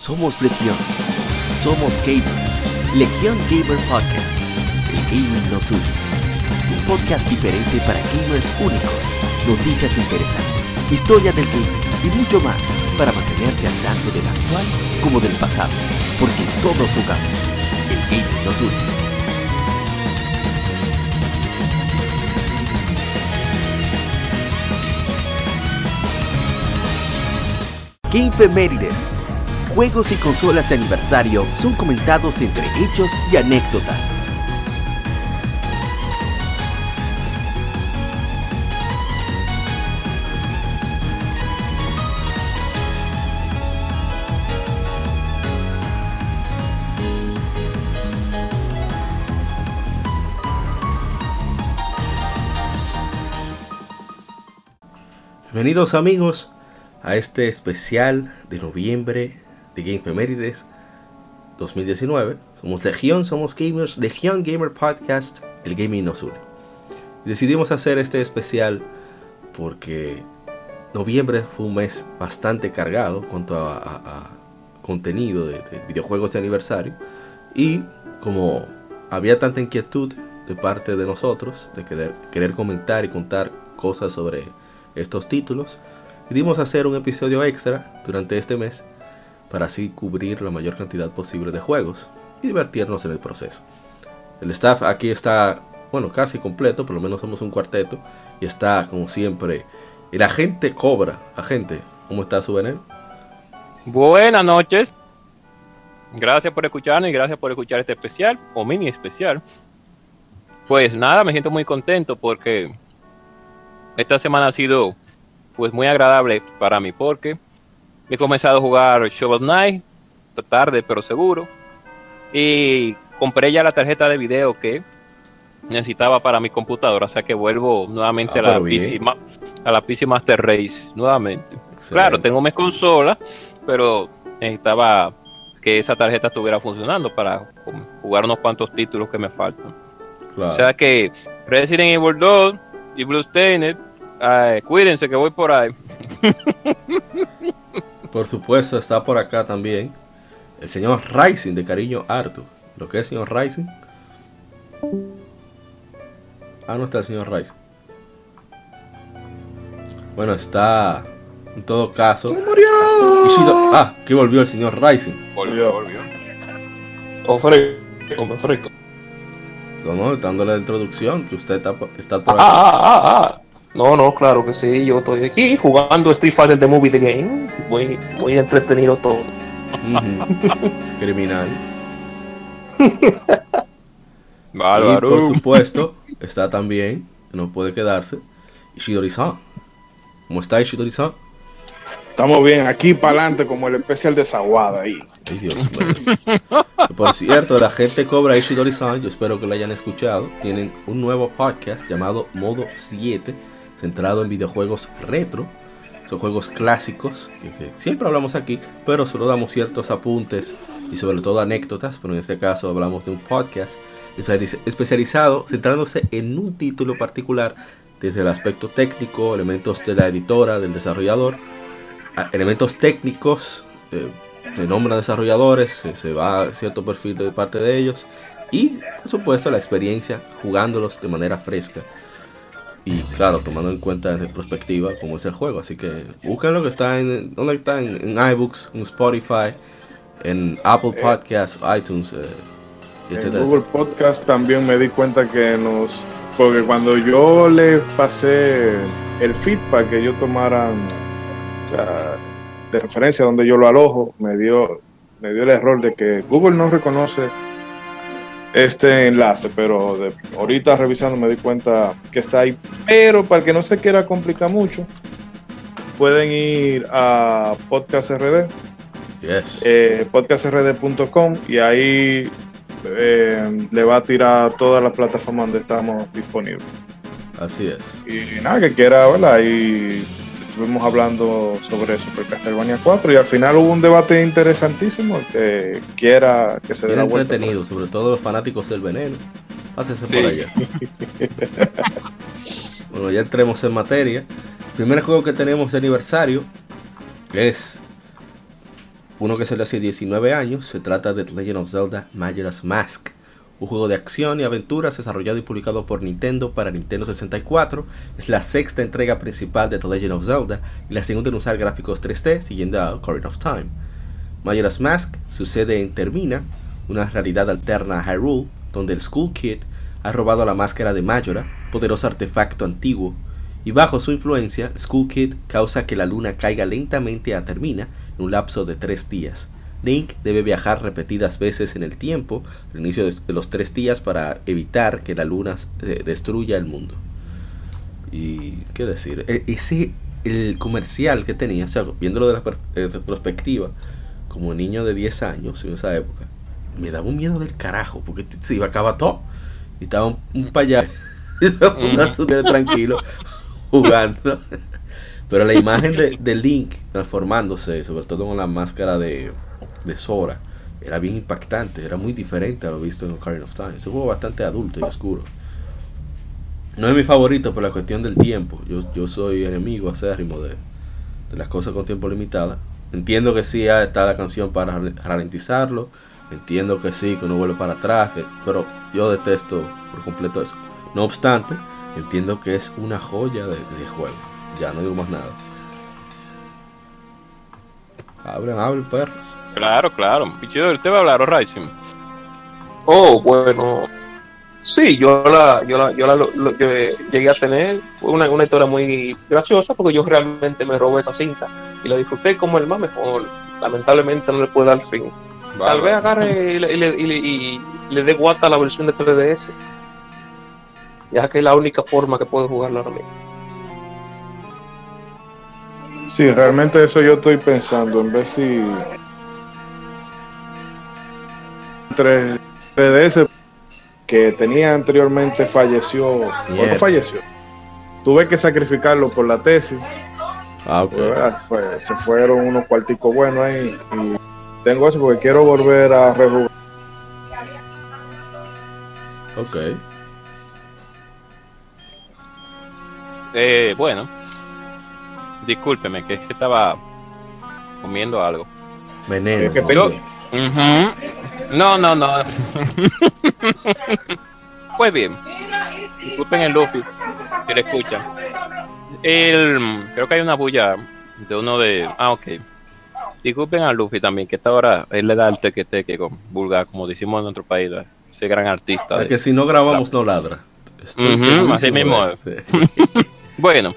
Somos Legión. Somos Gamer. Legión Gamer Podcast. El gaming nos une. Un podcast diferente para gamers únicos. Noticias interesantes, historia del gaming y mucho más para mantenerte al tanto del actual como del pasado. Porque todos jugamos. El gaming nos une. Gamefemérides. Juegos y consolas de aniversario son comentados entre hechos y anécdotas. Bienvenidos amigos a este especial de noviembre de Gamefemérides 2019. Somos Legión, somos gamers, Legión Gamer Podcast, el gaming nos une. Decidimos hacer este especial porque noviembre fue un mes bastante cargado en cuanto a contenido de videojuegos de aniversario. Y como había tanta inquietud de parte de nosotros de querer comentar y contar cosas sobre estos títulos, decidimos hacer un episodio extra durante este mes para así cubrir la mayor cantidad posible de juegos y divertirnos en el proceso. El staff aquí está, bueno, casi completo, por lo menos somos un cuarteto, y está como siempre el agente Cobra. Agente, ¿cómo está su veneno? Buenas noches, gracias por escucharnos y gracias por escuchar este especial o mini especial. Pues nada, me siento muy contento porque esta semana ha sido pues muy agradable para mí porque he comenzado a jugar Shovel Knight, tarde pero seguro, y compré ya la tarjeta de video que necesitaba para mi computadora, o sea que vuelvo nuevamente a la PC Master Race nuevamente. Excelente. Claro, tengo mis consolas, pero necesitaba que esa tarjeta estuviera funcionando para jugar unos cuantos títulos que me faltan. Claro. O sea que Resident Evil 2 y Bloodstained, cuídense que voy por ahí. Por supuesto, está por acá también el señor Rising de cariño Arthur. ¿Lo que es, señor Rising? No está el señor Rising. Bueno, está en todo caso. ¡Se murió! Que volvió el señor Rising. Volvió. Ofrezco. No, dándole la introducción, que usted está por aquí. No, claro que sí, yo estoy aquí jugando Street Fighter The Movie The Game. Muy entretenido todo. Criminal. Bárbaro. Y por supuesto, está también, no puede quedarse, Ishidori-san. ¿Cómo está Ishidori-san? Estamos bien, aquí para adelante como el especial de Sawada ahí. Ay, Dios mío. Por cierto, la gente Cobra Ishidori-san, yo espero que lo hayan escuchado. Tienen un nuevo podcast llamado Modo 7, centrado en videojuegos retro. Son juegos clásicos que siempre hablamos aquí, pero solo damos ciertos apuntes y sobre todo anécdotas. Pero en este caso hablamos de un podcast especializado, centrándose en un título particular desde el aspecto técnico, elementos de la editora, del desarrollador, elementos técnicos, se nombran desarrolladores, se va a cierto perfil de parte de ellos y por supuesto la experiencia jugándolos de manera fresca y claro, tomando en cuenta en retrospectiva cómo es el juego. Así que búsquenlo, que está en iBooks, en Spotify, en Apple Podcasts, iTunes, etc. En Google Podcast también me di cuenta que porque cuando yo le pasé el feedback que ellos tomaran, o sea, de referencia donde yo lo alojo, me dio el error de que Google no reconoce este enlace, pero ahorita revisando me di cuenta que está ahí. Pero para el que no se quiera complicar mucho, pueden ir a Podcast RD, podcastrd.com, y ahí le va a tirar todas las plataformas donde estamos disponibles. Así es. Y nada, que quiera, ¿verdad? Ahí estuvimos hablando sobre Super Castlevania 4 y al final hubo un debate interesantísimo que quiera que se dé la vuelta. Entretenido, sobre todo los fanáticos del veneno. Pásense por allá. Bueno, ya entremos en materia. El primer juego que tenemos de aniversario es uno que salió hace 19 años. Se trata de The Legend of Zelda Majora's Mask, un juego de acción y aventuras desarrollado y publicado por Nintendo para Nintendo 64. Es la sexta entrega principal de The Legend of Zelda y la segunda en usar gráficos 3D siguiendo a Ocarina of Time. Majora's Mask sucede en Termina, una realidad alterna a Hyrule, donde el Skull Kid ha robado la máscara de Majora, poderoso artefacto antiguo, y bajo su influencia, Skull Kid causa que la luna caiga lentamente a Termina en un lapso de 3 días. Link debe viajar repetidas veces en el tiempo al inicio de los 3 días para evitar que la luna destruya el mundo. Y qué decir, el comercial que tenía, o sea, viéndolo de la perspectiva, como niño de 10 años en esa época, me daba un miedo del carajo, porque se iba a acabar todo. Y estaba un payaso tranquilo jugando. Pero la imagen de Link transformándose, sobre todo con la máscara de Sora, era bien impactante, era muy diferente a lo visto en Ocarina of Time. Es un juego bastante adulto y oscuro. No es mi favorito por la cuestión del tiempo. Yo soy enemigo acérrimo de las cosas con tiempo limitado. Entiendo que sí está la canción para ralentizarlo. Entiendo que sí, que uno vuelve para atrás, pero yo detesto por completo eso. No obstante, entiendo que es una joya de juego. Ya no digo más nada. Hablen, perros. Claro. Pichidor, ¿usted va a hablar, Horizon? Oh, bueno. Sí, yo llegué a tener una historia muy graciosa porque yo realmente me robé esa cinta y la disfruté como el más mejor. Lamentablemente no le puedo dar fin. Vale. Tal vez agarre y le dé guata a la versión de 3DS, ya que es la única forma que puedo jugarlo ahora mismo. Sí, realmente eso yo estoy pensando, en vez si 3DS que tenía anteriormente falleció. ¿Cuándo falleció? Tuve que sacrificarlo por la tesis. Okay. Se fueron unos cuarticos buenos ahí y tengo eso porque quiero volver a rejugar. Ok. Bueno, discúlpeme, que es que estaba comiendo algo. Veneno. ¿Qué tengo? No. Pues bien, disculpen el Luffy, si le escuchan. Creo que hay una bulla de uno de... ok. Disculpen a Luffy también, que esta hora él le da el teque con vulgar, como decimos en nuestro país, ese gran artista. Es que si no grabamos no ladra. Así mismo. Sí. Bueno,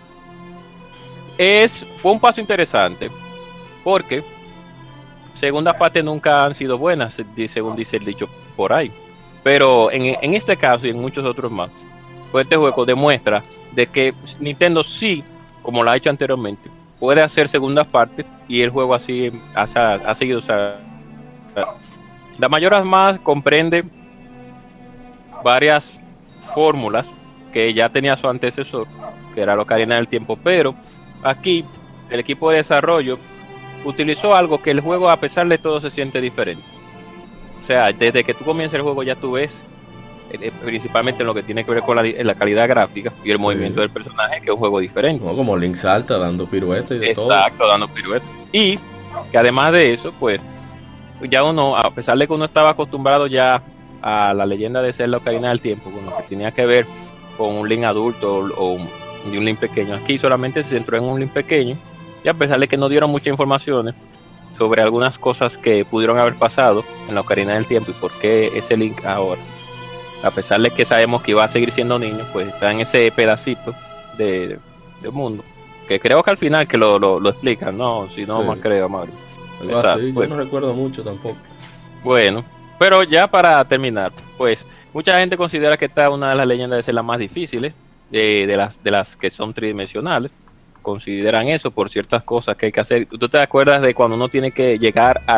fue un paso interesante, porque segundas partes nunca han sido buenas, según dice el dicho por ahí. Pero en este caso y en muchos otros más, pues este juego demuestra de que Nintendo sí, como lo ha hecho anteriormente, puede hacer segundas partes y el juego así ha seguido. O sea, la Majora's Mask comprende varias fórmulas que ya tenía su antecesor, que era Ocarina del Tiempo, pero aquí el equipo de desarrollo utilizó algo que el juego, a pesar de todo, se siente diferente. O sea, desde que tú comienzas el juego ya tú ves, principalmente en lo que tiene que ver con la calidad gráfica y el movimiento del personaje, que es un juego diferente. No, como Link salta dando piruetas y de todo. Exacto, dando piruetas. Y que además de eso, pues, ya uno, a pesar de que uno estaba acostumbrado ya a la leyenda de Zelda Ocarina del Tiempo, con lo que tenía que ver con un Link adulto o un Link pequeño, aquí solamente se centró en un Link pequeño, y a pesar de que no dieron muchas informaciones sobre algunas cosas que pudieron haber pasado en la Ocarina del Tiempo y por qué ese Link ahora, a pesar de que sabemos que iba a seguir siendo niño, pues está en ese pedacito de mundo, que creo que al final que lo explican, no, si no sí. Más creo, Mario. Así, yo no recuerdo mucho tampoco. Bueno, pero ya para terminar, pues mucha gente considera que esta es una de las leyendas de ser las más difíciles de las que son tridimensionales. Consideran eso por ciertas cosas que hay que hacer. ¿Tú te acuerdas de cuando uno tiene que llegar a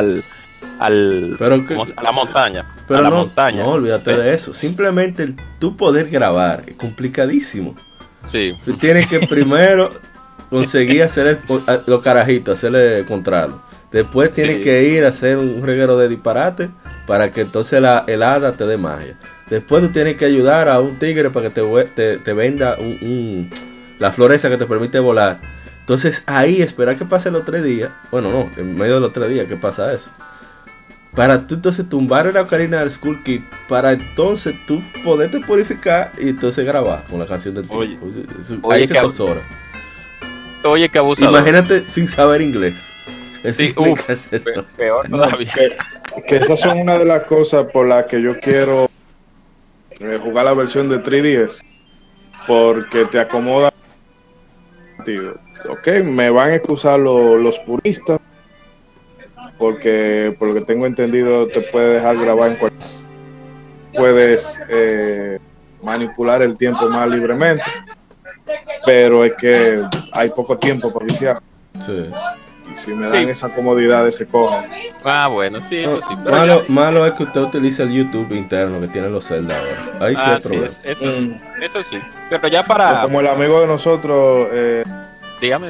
la montaña? Pero a la no, montaña. No, olvídate de eso. Simplemente tú poder grabar es complicadísimo. Sí. Tú tienes que primero conseguir hacer los carajitos, hacerle contrario. Después tienes que ir a hacer un reguero de disparate para que entonces el hada te dé magia. Después tú tienes que ayudar a un tigre para que te venda la flor esa que te permite volar. Entonces ahí esperar que pase los 3 días. Bueno, no, en medio de los 3 días que pasa eso. Para tú entonces tumbar la ocarina del Skull Kid. Para entonces tú poderte purificar y entonces grabar con la canción del Oye, tiempo. Ahí se 2 horas. Oye, qué abusador. Imagínate sin saber inglés. Sí, peor todavía. Que esas son una de las cosas por las que yo quiero jugar la versión de 3DS. Porque te acomoda. Ok, me van a excusar los puristas. Porque por lo que tengo entendido te puede dejar grabar en cualquier. Puedes manipular el tiempo más libremente. Pero es que hay poco tiempo para viciar. Sí. Y si me dan esa comodidad de ese cojo. Ah, bueno, sí, eso sí. Malo es que usted utilice el YouTube interno que tienen los Zelda ahora. Ahí sí hay problema. Eso sí. Pero ya para... Como el amigo de nosotros... Dígame.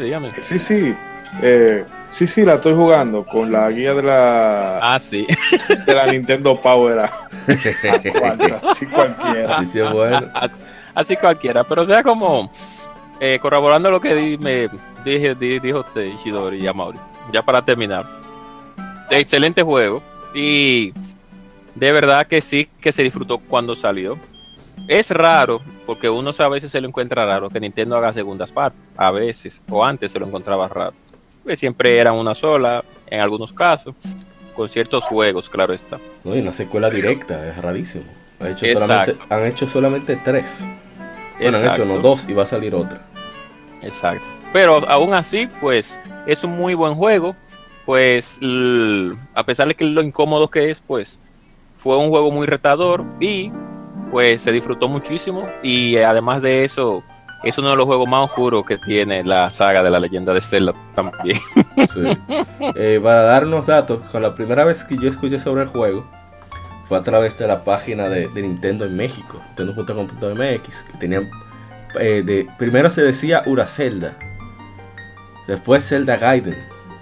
Sí, la estoy jugando con la guía de la... sí. De la Nintendo Power. Así cualquiera. Sí, es bueno. Así cualquiera. Pero o sea como... corroborando lo que dijo usted, Ishidori y Amaury, ya para terminar, excelente juego y de verdad que sí que se disfrutó cuando salió. Es raro, porque uno a veces se lo encuentra raro que Nintendo haga segundas partes, a veces, o antes se lo encontraba raro, pues siempre eran una sola, en algunos casos, con ciertos juegos, claro está. No, y una secuela directa, es rarísimo. Han hecho solamente 3. Bueno, han hecho 2 y va a salir otra. Exacto. Pero aún así, pues, es un muy buen juego. Pues, a pesar de que lo incómodo que es, pues, fue un juego muy retador y, pues, se disfrutó muchísimo. Y además de eso, es uno de los juegos más oscuros que tiene la saga de la Leyenda de Zelda también. Sí. Para darnos datos, con la primera vez que yo escuché sobre el juego, fue a través de la página de Nintendo en México, nintendo.com.mx, que tenían primero se decía Urazelda, después Zelda Gaiden.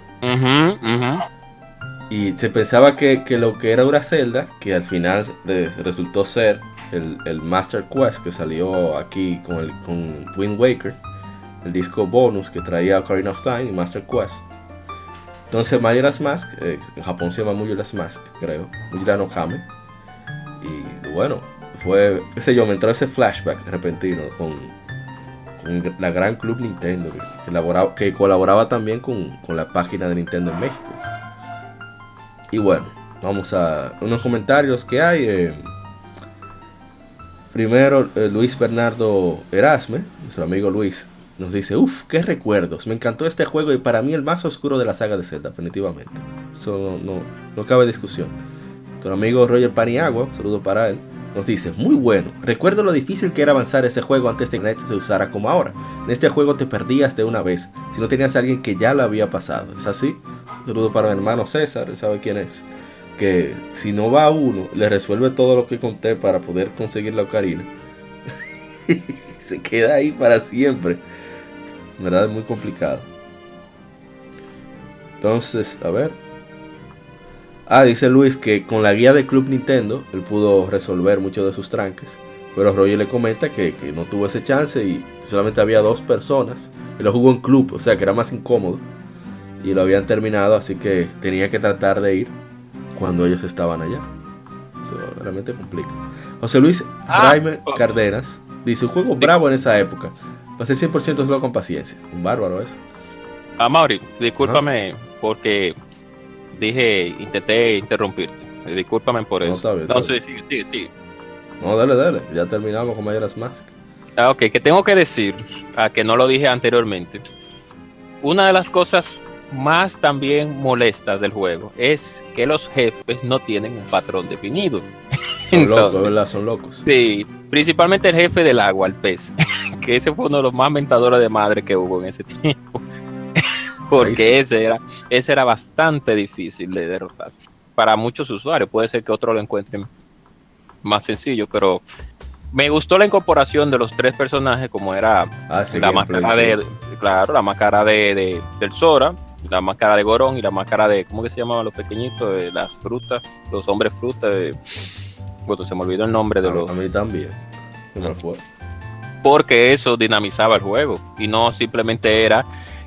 Y se pensaba que lo que era Urazelda, que al final resultó ser el Master Quest que salió aquí con Wind Waker, el disco bonus que traía Ocarina of Time y Master Quest. Entonces Majora's Mask, en Japón se llama Majora's Mask, creo, Majora no Kame. Y bueno, fue, qué sé yo, me entró ese flashback repentino con la gran Club Nintendo que colaboraba también con la página de Nintendo en México. Y bueno, vamos a unos comentarios que hay. Primero, Luis Bernardo Erasme, nuestro amigo Luis, nos dice: uff, qué recuerdos, me encantó este juego y para mí el más oscuro de la saga de Zelda, definitivamente. Eso no cabe discusión. Nuestro amigo Roger Paniagua, saludo para él, nos dice: muy bueno, recuerdo lo difícil que era avanzar ese juego antes de que Internet se usara como ahora. En este juego te perdías de una vez, si no tenías a alguien que ya lo había pasado. ¿Es así? Saludo para mi hermano César, él sabe quién es. Que si no va uno, le resuelve todo lo que conté para poder conseguir la ocarina. Se queda ahí para siempre. En verdad es muy complicado. Entonces, a ver. Dice Luis que con la guía de Club Nintendo él pudo resolver muchos de sus tranques. Pero Roger le comenta que no tuvo ese chance y solamente había 2 personas. Y lo jugó en club, o sea que era más incómodo. Y lo habían terminado, así que tenía que tratar de ir cuando ellos estaban allá. Eso realmente complica. José Luis Jaime Cardenas dice: un juego bravo en esa época. Pasé 100% solo con paciencia. Un bárbaro eso. Mauri, discúlpame porque intenté interrumpirte. Discúlpame por eso. Está bien, entonces, sigue. No, dale. Ya terminamos con Majora's Mask. Ok, que tengo que decir, que no lo dije anteriormente. Una de las cosas más también molestas del juego es que los jefes no tienen un patrón definido. Son locos, ¿verdad? Son locos. Sí, principalmente el jefe del agua, el pez, que ese fue uno de los más mentadores de madre que hubo en ese tiempo. Porque ese era bastante difícil de derrotar. Para muchos usuarios, puede ser que otros lo encuentren más sencillo, pero me gustó la incorporación de los 3 personajes, como era la máscara la máscara del Sora, la máscara de Gorón y la máscara de, ¿cómo que se llamaban los pequeñitos? De las frutas, los hombres frutas. Bueno, se me olvidó el nombre de los... A mí también, se me fue. Porque eso dinamizaba el juego y no simplemente era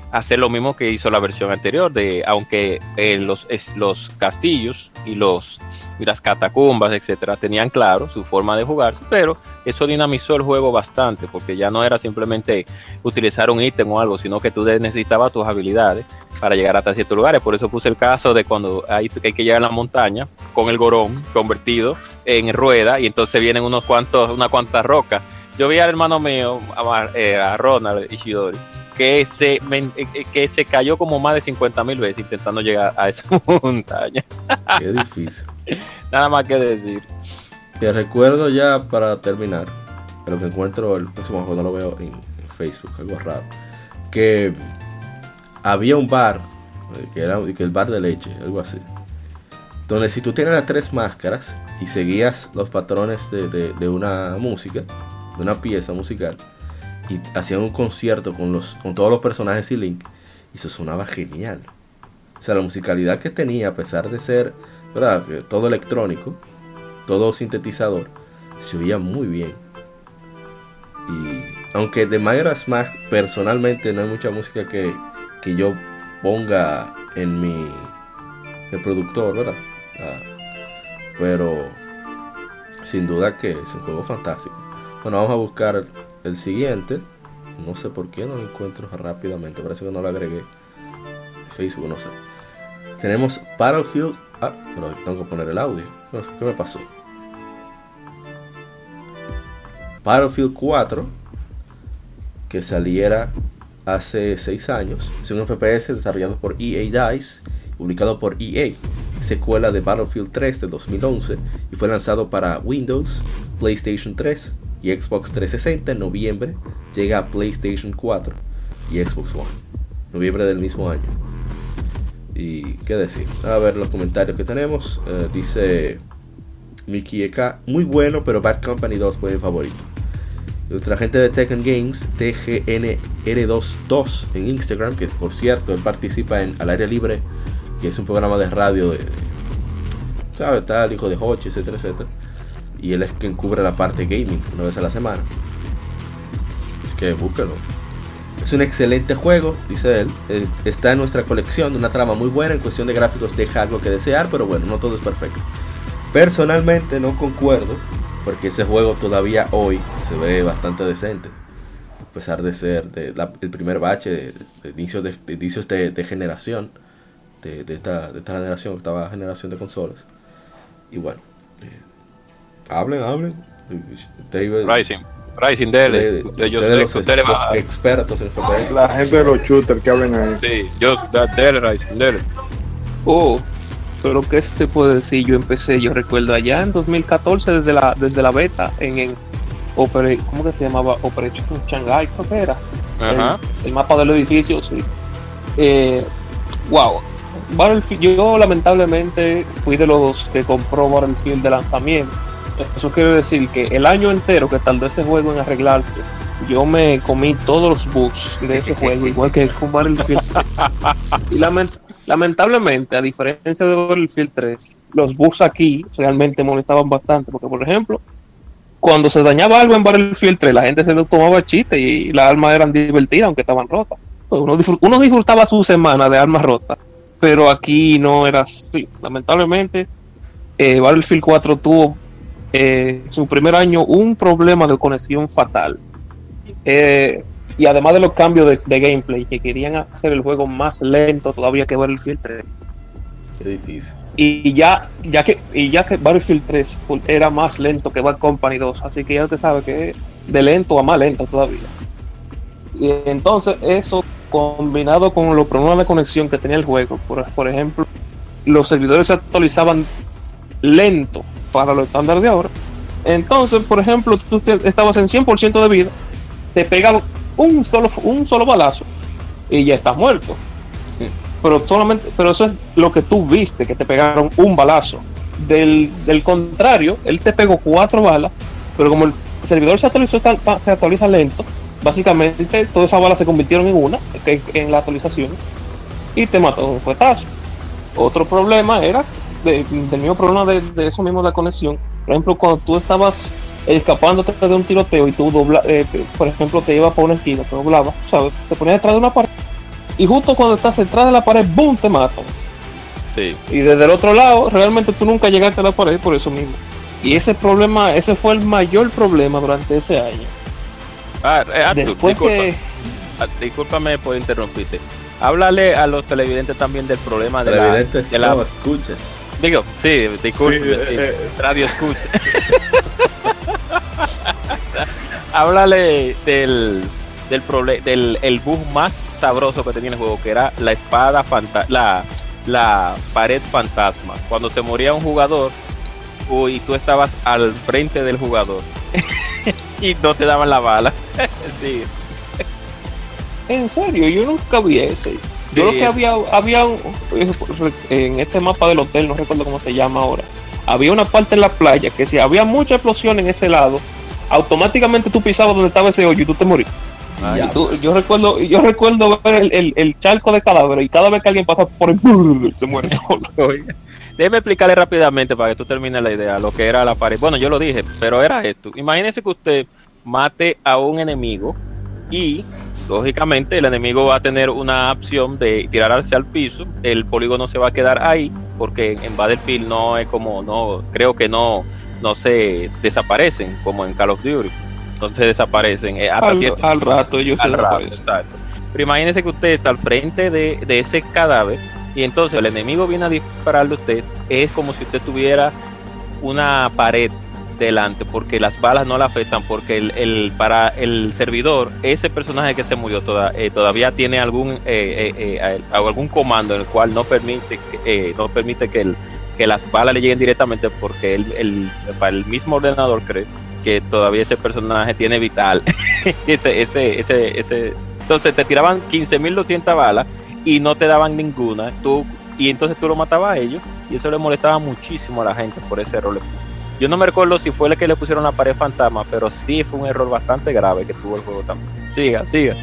hacer lo mismo que hizo la versión anterior, de aunque los castillos y las catacumbas, etcétera, tenían claro su forma de jugar, pero eso dinamizó el juego bastante, porque ya no era simplemente utilizar un ítem o algo, sino que tú necesitabas tus habilidades para llegar hasta ciertos lugares. Por eso puse el caso de cuando hay que llegar a la montaña con el gorón convertido en rueda, y entonces vienen unas cuantas rocas. Yo vi al hermano mío, a Ronald Ishidori, que se cayó como más de 50,000 veces intentando llegar a esa montaña. Qué difícil. Nada más que decir. Te recuerdo ya para terminar, pero que encuentro el próximo juego, no lo veo en Facebook, algo raro, que había un bar, que era el bar de leche, algo así, donde si tú tienes las 3 máscaras y seguías los patrones de una música, de una pieza musical, y hacían un concierto con todos los personajes y Link, y eso sonaba genial. O sea, la musicalidad que tenía, a pesar de ser, ¿verdad?, todo electrónico, todo sintetizador, se oía muy bien. Y aunque de Majora's Mask personalmente no hay mucha música que yo ponga en mi reproductor, ¿verdad? Pero sin duda que es un juego fantástico. Bueno, vamos a buscar el siguiente. No sé por qué no lo encuentro rápidamente. Parece que no lo agregué en Facebook, no sé. Tenemos Battlefield. Pero tengo que poner el audio. ¿Qué me pasó? Battlefield 4, que saliera hace 6 años. Es un FPS desarrollado por EA DICE, publicado por EA, secuela de Battlefield 3 de 2011, y fue lanzado para Windows, PlayStation 3 y Xbox 360 en noviembre. Llega a PlayStation 4 y Xbox One, noviembre del mismo año. Y qué decir, a ver los comentarios que tenemos. Dice Mickey EK, muy bueno, pero Bad Company 2 fue mi favorito. Nuestra gente de Tekken Games, TGNR22 en Instagram, que por cierto él participa en Al Aire Libre, que es un programa de radio de, ¿sabe? Está el hijo de Hochi, etcétera, etcétera. Y él es quien cubre la parte gaming una vez a la semana. Así que búsquelo. Es un excelente juego, dice él. Está en nuestra colección, de una trama muy buena. En cuestión de gráficos deja algo que desear, pero bueno, no todo es perfecto. Personalmente no concuerdo, porque ese juego todavía hoy se ve bastante decente, a pesar de ser el primer bache de inicios de generación, de esta generación, octava generación de consolas. Y bueno, hablen. Rising dele. Los expertos en FPS. La gente de los shooters que hablen ahí. Sí, dele. Pero qué se puede decir, yo recuerdo allá en 2014 desde la beta en ¿cómo que se llamaba? Operation Shanghai, creo que era. Ajá. El mapa del edificio, sí. Wow. Battlefield, yo lamentablemente fui de los que compró Battlefield de lanzamiento. Eso quiere decir que el año entero que tardó ese juego en arreglarse, yo me comí todos los bugs de ese juego, igual que con Battlefield 3. Y lamentablemente, a diferencia de Battlefield 3, los bugs aquí realmente molestaban bastante, porque por ejemplo, cuando se dañaba algo en Battlefield 3, la gente se lo tomaba chiste y las armas eran divertidas aunque estaban rotas. Uno disfrutaba su semana de armas rotas, pero aquí no era así. Lamentablemente, Battlefield 4 tuvo su primer año un problema de conexión fatal, y además de los cambios de gameplay que querían hacer el juego más lento todavía que Battlefield 3. Qué difícil. Y ya que Battlefield 3 era más lento que Bad Company 2, así que ya usted sabe que de lento a más lento todavía. Y entonces eso, combinado con los problemas de conexión que tenía el juego, por ejemplo, los servidores se actualizaban lento para los estándares de ahora. Entonces, por ejemplo, tú estabas en 100% de vida, te pegaban un solo balazo y ya estás muerto. Pero eso es lo que tú viste, que te pegaron un balazo. Del contrario, él te pegó 4 balas, pero como el servidor se actualiza lento, básicamente todas esas balas se convirtieron en una en la actualización y te mató un fuetazo. Otro problema era del mismo problema de eso mismo, la conexión. Por ejemplo, cuando tú estabas escapándote de un tiroteo y tú por ejemplo, te ibas por una esquina, te doblabas, ¿sabes? Te ponías detrás de una pared y justo cuando estás detrás de la pared, ¡boom!, te matan. Sí. Y desde el otro lado, realmente tú nunca llegaste a la pared por eso mismo. Y ese fue el mayor problema durante ese año. Después discúlpame por interrumpirte. Háblale a los televidentes también del problema de la escuchas. Digo, sí, disculpe, radio escucha. Háblale del el bug más sabroso que tenía el juego, que era la espada la pared fantasma. Cuando se moría un jugador y tú estabas al frente del jugador y no te daban la bala. Sí. En serio, yo nunca vi ese. Yo lo que había en este mapa del hotel, no recuerdo cómo se llama ahora, había una parte en la playa que si había mucha explosión en ese lado, automáticamente tú pisabas donde estaba ese hoyo y tú te morías. Yo recuerdo ver el charco de cadáveres y cada vez que alguien pasa por el se muere solo. Déjeme explicarle rápidamente para que tú termines la idea lo que era la pared. Bueno, yo lo dije, pero era esto. Imagínese que usted mate a un enemigo y lógicamente el enemigo va a tener una opción de tirarse al piso. El polígono se va a quedar ahí porque en Battlefield no es como, creo que no se desaparecen como en Call of Duty. Entonces desaparecen al rato ellos se desaparecen. Exacto. Pero imagínese que usted está al frente de ese cadáver y entonces el enemigo viene a dispararle a usted. Es como si usted tuviera una pared delante, porque las balas no le afectan, porque para el servidor, ese personaje que se murió todavía tiene algún comando en el cual no permite que las balas le lleguen directamente, porque para el mismo ordenador cree que todavía ese personaje tiene vital. Entonces te tiraban 15.200 balas y no te daban ninguna, y entonces tú lo matabas a ellos, y eso le molestaba muchísimo a la gente por ese error. Yo no me recuerdo si fue el que le pusieron la pared fantasma, pero sí fue un error bastante grave que tuvo el juego también. Siga.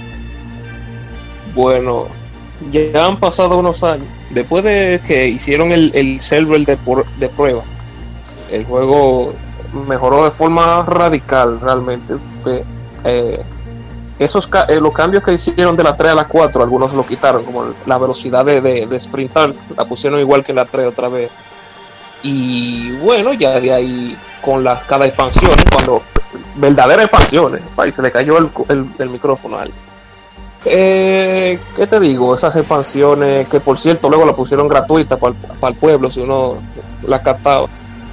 Bueno, ya han pasado unos años. Después de que hicieron el server de prueba, el juego mejoró de forma radical realmente. Los cambios que hicieron de la 3 a la 4, algunos lo quitaron, como la velocidad de sprintar, la pusieron igual que en la 3 otra vez. Y bueno, ya de ahí con cada expansión, cuando verdaderas expansiones, ahí se le cayó el micrófono a alguien. ¿Qué te digo? Esas expansiones que por cierto luego la pusieron gratuita para el pueblo si uno la captaba.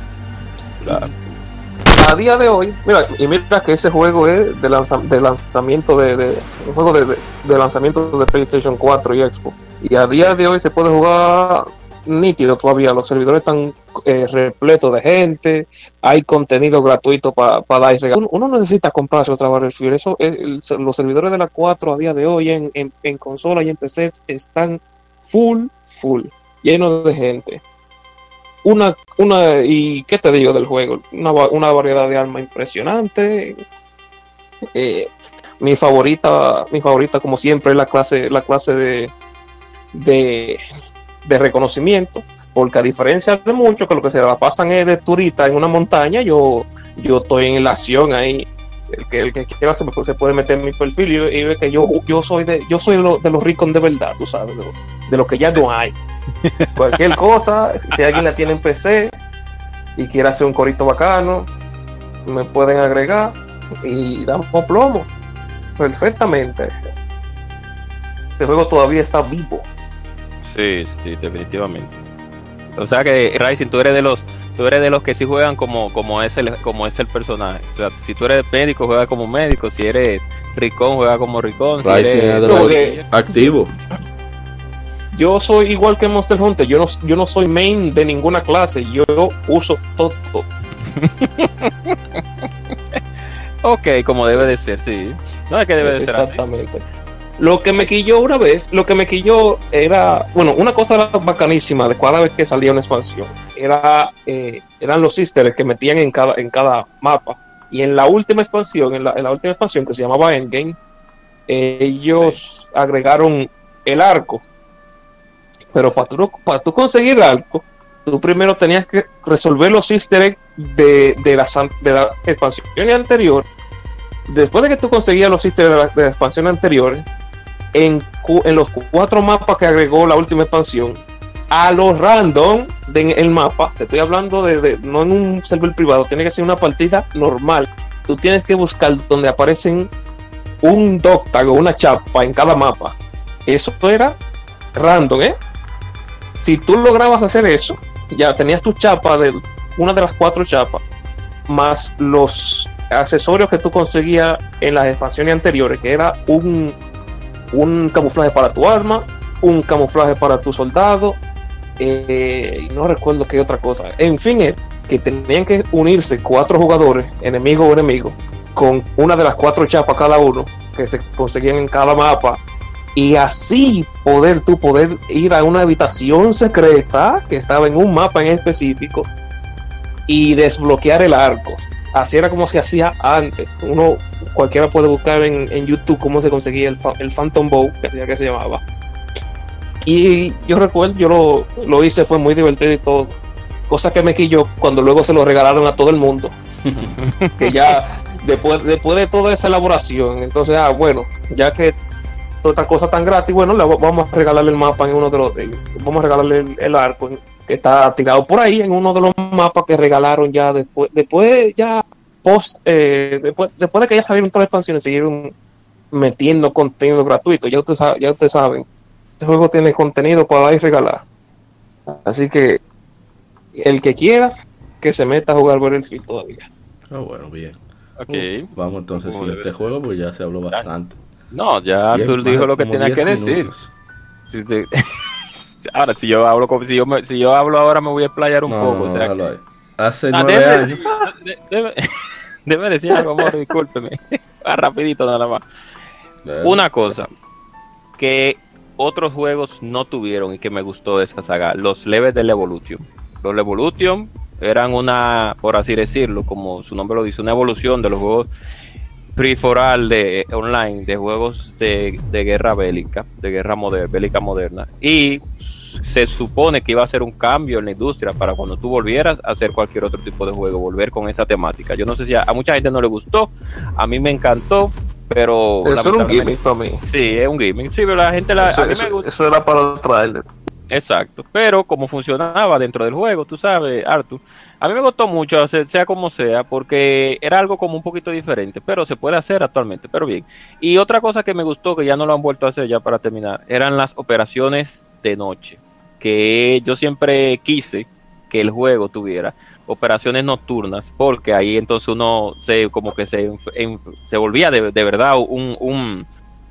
A día de hoy, mira que ese juego es de lanzamiento de lanzamiento de PlayStation 4 y Xbox. Y a día de hoy se puede jugar nítido todavía. Los servidores están repletos de gente, hay contenido gratuito para dar y regalar. Uno necesita comprarse otra Battlefield. Los servidores de la 4 a día de hoy en consola y en PC están full, llenos de gente. Y qué te digo del juego, una variedad de armas impresionante. Mi favorita como siempre es la clase de reconocimiento, porque a diferencia de muchos que lo que se la pasan es de turista en una montaña, yo estoy en la acción ahí. El que quiera se puede meter en mi perfil y ve que yo soy de los ricos de verdad, tú sabes, de lo que ya no hay. Cualquier cosa, si alguien la tiene en PC y quiere hacer un corito bacano, me pueden agregar y damos plomo perfectamente. Ese juego todavía está vivo. Sí, definitivamente. O sea que Rising, tú eres de los que sí juegan como es el personaje. O sea, si tú eres médico, juega como médico. Si eres ricón, juega como ricón. Rising si eres es de los activo. Yo soy igual que Monster Hunter. Yo no soy main de ninguna clase. Yo uso todo. Ok, como debe de ser, sí. No es que debe de ser así. Exactamente. Lo que me quilló era, una cosa bacanísima de cada vez que salía una expansión, eran los easter eggs que metían en cada mapa. Y en la última expansión, en la última expansión que se llamaba Endgame, ellos agregaron el arco. Pero para tú conseguir el arco, tú primero tenías que resolver los easter eggs de la expansión anterior. Después de que tú conseguías los easter eggs de la expansión anterior, en los 4 mapas que agregó la última expansión, a los random del mapa, te estoy hablando de no en un server privado, tiene que ser una partida normal. Tú tienes que buscar donde aparecen un doctago, una chapa en cada mapa. Eso era random, Si tú lograbas hacer eso, ya tenías tu chapa de una de las 4 chapas, más los accesorios que tú conseguías en las expansiones anteriores, que era un camuflaje para tu arma, un camuflaje para tu soldado, y no recuerdo qué otra cosa. En fin, que tenían que unirse 4 jugadores, enemigo o enemigo, con una de las 4 chapas cada uno que se conseguían en cada mapa, y así poder ir a una habitación secreta que estaba en un mapa en específico y desbloquear el arco. Así era como se hacía antes. Cualquiera puede buscar en YouTube cómo se conseguía el Phantom Bow, que se llamaba. Y yo recuerdo, yo lo hice, fue muy divertido y todo. Cosa que me quilló cuando luego se lo regalaron a todo el mundo. Que ya después de toda esa elaboración, entonces, bueno, ya que toda esta cosa tan gratis, bueno, vamos a regalarle el mapa en uno de los... Vamos a regalarle el arco que está tirado por ahí en uno de los mapas que regalaron ya después de que ya salieron todas las expansiones, siguieron metiendo contenido gratuito. Ya ustedes saben, este juego tiene contenido para dar y regalar. Así que el que quiera que se meta a jugar Battlefield todavía. Bueno, bien. Okay. Vamos entonces a este juego, pues ya se habló bastante. No, ya tú dijo lo que tenía que decir. Ahora, si yo hablo ahora me voy a explayar un poco. O sea que... Hace 9 años. Debe decir algo, amor, discúlpeme. Rapidito nada más. Una cosa que otros juegos no tuvieron y que me gustó de esa saga, los levels del Evolution. Los Evolution eran una, por así decirlo, como su nombre lo dice, una evolución de los juegos free-for-all de online, de juegos de guerra bélica, de guerra bélica moderna. Y se supone que iba a ser un cambio en la industria para cuando tú volvieras a hacer cualquier otro tipo de juego, volver con esa temática. Yo no sé si a mucha gente no le gustó, a mí me encantó, pero... Eso era un gimmick para mí. Sí, es un gimmick. Sí, pero la gente... Eso era para el trailer. Exacto, pero como funcionaba dentro del juego, tú sabes, Arthur, a mí me gustó mucho, sea como sea, porque era algo como un poquito diferente, pero se puede hacer actualmente, pero bien. Y otra cosa que me gustó, que ya no lo han vuelto a hacer ya para terminar, eran las operaciones de noche, que yo siempre quise que el juego tuviera operaciones nocturnas, porque ahí entonces uno se volvía de verdad un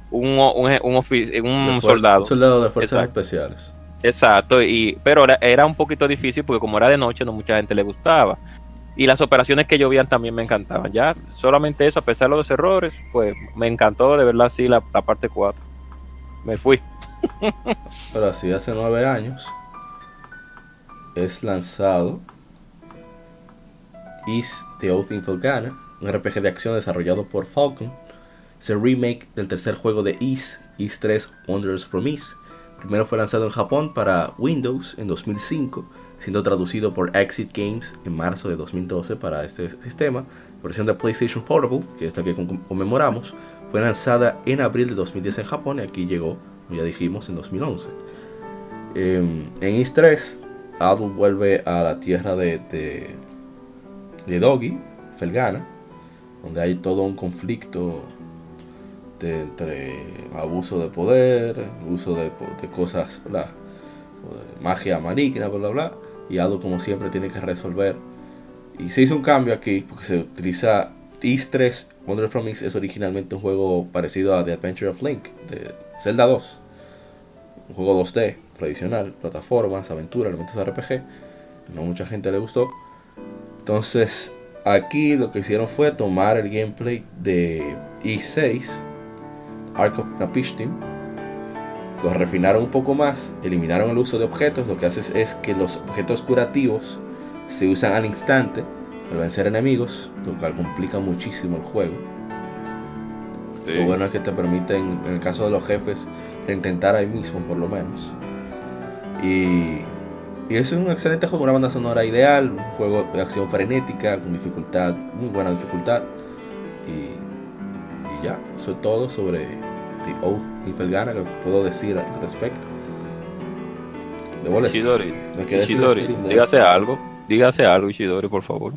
soldado. Un soldado de fuerzas especiales. Exacto, pero era un poquito difícil porque como era de noche no mucha gente le gustaba. Y las operaciones que llovían también me encantaban. Ya solamente eso, a pesar de los errores, pues me encantó de verdad sí la parte 4. Me fui. Pero así hace 9 años es lanzado Ys The Oath in Felghana, un RPG de acción desarrollado por Falcon. Es el remake del tercer juego de Ys 3 Wonders from Ys. Primero fue lanzado en Japón para Windows en 2005, siendo traducido por Exit Games en marzo de 2012 para este sistema. La versión de PlayStation Portable, que es la que conmemoramos, fue lanzada en abril de 2010 en Japón y aquí llegó, como ya dijimos, en 2011. En Ys 3, Adol vuelve a la tierra de Doggy, Felghana, donde hay todo un conflicto entre abuso de poder, uso de cosas, bla, magia maligna, bla bla bla, y Adol como siempre tiene que resolver. Y se hizo un cambio aquí porque se utiliza Ys 3 Wonder from Ys. Es originalmente un juego parecido a The Adventure of Link de Zelda 2, un juego 2D tradicional, plataformas, aventura, elementos RPG. No mucha gente le gustó. Entonces aquí lo que hicieron fue tomar el gameplay de Ys 6 Ark of Napishtim, lo refinaron un poco más, eliminaron el uso de objetos. Lo que hace es que los objetos curativos se usan al instante al vencer enemigos, lo cual complica muchísimo el juego. Sí. Lo bueno es que te permiten, en el caso de los jefes, reintentar ahí mismo por lo menos. Y es un excelente juego, una banda sonora ideal, un juego de acción frenética con dificultad, muy buena dificultad. Y ya, eso es todo sobre The Oath y Felgana, que puedo decir al respecto. De bolas. Ishidori, dígase algo, Ishidori, por favor.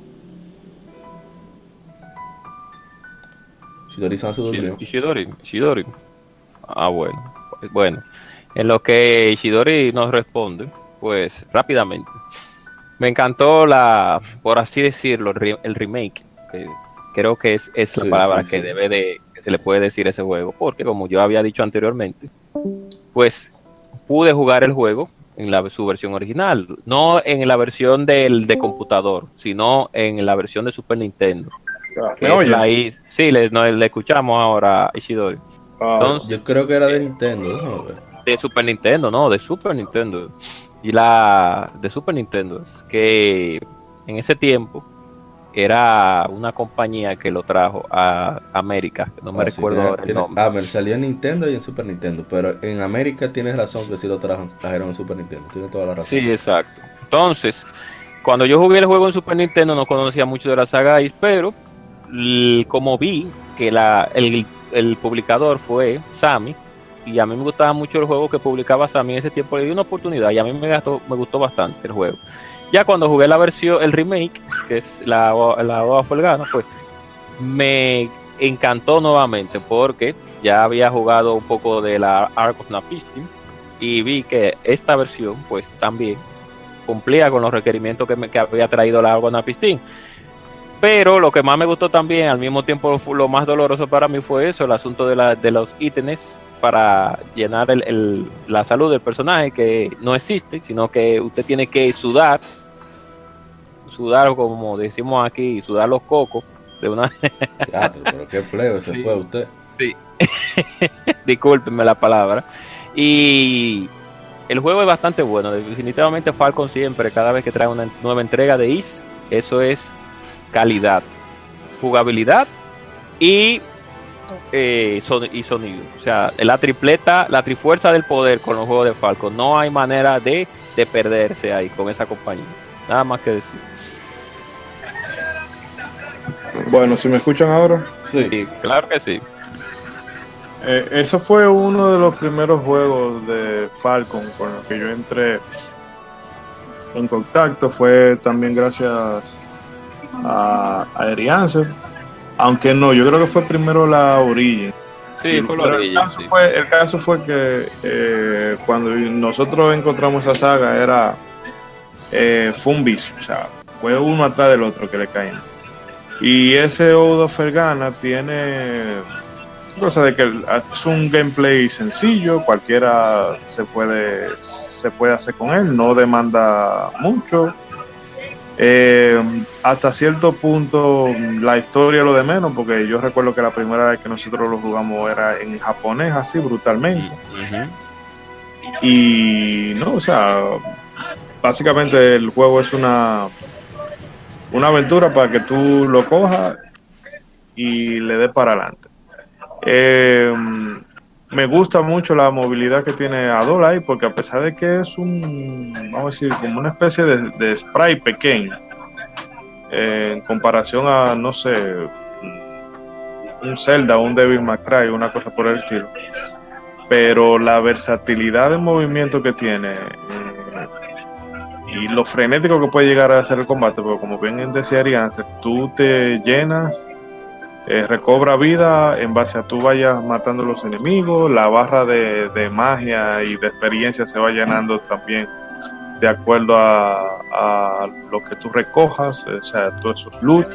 Ishidori-san se durmió. Ishidori. Ah, bueno. En lo que Ishidori nos responde, pues rápidamente. Me encantó por así decirlo, el remake, que creo que es la palabra que se le puede decir a ese juego, porque como yo había dicho anteriormente, pues pude jugar el juego en su versión original, no en la versión de computador, sino en la versión de Super Nintendo. Sí, le escuchamos ahora a Ishidori. Entonces, yo creo que era de Nintendo, ¿no? De Super Nintendo. Y la de Super Nintendo es que en ese tiempo era una compañía que lo trajo a América, no me recuerdo ahora el nombre. Me salió en Nintendo y en Super Nintendo, pero en América tienes razón que sí lo trajeron en Super Nintendo, tienes toda la razón. Sí, exacto. Entonces, cuando yo jugué el juego en Super Nintendo no conocía mucho de la saga Ace, pero como vi que el publicador fue Sammy, y a mí me gustaba mucho el juego que publicaba Sammy en ese tiempo, le di una oportunidad y a mí me gustó bastante el juego. Ya cuando jugué el remake, que es la Oda Felgana, pues me encantó nuevamente porque ya había jugado un poco de la Ark of Napistim y vi que esta versión pues también cumplía con los requerimientos que había traído la Ark of Napistim. Pero lo que más me gustó también, al mismo tiempo lo más doloroso para mí fue eso, el asunto de los ítems para llenar la salud del personaje, que no existe, sino que usted tiene que sudar como decimos aquí, sudar los cocos de una. Pero qué plebe se fue usted. Sí. Discúlpenme la palabra. Y el juego es bastante bueno, definitivamente Falcon siempre, cada vez que trae una nueva entrega de Is, eso es calidad, jugabilidad y sonido. O sea, la tripleta, la trifuerza del poder con los juegos de Falcon. No hay manera de perderse ahí con esa compañía. Nada más que decir. Bueno, ¿si me escuchan ahora? Sí, claro que sí. Eso fue uno de los primeros juegos de Falcon con los que yo entré en contacto. Fue también gracias a Arianse. Aunque no, yo creo que fue primero la Origin. Sí, fue la Origin. El caso fue que cuando nosotros encontramos esa saga fue un vicio, o sea, fue uno atrás del otro que le caían. Y ese Oda Felgana tiene cosa de que es un gameplay sencillo, cualquiera se puede hacer con él, no demanda mucho. Hasta cierto punto la historia lo de menos, porque yo recuerdo que la primera vez que nosotros lo jugamos era en japonés, así brutalmente. Y no, o sea, básicamente el juego es una aventura para que tú lo cojas y le des para adelante. Me gusta mucho la movilidad que tiene Adolai, porque a pesar de que es vamos a decir, como una especie de sprite pequeño, en comparación a, no sé, un Zelda o un Devil May Cry, una cosa por el estilo, pero la versatilidad de movimiento que tiene y lo frenético que puede llegar a ser el combate, porque como bien decía Arianse, tú te llenas, recobra vida en base a tú vayas matando a los enemigos, la barra de magia y de experiencia se va llenando también de acuerdo a lo que tú recojas, o sea, todos esos loot,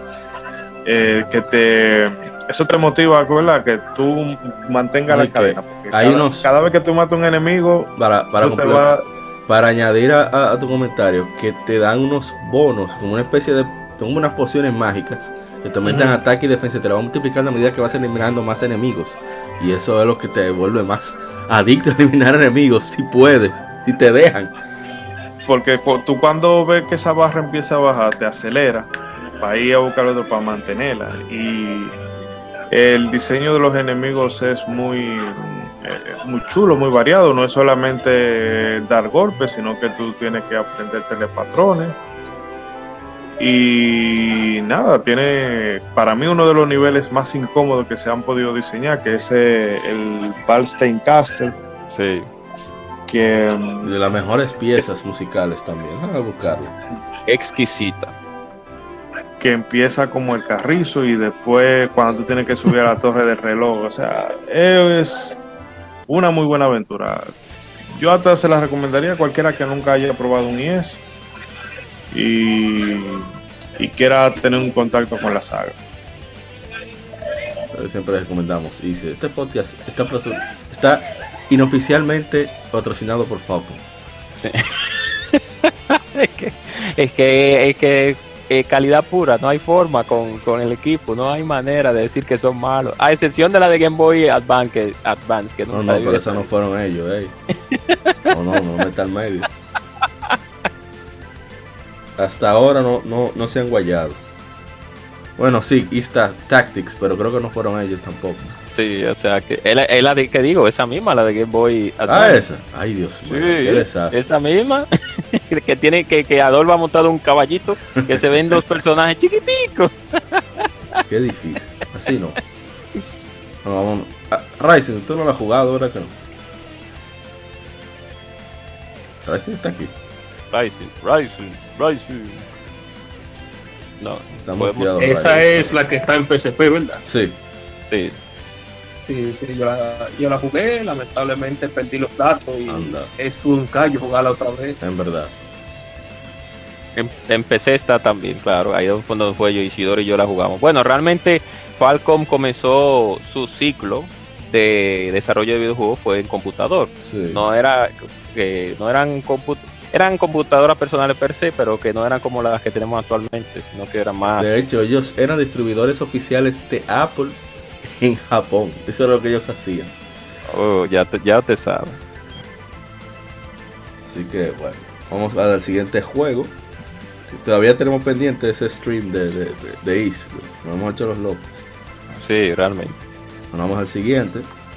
eso te motiva, ¿verdad? Que tú mantengas la cadena, porque cada vez que tú matas a un enemigo, para añadir a tu comentario, que te dan unos bonos, como una especie de, como unas pociones mágicas que te aumentan ataque y defensa, te lo van multiplicando a medida que vas eliminando más enemigos, y eso es lo que te vuelve más adicto a eliminar enemigos, si puedes, si te dejan. Porque tú cuando ves que esa barra empieza a bajar, te acelera para ir a buscar otro para mantenerla, y el diseño de los enemigos es muy chulo, muy variado. No es solamente dar golpes, sino que tú tienes que aprenderte los patrones. Y nada, tiene para mí uno de los niveles más incómodos que se han podido diseñar, que es el Valstein Castle. Sí. Que de las mejores piezas musicales también. A buscarlo. Exquisita. Que empieza como el carrizo y después cuando tú tienes que subir a la torre del reloj. O sea, es una muy buena aventura. Yo hasta se la recomendaría a cualquiera que nunca haya probado un IES y quiera tener un contacto con la saga. Siempre recomendamos. Y este podcast está inoficialmente patrocinado por Falcon. Sí. es que calidad pura, no hay forma con el equipo, no hay manera de decir que son malos, a excepción de la de Game Boy Advance que no, pero esas no fueron ellos, no meta al medio. Hasta ahora no se han guayado. Bueno, sí, Ista Tactics, pero creo que no fueron ellos tampoco. Sí, o sea, que es la de que digo, esa misma, la de Game Boy Advance. Esa. Ay, Dios mío, sí, qué desastre. Esa misma, que tiene que Adolfo ha montado un caballito, que se ven dos personajes chiquiticos. Qué difícil, así no. No, vamos. Ryzen, tú no lo has jugado, ¿verdad que no? Ryzen está aquí. Ryzen. No, esa es la que está en PSP, ¿verdad? Sí. Sí, yo la jugué, lamentablemente perdí los datos y es un callo jugarla otra vez. En verdad. En PC está también, claro, ahí donde fue yo, Isidoro y yo la jugamos. Bueno, realmente Falcom comenzó su ciclo de desarrollo de videojuegos fue en computador. Sí. Eran computadoras personales per se, pero que no eran como las que tenemos actualmente, sino que eran más. De hecho, ellos eran distribuidores oficiales de Apple en Japón. Eso era lo que ellos hacían. Oh, ya te sabes. Así que bueno, vamos al siguiente juego. Todavía tenemos pendiente ese stream de East. Nos hemos hecho los locos. Sí, realmente. Bueno, vamos al siguiente.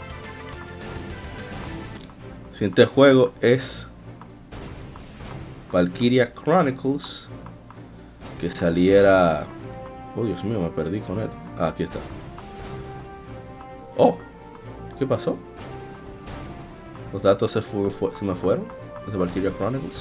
El siguiente juego es Valkyria Chronicles, que saliera. Oh, Dios mío, me perdí con él. Aquí está. Oh, ¿qué pasó? Los datos se me fueron de Valkyria Chronicles.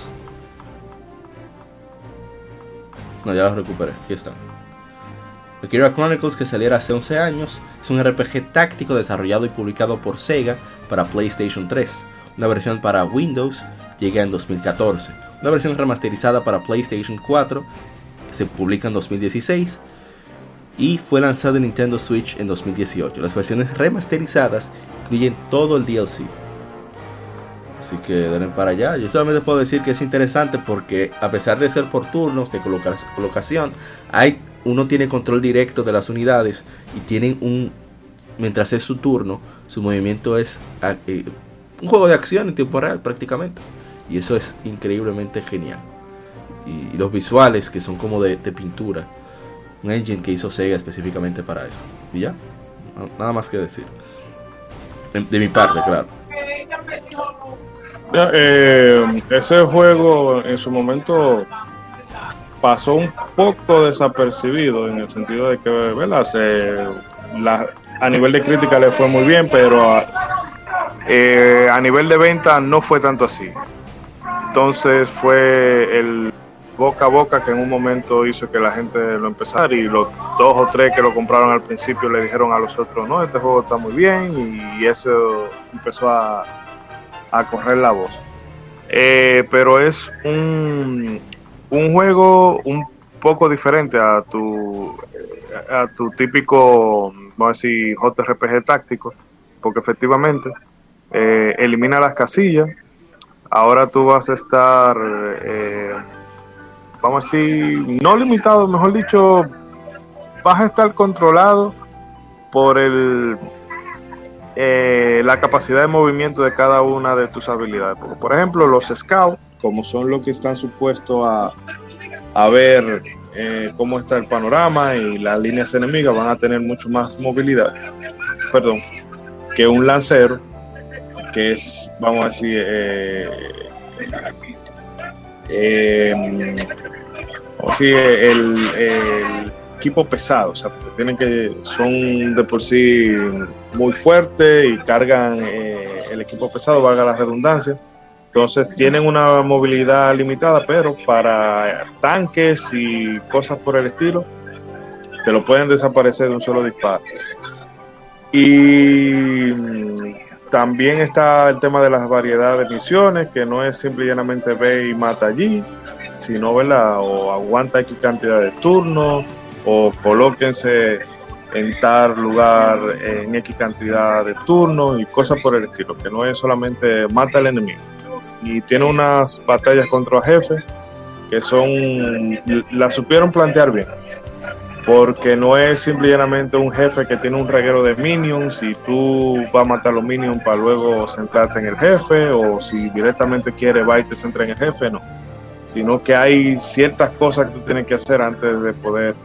No, ya los recuperé. Aquí están. Valkyria Chronicles, que saliera hace 11 años, es un RPG táctico desarrollado y publicado por Sega para PlayStation 3. Una versión para Windows llega en 2014. Una versión remasterizada para PlayStation 4 se publica en 2016 y fue lanzada en Nintendo Switch en 2018. Las versiones remasterizadas incluyen todo el DLC. Así que denle para allá. Yo solamente puedo decir que es interesante porque a pesar de ser por turnos de colocación, uno tiene control directo de las unidades y tienen mientras es su turno, su movimiento es un juego de acción en tiempo real prácticamente. Y eso es increíblemente genial. Y los visuales que son como de pintura. Un engine que hizo Sega específicamente para eso. Y ya, nada más que decir. De mi parte, claro. Ese juego en su momento pasó un poco desapercibido en el sentido de que, ¿verdad? A nivel de crítica le fue muy bien, pero a nivel de venta no fue tanto así. Entonces fue el boca a boca que en un momento hizo que la gente lo empezara, y los 2 o 3 que lo compraron al principio le dijeron a los otros, no, este juego está muy bien, y eso empezó a correr la voz. Pero es un juego un poco diferente a tu típico, vamos a decir, JRPG táctico, porque efectivamente elimina las casillas. Ahora tú vas a estar, vamos a decir, no limitado, mejor dicho, vas a estar controlado por la capacidad de movimiento de cada una de tus habilidades. Porque, por ejemplo, los scouts, como son los que están supuestos a ver cómo está el panorama y las líneas enemigas, van a tener mucho más movilidad, que un lancero, que es, vamos a decir, o sí, el equipo pesado, o sea, porque son de por sí muy fuertes y cargan el equipo pesado, valga la redundancia. Entonces tienen una movilidad limitada, pero para tanques y cosas por el estilo, te lo pueden desaparecer de un solo disparo. Y también está el tema de las variedades de misiones, que no es simple y llanamente ve y mata allí, sino, ¿verdad? O aguanta X cantidad de turnos, o colóquense en tal lugar en X cantidad de turnos y cosas por el estilo, que no es solamente mata al enemigo. Y tiene unas batallas contra jefes que las supieron plantear bien, porque no es simplemente un jefe que tiene un reguero de minions y tú vas a matar los minions para luego centrarte en el jefe, o si directamente quieres va y te centra en el jefe, no, sino que hay ciertas cosas que tú tienes que hacer antes de poder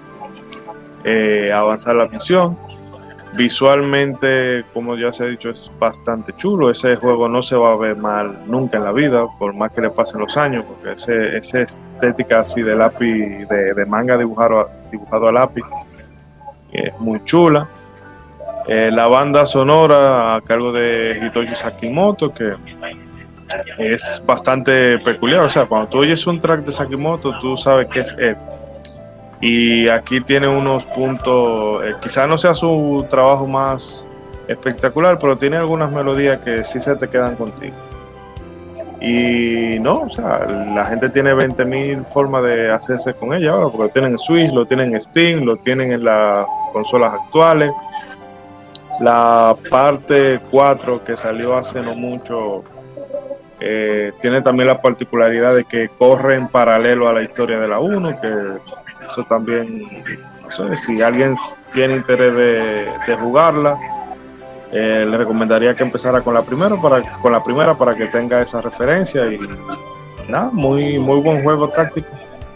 avanzar la misión. Visualmente, como ya se ha dicho, es bastante chulo. Ese juego no se va a ver mal nunca en la vida, por más que le pasen los años, porque esa estética así de lápiz, de manga dibujado a lápiz, es muy chula. La banda sonora a cargo de Hitoshi Sakimoto, que es bastante peculiar. O sea, cuando tú oyes un track de Sakimoto, tú sabes que es él. Y aquí tiene unos puntos, quizás no sea su trabajo más espectacular, pero tiene algunas melodías que sí se te quedan contigo. Y no, o sea, la gente tiene 20.000 formas de hacerse con ella ahora, porque lo tienen en Switch, lo tienen en Steam, lo tienen en las consolas actuales. La parte 4 que salió hace no mucho tiene también la particularidad de que corre en paralelo a la historia de la 1, que eso también, no sé, si alguien tiene interés de jugarla, le recomendaría que empezara con la primera para que tenga esa referencia. Y nada, muy buen juego táctico.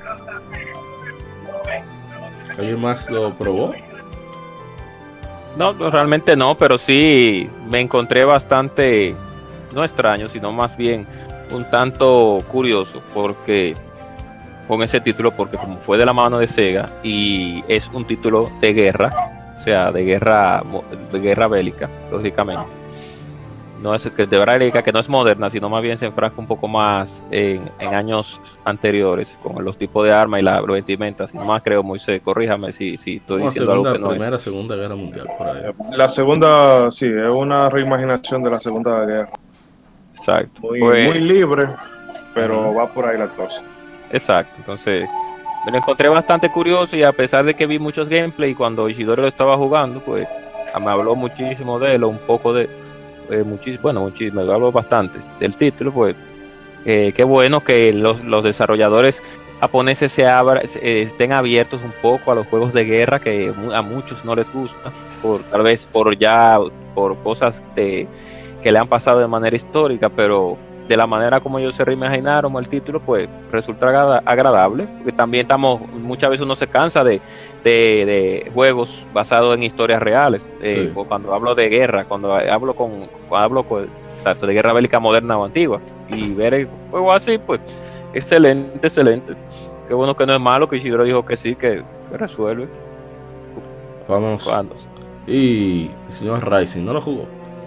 ¿Alguien más lo probó? No, realmente no, pero sí me encontré bastante, no extraño, sino más bien un tanto curioso porque con ese título, porque como fue de la mano de Sega y es un título de guerra, o sea, de guerra bélica, lógicamente. No es que de guerra bélica, que no es moderna, sino más bien se enfrasca un poco más en años anteriores con los tipos de armas y la vestimenta. Si no más creo, Moisés, corríjame si estoy diciendo algo que no primera, es. Segunda Guerra Mundial, por ahí. La segunda, sí, es una reimaginación de la Segunda Guerra. Exacto. Muy libre, pero va por ahí la cosa. Exacto, entonces me lo encontré bastante curioso, y a pesar de que vi muchos gameplay cuando Ishidori lo estaba jugando, pues me habló muchísimo de él, un poco de muchísimo, me habló bastante del título. Pues qué bueno que los desarrolladores japoneses estén abiertos un poco a los juegos de guerra, que a muchos no les gusta, tal vez por cosas que le han pasado de manera histórica, pero de la manera como ellos se reimaginaron el título, pues resulta agradable, porque también muchas veces uno se cansa de juegos basados en historias reales. Sí. Cuando hablo de guerra, cuando hablo exacto, de guerra bélica moderna o antigua, y ver el juego así, pues excelente. Qué bueno que no es malo, que Ishidori dijo que sí, que resuelve. Vámonos. Y el señor Rising, ¿no lo jugó?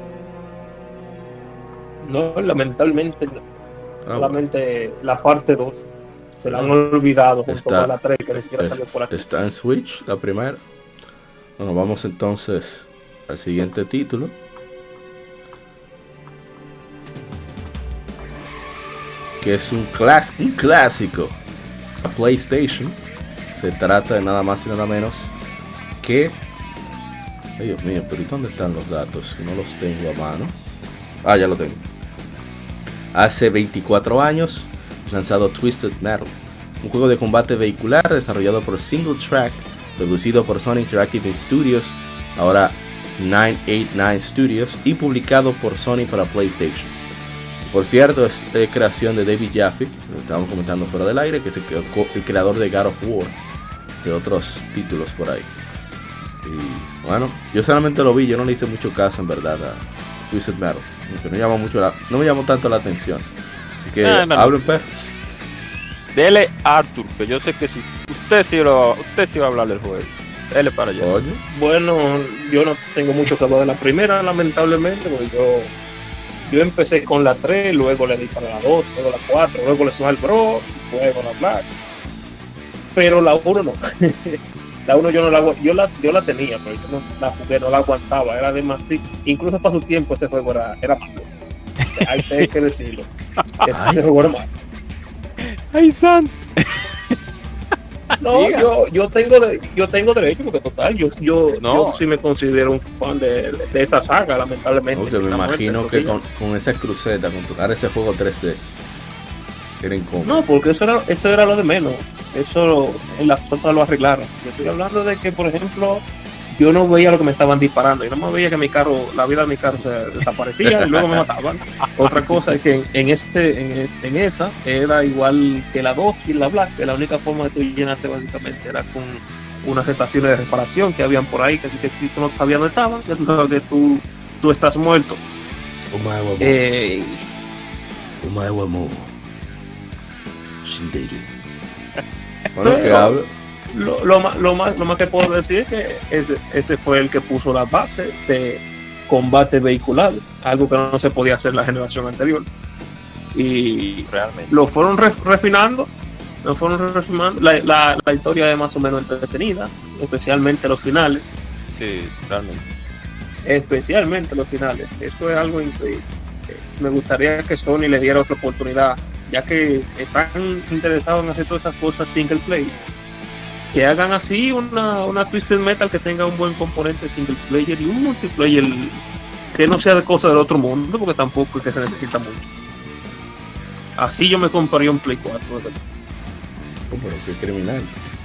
No, lamentablemente no. Solamente bueno. la parte 2 se la han olvidado junto con la 3, que ni siquiera salió por aquí. Está en Switch, la primera. Bueno, vamos entonces al siguiente título. Que es un clásico a PlayStation. Se trata de nada más y nada menos que... Ay, Dios mío, pero ¿y dónde están los datos? No los tengo a mano. Ah, ya lo tengo. Hace 24 años, lanzado Twisted Metal, un juego de combate vehicular desarrollado por Single Track, producido por Sony Interactive Studios, ahora 989 Studios, y publicado por Sony para PlayStation. Por cierto, es de creación de David Jaffe, lo estábamos comentando fuera del aire, que es el creador de God of War, de otros títulos por ahí. Y bueno, yo solamente lo vi, yo no le hice mucho caso en verdad a Twisted Metal, porque no me llamó tanto la atención. Así que hablen perros. Dele Arthur, que yo sé que si usted sí va a hablar del juego. Dele para allá. Oye. Bueno, yo no tengo mucho que hablar de la primera, lamentablemente, porque yo empecé con la 3, luego le di para la 2, luego la 4, luego le Smash Bros, luego la Black. Pero la 1 no. La 1 yo la tenía, pero yo no la jugué, no la aguantaba, era demasiado. Incluso para su tiempo ese juego era malo. Hay que decirlo. Ese juego era malo. ¡Ay, San! No, yo tengo derecho, porque total, yo sí me considero un fan de esa saga, lamentablemente. Okay, me imagino que con esa cruceta, con tocar ese juego 3D, era incómodo. No, porque eso era lo de menos. Eso en las otras lo arreglaron. Yo estoy hablando de que, por ejemplo, yo no veía lo que me estaban disparando. Yo no me veía que la vida de mi carro se desaparecía y luego me mataban. Otra cosa es que en esa era igual que la 2 y la Black, que la única forma de tú llenarte básicamente era con unas estaciones de reparación que habían por ahí, que si tú no sabías dónde estaban, ya tú sabes que tú estás muerto. Bueno, que hablo. Lo más que puedo decir es que ese fue el que puso la base de combate vehicular, algo que no se podía hacer en la generación anterior. Y realmente lo fueron refinando. La historia es más o menos entretenida, especialmente los finales. Sí, realmente. Especialmente los finales. Eso es algo increíble. Me gustaría que Sony le diera otra oportunidad, ya que están interesados en hacer todas esas cosas single player. Que hagan así una Twisted Metal que tenga un buen componente single player y un multiplayer que no sea de cosas del otro mundo, porque tampoco es que se necesita mucho. Así yo me compraría un Play 4. Oh, pero qué criminal.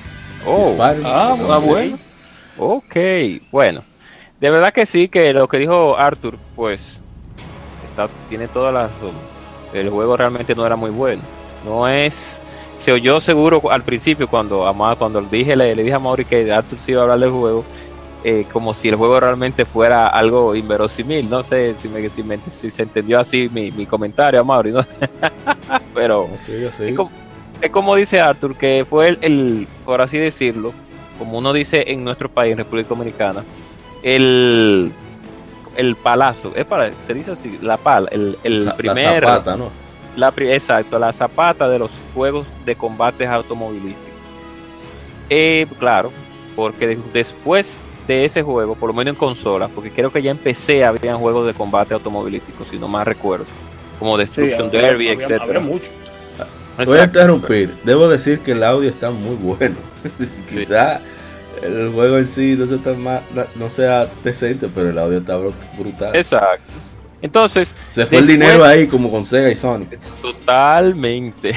Bueno. Ok, bueno. De verdad que sí, que lo que dijo Arthur, pues tiene toda la razón. El juego realmente no era muy bueno. Se oyó seguro al principio cuando le dije a Mauri que Arthur sí iba a hablar del juego, como si el juego realmente fuera algo inverosímil. No sé si se entendió así mi comentario a Mauri, ¿no? Pero sí. Es como dice Arthur, que fue el, por así decirlo, como uno dice en nuestro país, en República Dominicana, el palazo, se dice así, la pala, primer... La zapata, ¿no? Exacto, la zapata de los juegos de combates automovilísticos. Claro, porque después de ese juego, por lo menos en consolas, porque creo que ya en PC habían juegos de combate automovilístico, si no mal recuerdo, como Destruction Derby, etc. Voy a interrumpir, debo decir que el audio está muy bueno. Quizá el juego en sí no sea decente, pero el audio está brutal. Exacto. Entonces se fue el dinero ahí como con Sega y Sony. Totalmente.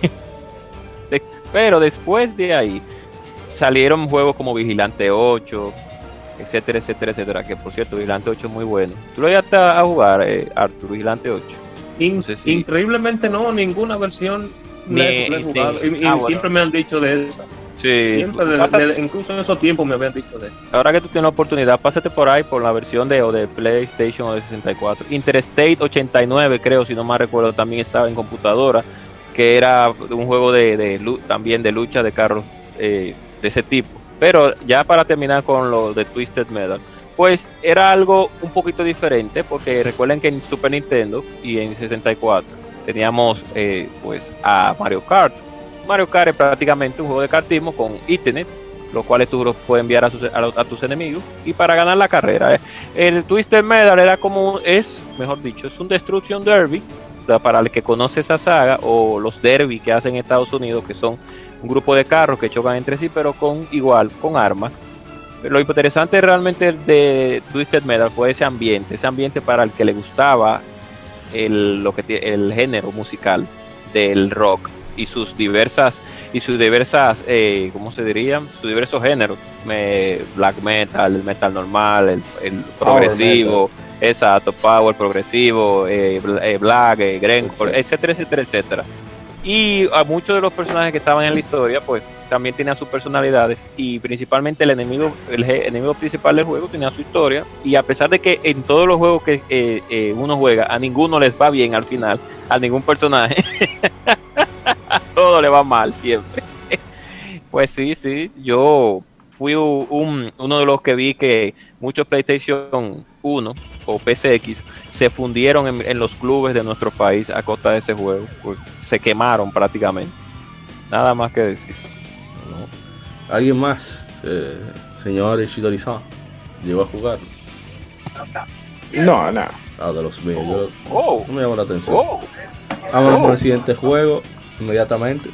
Pero después de ahí salieron juegos como Vigilante 8, etcétera, que por cierto Vigilante 8 es muy bueno. ¿Tú lo llegaste a jugar, Arthur, Vigilante 8? Increíblemente no, ninguna versión he jugado. Siempre me han dicho de esa. Sí, incluso en esos tiempos me habían dicho de eso. Ahora que tú tienes la oportunidad, pásate por ahí por la versión de PlayStation o de 64. Interstate 89, creo, si no mal recuerdo, también estaba en computadora, que era un juego también de lucha de carros de ese tipo. Pero ya para terminar con lo de Twisted Metal, pues era algo un poquito diferente, porque recuerden que en Super Nintendo y en 64 teníamos pues a Mario Kart. Mario Kart es prácticamente un juego de kartismo con ítems, los cuales tú los puedes enviar a tus enemigos y para ganar la carrera. El Twisted Metal es un Destruction Derby, para el que conoce esa saga, o los derby que hacen en Estados Unidos, que son un grupo de carros que chocan entre sí, pero con armas. Lo interesante realmente de Twisted Metal fue ese ambiente para el que le gustaba el género musical del rock y sus diversas ¿cómo se dirían? Sus diversos géneros, black metal, el metal normal, el progresivo, exacto, power progresivo, black, grindcore, etcétera. Y a muchos de los personajes que estaban en la historia, pues también tenían sus personalidades, y principalmente el enemigo principal del juego tenía su historia, y a pesar de que en todos los juegos que uno juega, a ninguno les va bien al final, a ningún personaje. todo le va mal siempre. Pues sí, yo fui uno de los que vi que muchos PlayStation 1 o PSX se fundieron en los clubes de nuestro país a costa de ese juego, pues se quemaron prácticamente. Nada más que decir. ¿No? ¿Alguien más, señor Ishidori-san, llegó a jugar? No. De los míos. No me llamó la atención. Vámonos con el siguiente juego inmediatamente.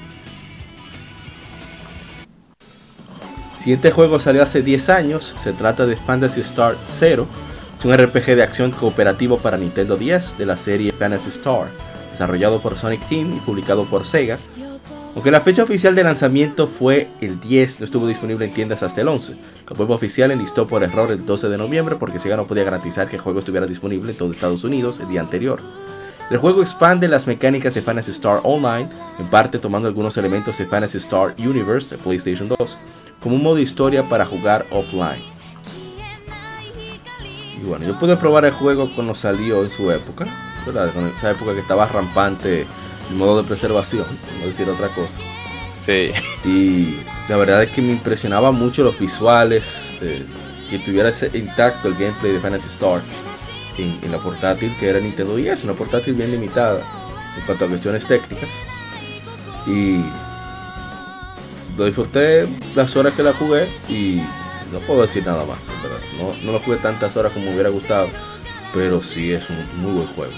El siguiente juego salió hace 10 años. Se trata de Phantasy Star Zero. Es un RPG de acción cooperativo para Nintendo 10 de la serie Phantasy Star, desarrollado por Sonic Team y publicado por Sega. Aunque la fecha oficial de lanzamiento fue el 10, no estuvo disponible en tiendas hasta el 11. La web oficial enlistó por error el 12 de noviembre porque Sega no podía garantizar que el juego estuviera disponible en todo Estados Unidos el día anterior. El juego expande las mecánicas de Phantasy Star Online, en parte tomando algunos elementos de Phantasy Star Universe de PlayStation 2, como un modo historia para jugar offline. Y bueno, yo pude probar el juego cuando salió en su época, ¿verdad? En esa época que estaba rampante el modo de preservación, no decir otra cosa. Sí. Y la verdad es que me impresionaba mucho los visuales, que tuviera ese intacto el gameplay de Phantasy Star en la portátil que era Nintendo 10, una portátil bien limitada en cuanto a cuestiones técnicas. Y lo disfruté las horas que la jugué y no puedo decir nada más, ¿verdad? No lo jugué tantas horas como me hubiera gustado, pero sí es un muy buen juego.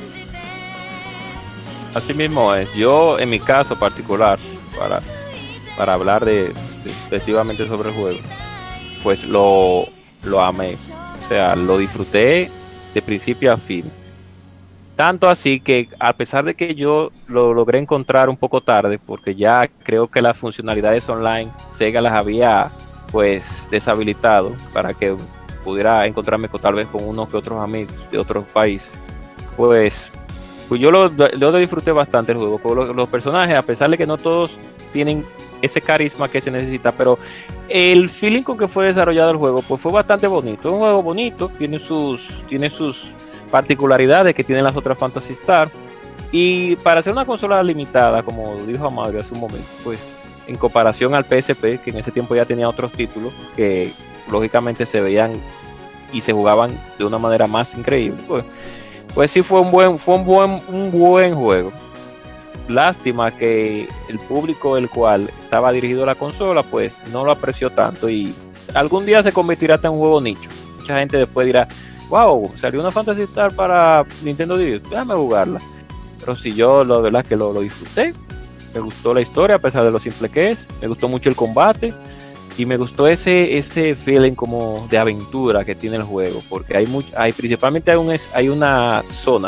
Así mismo es. Yo, en mi caso particular, para hablar efectivamente sobre el juego, pues lo amé. O sea, lo disfruté de principio a fin. Tanto así que, a pesar de que yo lo logré encontrar un poco tarde, porque ya creo que las funcionalidades online Sega las había pues deshabilitado para que pudiera encontrarme tal vez con unos que otros amigos de otros países, pues yo lo disfruté bastante el juego. Los personajes, a pesar de que no todos tienen ese carisma que se necesita, pero el feeling con que fue desarrollado el juego pues fue bastante bonito. Es un juego bonito, tiene sus particularidades que tienen las otras Phantasy Star, y para ser una consola limitada, como dijo Amaury hace un momento, pues en comparación al PSP, que en ese tiempo ya tenía otros títulos que lógicamente se veían y se jugaban de una manera más increíble, pues sí fue un buen juego. Lástima que el público el cual estaba dirigido a la consola pues no lo apreció tanto, y algún día se convertirá en un juego nicho. Mucha gente después dirá: wow, salió una Phantasy Star para Nintendo 10, déjame jugarla. Pero si yo la verdad es que lo disfruté, me gustó la historia a pesar de lo simple que es, me gustó mucho el combate y me gustó ese feeling como de aventura que tiene el juego, porque principalmente hay una zona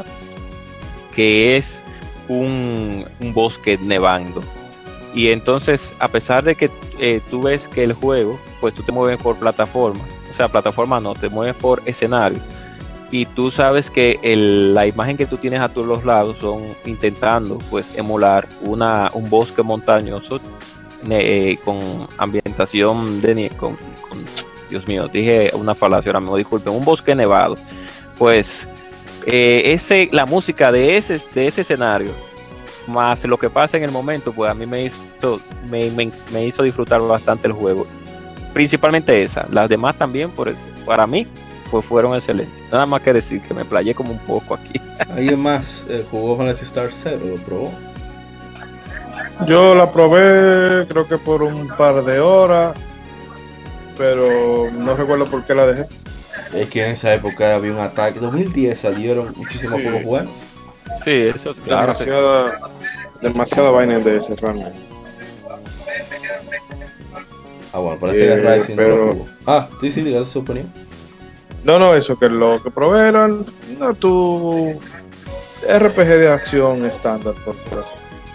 que es un bosque nevando, y entonces a pesar de que tú ves que el juego pues tú te mueves por plataforma, o sea, plataforma no, te mueves por escenario, y tú sabes que la imagen que tú tienes a todos los lados son intentando pues emular un bosque montañoso con ambientación de nieve, con Dios mío, dije una falacia ahora mismo, disculpen, un bosque nevado. Pues la música de ese escenario más lo que pasa en el momento, pues a mí me hizo disfrutar bastante el juego, principalmente esa. Las demás también, para mí pues fueron excelentes. Nada más que decir que me playé como un poco aquí. ¿Alguien más jugó Phantasy Star Zero? ¿Lo probó? Yo la probé creo que por un par de horas, pero no recuerdo por qué la dejé. Es que en esa época había un ataque. En 2010 salieron muchísimos juegos buenos. Sí, eso es claro. Demasiada vaina de ese realmente. Bueno, parece que Rising no lo jugó. Sí, diga su opinión. No, eso que lo que probé eran tu RPG de acción estándar, por supuesto.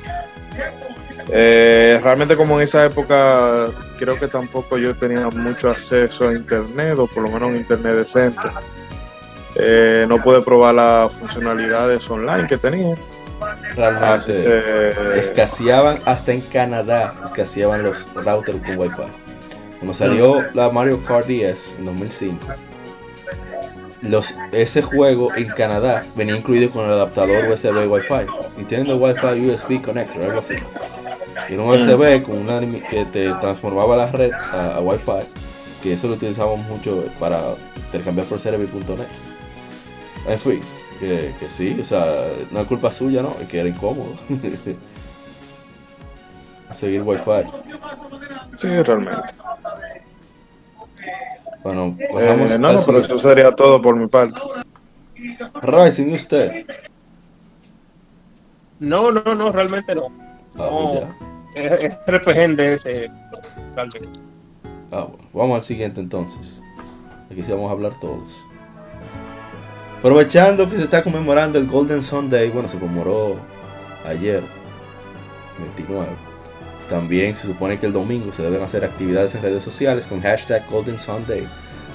Realmente como en esa época creo que tampoco yo tenía mucho acceso a internet, o por lo menos un internet decente. No pude probar las funcionalidades online que tenía. Realmente escaseaban, hasta en Canadá escaseaban los routers con Wi-Fi. Cuando salió la Mario Kart 10 en 2005, ese juego en Canadá venía incluido con el adaptador USB Wi-Fi, y tienen el Wi-Fi USB connector, algo así. Era un USB con una que te transformaba la red a Wi-Fi, que eso lo utilizábamos mucho para intercambiar por Cerebi.net. En fin, que sí, o sea, no es culpa suya, ¿no? Es que era incómodo. A seguir Wi-Fi. Sí, realmente. Bueno, pasamos no, pero eso sería todo por mi parte. Rising, ¿y usted? No, realmente no. Pues ya. Es RPG de ese. Realmente. Bueno, vamos al siguiente entonces. Aquí sí vamos a hablar todos. Aprovechando que se está conmemorando el Golden Sunday, bueno, se conmemoró ayer, 29. También se supone que el domingo se deben hacer actividades en redes sociales con hashtag Golden Sunday.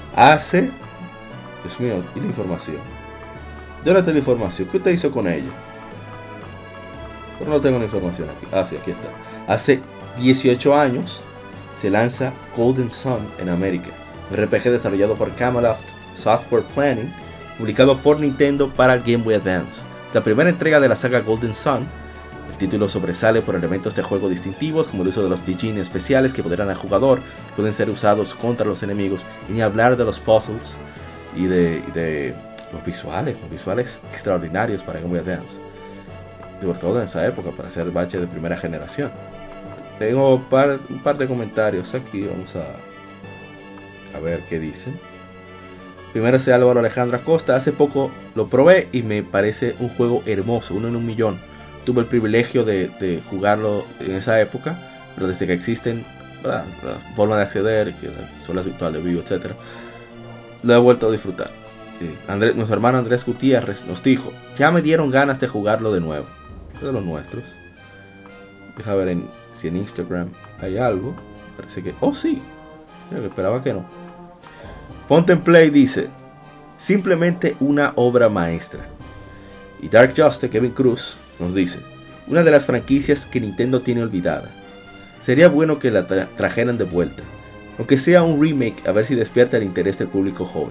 Dios mío, ¿y la información? ¿Dónde está la información? ¿Qué usted hizo con ella? Pero no tengo la información aquí. Sí, aquí está. Hace 18 años se lanza Golden Sun en América, un RPG desarrollado por Camelot Software Planning, publicado por Nintendo para Game Boy Advance. Es la primera entrega de la saga Golden Sun. El título sobresale por elementos de juego distintivos, como el uso de los Dijin especiales que empoderan al jugador, pueden ser usados contra los enemigos, y ni hablar de los puzzles y de los visuales extraordinarios para Game Boy Advance, sobre todo en esa época, para hacer bache de primera generación. Tengo un par de comentarios aquí, vamos a ver qué dicen. Primero es Álvaro Alejandro Acosta. Hace poco lo probé y me parece un juego hermoso, uno en un millón. Tuve el privilegio de jugarlo en esa época, pero desde que existen la forma de acceder, que son las virtuales de Wii, etc., lo he vuelto a disfrutar. Nuestro hermano Andrés Gutiérrez nos dijo: ya me dieron ganas de jugarlo de nuevo. De los nuestros. Deja ver si en Instagram hay algo. Parece que... sí. Yo esperaba que no. Ponte en Play dice: simplemente una obra maestra. Y Dark Justice, Kevin Cruz, nos dice: una de las franquicias que Nintendo tiene olvidada. Sería bueno que la trajeran de vuelta, aunque sea un remake, a ver si despierta el interés del público joven.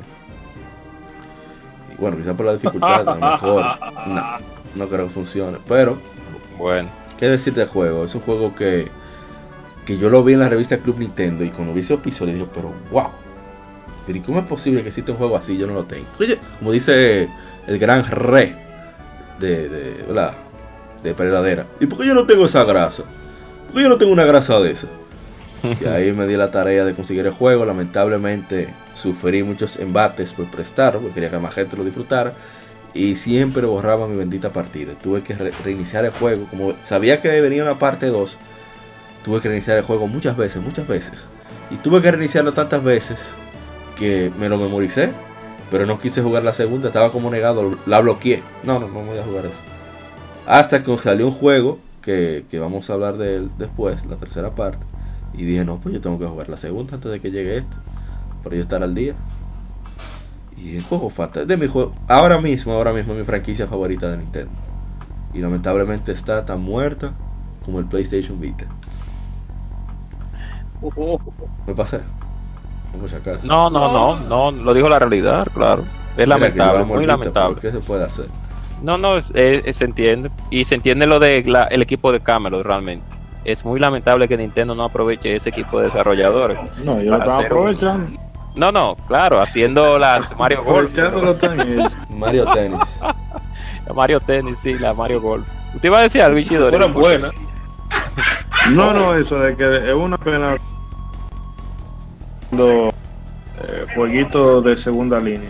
Y bueno, quizá por la dificultad, a lo mejor no creo que funcione, pero bueno, qué decir del juego. Es un juego que yo lo vi en la revista Club Nintendo, y cuando vi ese episodio dije: pero wow, pero ¿y cómo es posible que exista un juego así y yo no lo tengo? Como dice el gran Re de Peradera: ¿y por qué yo no tengo esa grasa? ¿Por qué yo no tengo una grasa de esa? Y ahí me di la tarea de conseguir el juego. Lamentablemente sufrí muchos embates por prestarlo, porque quería que más gente lo disfrutara, y siempre borraba mi bendita partida. Tuve que reiniciar el juego. Como sabía que venía una parte 2, tuve que reiniciar el juego muchas veces. Y tuve que reiniciarlo tantas veces que me lo memoricé, pero no quise jugar la segunda. Estaba como negado, la bloqueé. No voy a jugar eso. Hasta que salió un juego que vamos a hablar de él después, la tercera parte, y dije: no, pues yo tengo que jugar la segunda antes de que llegue esto, para yo estar al día. Y el juego fantástico, de mi juego, ahora mismo es mi franquicia favorita de Nintendo, y lamentablemente está tan muerta como el PlayStation Vita. Me pasé. No, lo dijo la realidad, claro. Es lamentable, muy lamentable. ¿Qué se puede hacer? Se entiende. Y se entiende lo de el equipo de Camelot, realmente. Es muy lamentable que Nintendo no aproveche ese equipo de desarrolladores. No, yo lo estaba aprovechando. No, claro, haciendo las Mario Golf. Mario Tennis. La Mario Tennis, sí, la Mario Golf. ¿Usted iba a decir algo, Ichidori? Fueron buenas. No, eso de que es una pena jueguitos de segunda línea.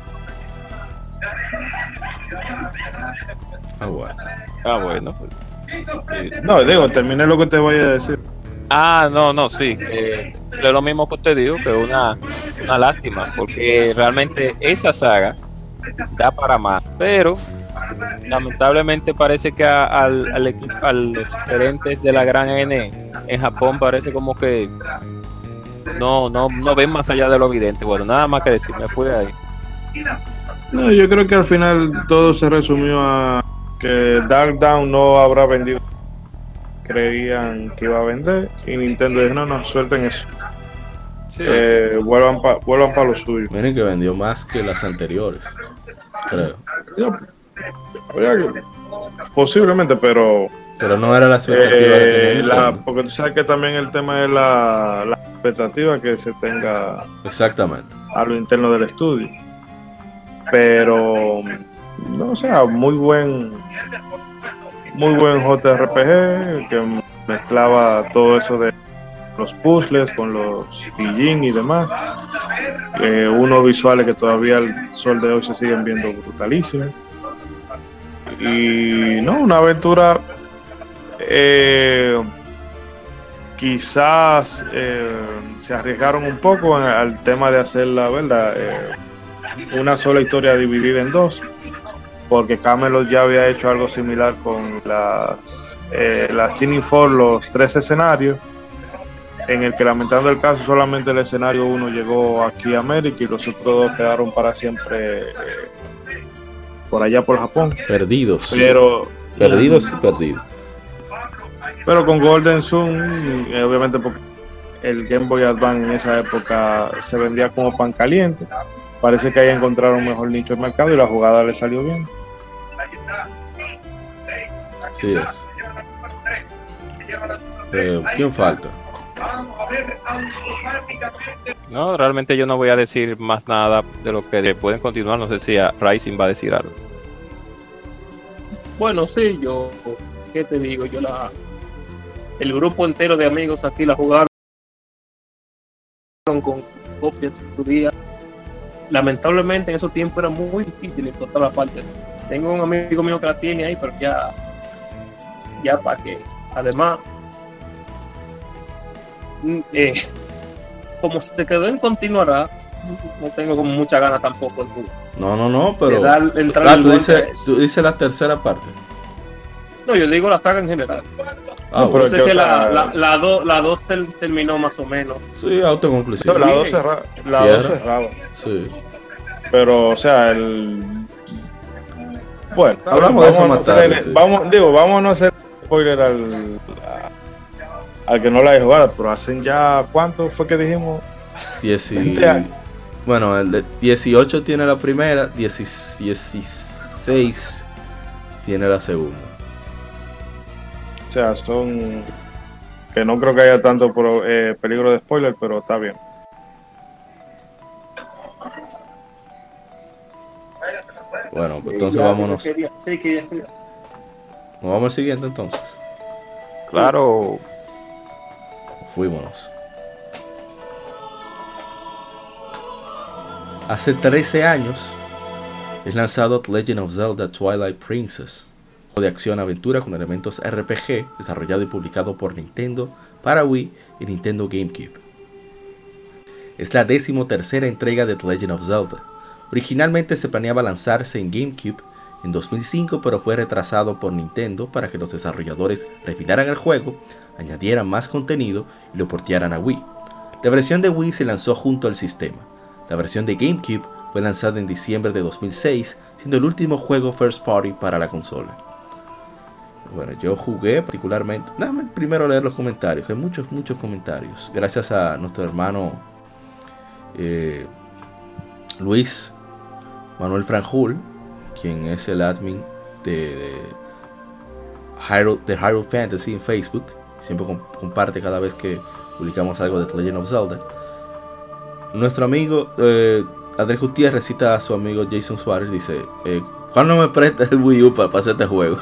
Bueno. No, digo, terminé lo que te voy a decir. Sí. Es lo mismo que usted dijo, que es una lástima, porque realmente esa saga da para más, pero lamentablemente parece que a los gerentes de la gran N en Japón parece como que no ven más allá de lo evidente. Bueno, nada más que decir, me fui ahí. No, yo creo que al final todo se resumió a que Dark Dawn no habrá vendido. Creían que iba a vender y Nintendo dijo: no, suelten eso. Sí. Vuelvan para lo suyo. Miren que vendió más que las anteriores, creo. Posiblemente, pero Pero no era la expectativa de tener porque tú sabes que también el tema es la expectativa que se tenga exactamente a lo interno del estudio. Pero no, o sea, muy buen JRPG que mezclaba todo eso de los puzzles con los pillín y demás, unos visuales que todavía al sol de hoy se siguen viendo brutalísimos, y no, una aventura quizás se arriesgaron un poco al tema de hacer la verdad una sola historia dividida en dos, porque Camelot ya había hecho algo similar con las Shining Force, los 3 escenarios, en el que lamentando el caso solamente el escenario 1 llegó aquí a América y los otros 2 quedaron para siempre por allá por Japón. Perdidos. Perdidos. Pero con Golden Sun, obviamente porque el Game Boy Advance en esa época se vendía como pan caliente, parece que ahí encontraron un mejor nicho de mercado y la jugada le salió bien. Sí es. ¿Quién falta? No, realmente yo no voy a decir más nada de lo que pueden continuar. No sé si Rising va a decir algo. Bueno, sí, ¿qué te digo? El grupo entero de amigos aquí la jugaron con copias en su día. Lamentablemente en esos tiempos era muy difícil encontrar la parte. Tengo un amigo mío que la tiene ahí, pero ya para que, además, como se te quedó en continuará, no tengo como mucha ganas tampoco. No, pero tú dices la tercera parte. No, yo digo la saga en general. Pero sé que la 2 terminó más o menos. Sí, autoconclusiva. La 2 cerraba. Sí. Pero, o sea, bueno, hablamos de eso más tarde. Vamos a no hacer spoiler al que no la haya jugado, pero hacen ya, ¿cuánto fue que dijimos? 10 bueno, el de 18 tiene la primera, 16 tiene la segunda. O sea, son que no creo que haya tanto peligro de spoiler, pero está bien. Bueno, pues entonces vámonos. Nos vamos al siguiente entonces. Claro. Fuímonos. Hace 13 años es lanzado The Legend of Zelda Twilight Princess, juego de acción-aventura con elementos RPG, desarrollado y publicado por Nintendo para Wii y Nintendo GameCube. Es la 13ª entrega de The Legend of Zelda. Originalmente se planeaba lanzarse en GameCube en 2005, pero fue retrasado por Nintendo para que los desarrolladores refinaran el juego, añadieran más contenido y lo portearan a Wii. La versión de Wii se lanzó junto al sistema. La versión de GameCube fue lanzada en diciembre de 2006, siendo el último juego first party para la consola. Bueno, yo jugué particularmente. Déjame primero leer los comentarios, que hay muchos comentarios. Gracias a nuestro hermano Luis Manuel Franjul, quien es el admin de Hyrule Fantasy en Facebook. Siempre comparte cada vez que publicamos algo de The Legend of Zelda. Nuestro amigo Andrés Gutiérrez cita a su amigo Jason Suárez. Dice: ¿cuándo me prestas el Wii U para hacer este juego?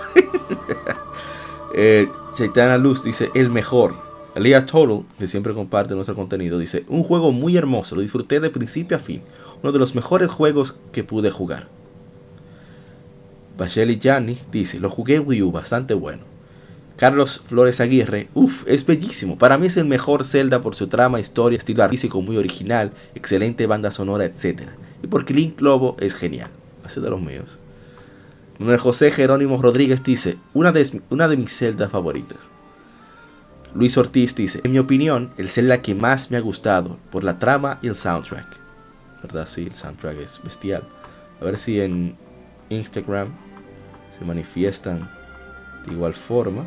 Chaitana Luz dice: el mejor. Elia Total, que siempre comparte nuestro contenido, dice: un juego muy hermoso, lo disfruté de principio a fin, uno de los mejores juegos que pude jugar. Bacheli Gianni dice: lo jugué en Wii U, bastante bueno. Carlos Flores Aguirre: es bellísimo, para mí es el mejor Zelda por su trama, historia, estilo artístico muy original, excelente banda sonora, etc. Y porque Link Lobo es genial. Así de los míos. Manuel José Jerónimo Rodríguez dice: una de mis Zeldas favoritas. Luis Ortiz dice: en mi opinión, el Zelda que más me ha gustado por la trama y el soundtrack. ¿Verdad? Sí, el soundtrack es bestial. A ver si en Instagram se manifiestan de igual forma.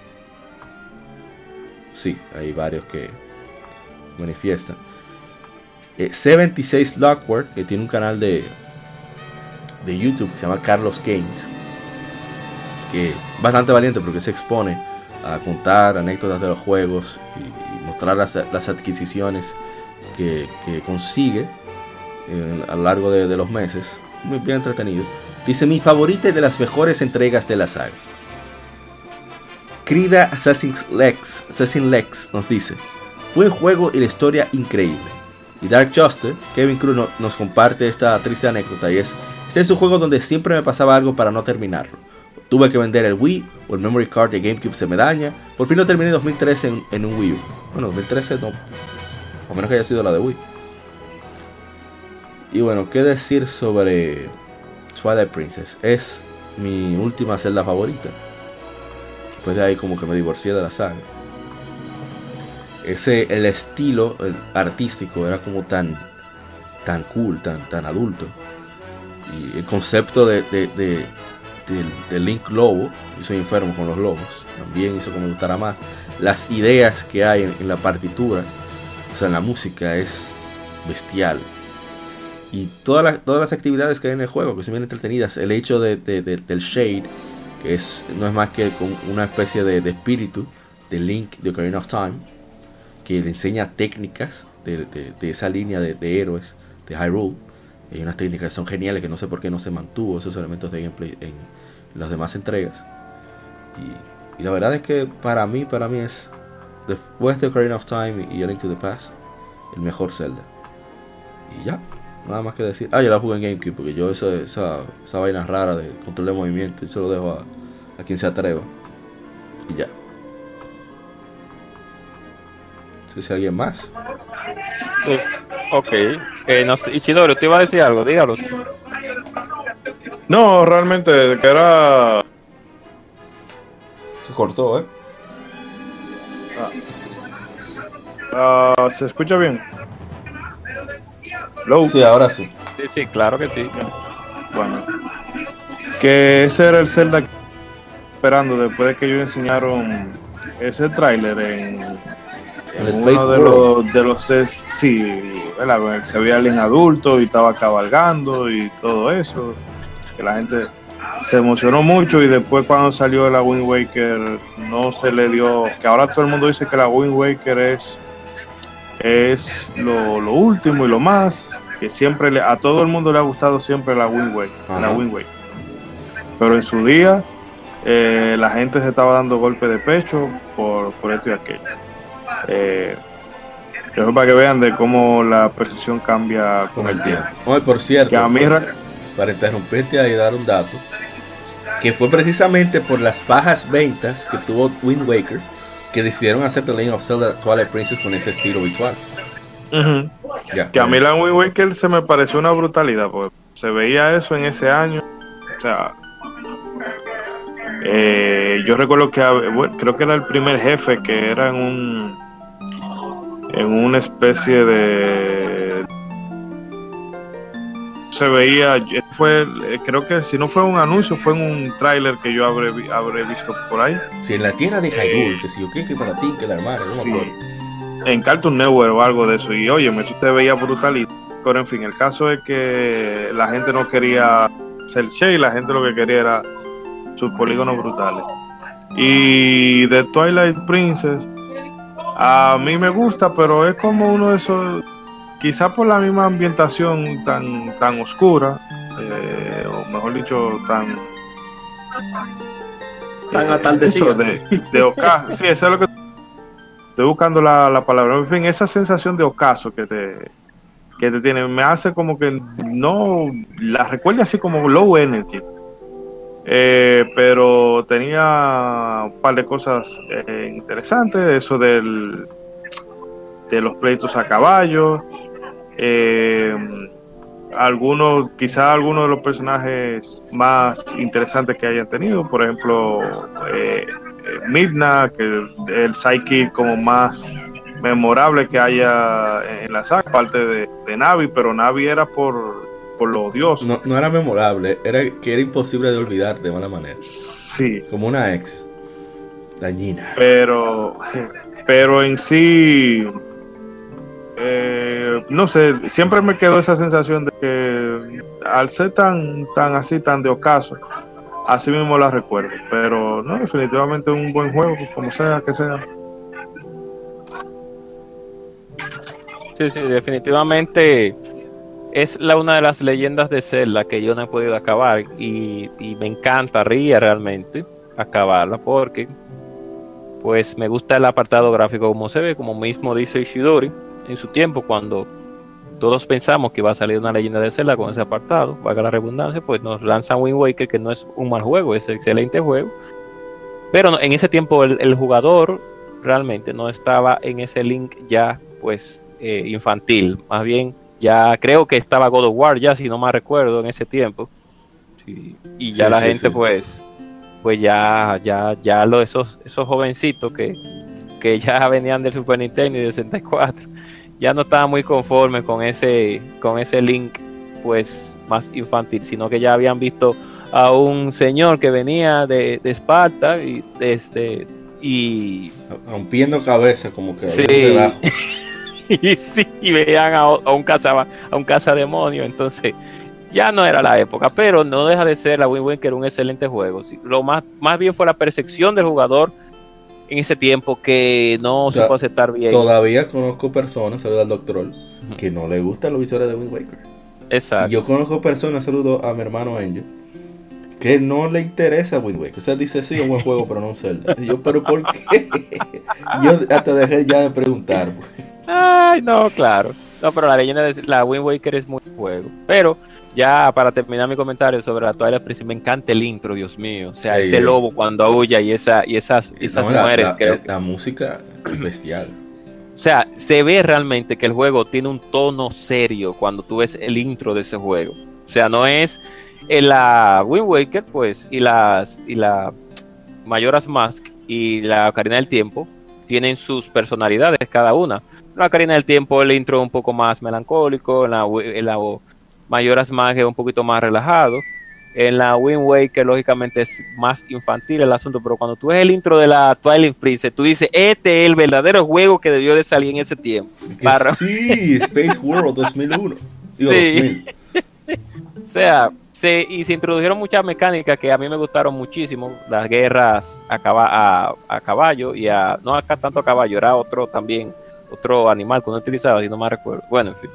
Sí, hay varios que manifiestan. 76 Lockwood, que tiene un canal de YouTube que se llama Carlos Games, bastante valiente porque se expone a contar anécdotas de los juegos y mostrar las adquisiciones que consigue a lo largo de los meses. Muy bien entretenido. Dice: mi favorita y de las mejores entregas de la saga. Krida Assassin Lex nos dice: buen juego y la historia increíble. Y Dark Juster, Kevin Cruz nos comparte esta triste anécdota, y este es un juego donde siempre me pasaba algo para no terminarlo. Tuve que vender el Wii o el memory card de GameCube se me daña. Por fin lo terminé en 2013 en un Wii U. Bueno, 2013 no, a menos que haya sido la de Wii. Y bueno, ¿qué decir sobre Twilight Princess? Es mi última Zelda favorita. Después de ahí como que me divorcié de la saga. El estilo artístico era como tan cool, tan adulto. Y el concepto de Link Lobo, yo soy enfermo con los lobos, también hizo que me gustara más. Las ideas que hay en la partitura, o sea, en la música, es bestial. Y todas las actividades que hay en el juego, que son bien entretenidas. El hecho del Shade, que no es más que una especie de espíritu de Link de Ocarina of Time, que le enseña técnicas de esa línea de héroes de Hyrule. Hay unas técnicas que son geniales, que no sé por qué no se mantuvo esos elementos de gameplay en las demás entregas. Y la verdad es que para mí es, después de Ocarina of Time y A Link to the Past, el mejor Zelda. Y ya, nada más que decir. Yo la jugué en GameCube, porque yo esa vaina rara de control de movimiento, eso lo dejo a quien se atreva. Y ya. No sé si alguien más. Ok. No sé, Ichidori, ¿te iba a decir algo? Dígalo. No, realmente que era... Se cortó, ¿se escucha bien? ¿Hello? Sí, ahora sí. Sí, claro que sí. Bueno, que ese era el Zelda que esperando después de que ellos enseñaron ese tráiler en uno de los test, sí, ¿verdad? Se veía alguien adulto y estaba cabalgando y todo eso, que la gente se emocionó mucho. Y después cuando salió la Wind Waker no se le dio, que ahora todo el mundo dice que la Wind Waker es lo último y lo más, que siempre a todo el mundo le ha gustado siempre la Wind Waker, pero en su día la gente se estaba dando golpe de pecho por esto y aquello. Eso para que vean de cómo la percepción cambia con el tiempo. Hoy, por cierto, que a mí, para interrumpirte y dar un dato, que fue precisamente por las bajas ventas que tuvo Wind Waker que decidieron hacer The Legend of Zelda Twilight Princess con ese estilo visual. Que a mí la Wind Waker se me pareció una brutalidad, porque se veía eso en ese año. O sea, yo recuerdo que creo que era el primer jefe que era en una especie de, se veía, creo que si no fue un anuncio, fue en un tráiler que yo habré visto por ahí. Sí, en la tierra de Hyrule, que si yo que para ti, que la hermana, no me acuerdo. En Cartoon Network o algo de eso. Y oye, eso te veía brutalito. Pero en fin, el caso es que la gente no quería hacer shade, la gente lo que quería era sus polígonos brutales. Y de Twilight Princess, a mí me gusta, pero es como uno de esos, quizás por la misma ambientación tan oscura, o mejor dicho, tan atardecida. De ocaso. Sí, eso es lo que estoy buscando la palabra. En fin, esa sensación de ocaso que te tiene, me hace como que no la recuerda así como low energy. Pero tenía un par de cosas interesantes, eso de los pleitos a caballo, quizá algunos de los personajes más interesantes que hayan tenido, por ejemplo Midna, que el sidekick como más memorable que haya en la saga, aparte de Navi, pero Navi era por lo odioso. No era memorable, era imposible de olvidar de mala manera. Sí. Como una ex dañina. Pero en sí, no sé, siempre me quedó esa sensación de que al ser tan de ocaso, así mismo la recuerdo. Pero no, definitivamente un buen juego, como sea que sea. Sí, definitivamente es una de las leyendas de Zelda que yo no he podido acabar y me encantaría realmente acabarla porque pues me gusta el apartado gráfico como se ve, como mismo dice Ishidori en su tiempo cuando todos pensamos que iba a salir una leyenda de Zelda con ese apartado, valga la redundancia, pues nos lanzan Wind Waker, que no es un mal juego, es un excelente juego, pero en ese tiempo el jugador realmente no estaba en ese Link ya pues infantil, más bien ya creo que estaba God of War ya, si no me recuerdo, en ese tiempo, sí, y ya la gente pues ya esos jovencitos que ya venían del Super Nintendo y del 64 ya no estaban muy conformes con ese Link pues más infantil, sino que ya habían visto a un señor que venía de Esparta y rompiendo cabeza como que sí. y veían a un cazademonio, entonces ya no era la época, pero no deja de ser la Wind Waker un excelente juego. Sí, lo más bien fue la percepción del jugador en ese tiempo que no supo aceptar bien. Todavía conozco personas, saludo al doctor, que no le gustan los visuales de Wind Waker. Exacto. Y yo conozco personas, saludo a mi hermano Angel, que no le interesa Wind Waker. O sea, dice sí, un buen juego, pero no un Zelda. Y yo, ¿pero por qué? Yo hasta dejé ya de preguntar. Ay, no, claro. No, pero la leyenda de la Wind Waker es muy buen juego. Pero ya para terminar mi comentario sobre la Twilight Princess, me encanta el intro, Dios mío. O sea, ese lobo cuando aúlla y esas mujeres. La música es bestial. O sea, se ve realmente que el juego tiene un tono serio cuando tú ves el intro de ese juego. O sea, no es en la Wind Waker, pues, y la Majora's Mask y la Ocarina del Tiempo tienen sus personalidades cada una. La Ocarina del Tiempo, el intro es un poco más melancólico, en la Majora's Mask es un poquito más relajado, en la Wind Waker lógicamente es más infantil el asunto, pero cuando tú ves el intro de la Twilight Princess, tú dices, este es el verdadero juego que debió de salir en ese tiempo. Sí, Space World 2001. Digo, sí. 2000. O sea, se introdujeron muchas mecánicas que a mí me gustaron muchísimo, las guerras a caballo y no acá tanto a caballo, era otro animal que uno utilizaba, si no me recuerdo. Bueno, en fin.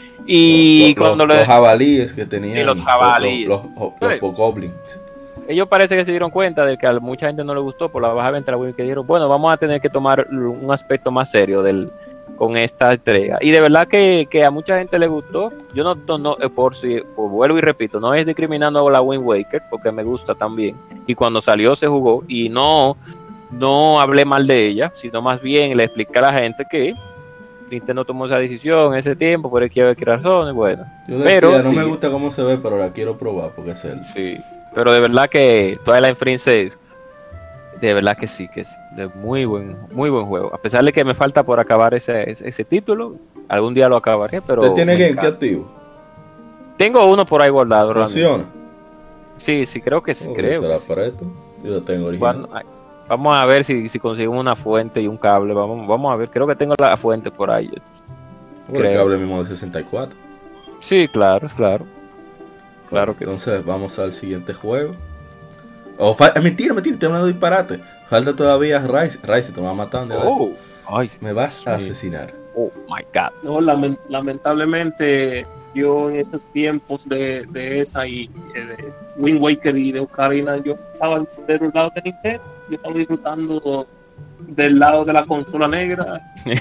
Y los jabalíes que tenían. Los jabalíes. Los goblins. Ellos parece que se dieron cuenta de que a mucha gente no le gustó por la baja venta de la Wii, que dijeron, bueno, vamos a tener que tomar un aspecto más serio con esta entrega. Y de verdad que a mucha gente le gustó. Yo no vuelvo y repito, no es discriminando a la Wind Waker, porque me gusta también. Y cuando salió se jugó y no hablé mal de ella, sino más bien le expliqué a la gente que Nintendo tomó esa decisión en ese tiempo por qué razones, bueno. Yo decía, no me gusta cómo se ve, pero la quiero probar porque es él. Sí, pero de verdad que Twilight Princess, de verdad que sí, de muy buen juego. A pesar de que me falta por acabar ese título, algún día lo acabaré, pero... ¿Usted tiene GameCube activo? Tengo uno por ahí guardado. ¿Funciona? Sí, creo que sí, creo. ¿Será para esto? Yo lo tengo original. Vamos a ver si conseguimos una fuente y un cable. Vamos a ver. Creo que tengo la fuente por ahí. El cable mismo de 64. Sí, claro. Claro que entonces, vamos al siguiente juego. Mentira, te hablando de disparate. Falta todavía Rise. Rise te va matando. Me vas a asesinar. Oh my god. No, lamentablemente, yo en esos tiempos de esa y de Wind Waker y de Ocarina, yo estaba del lado de Nintendo. Yo estaba disfrutando del lado de la consola negra.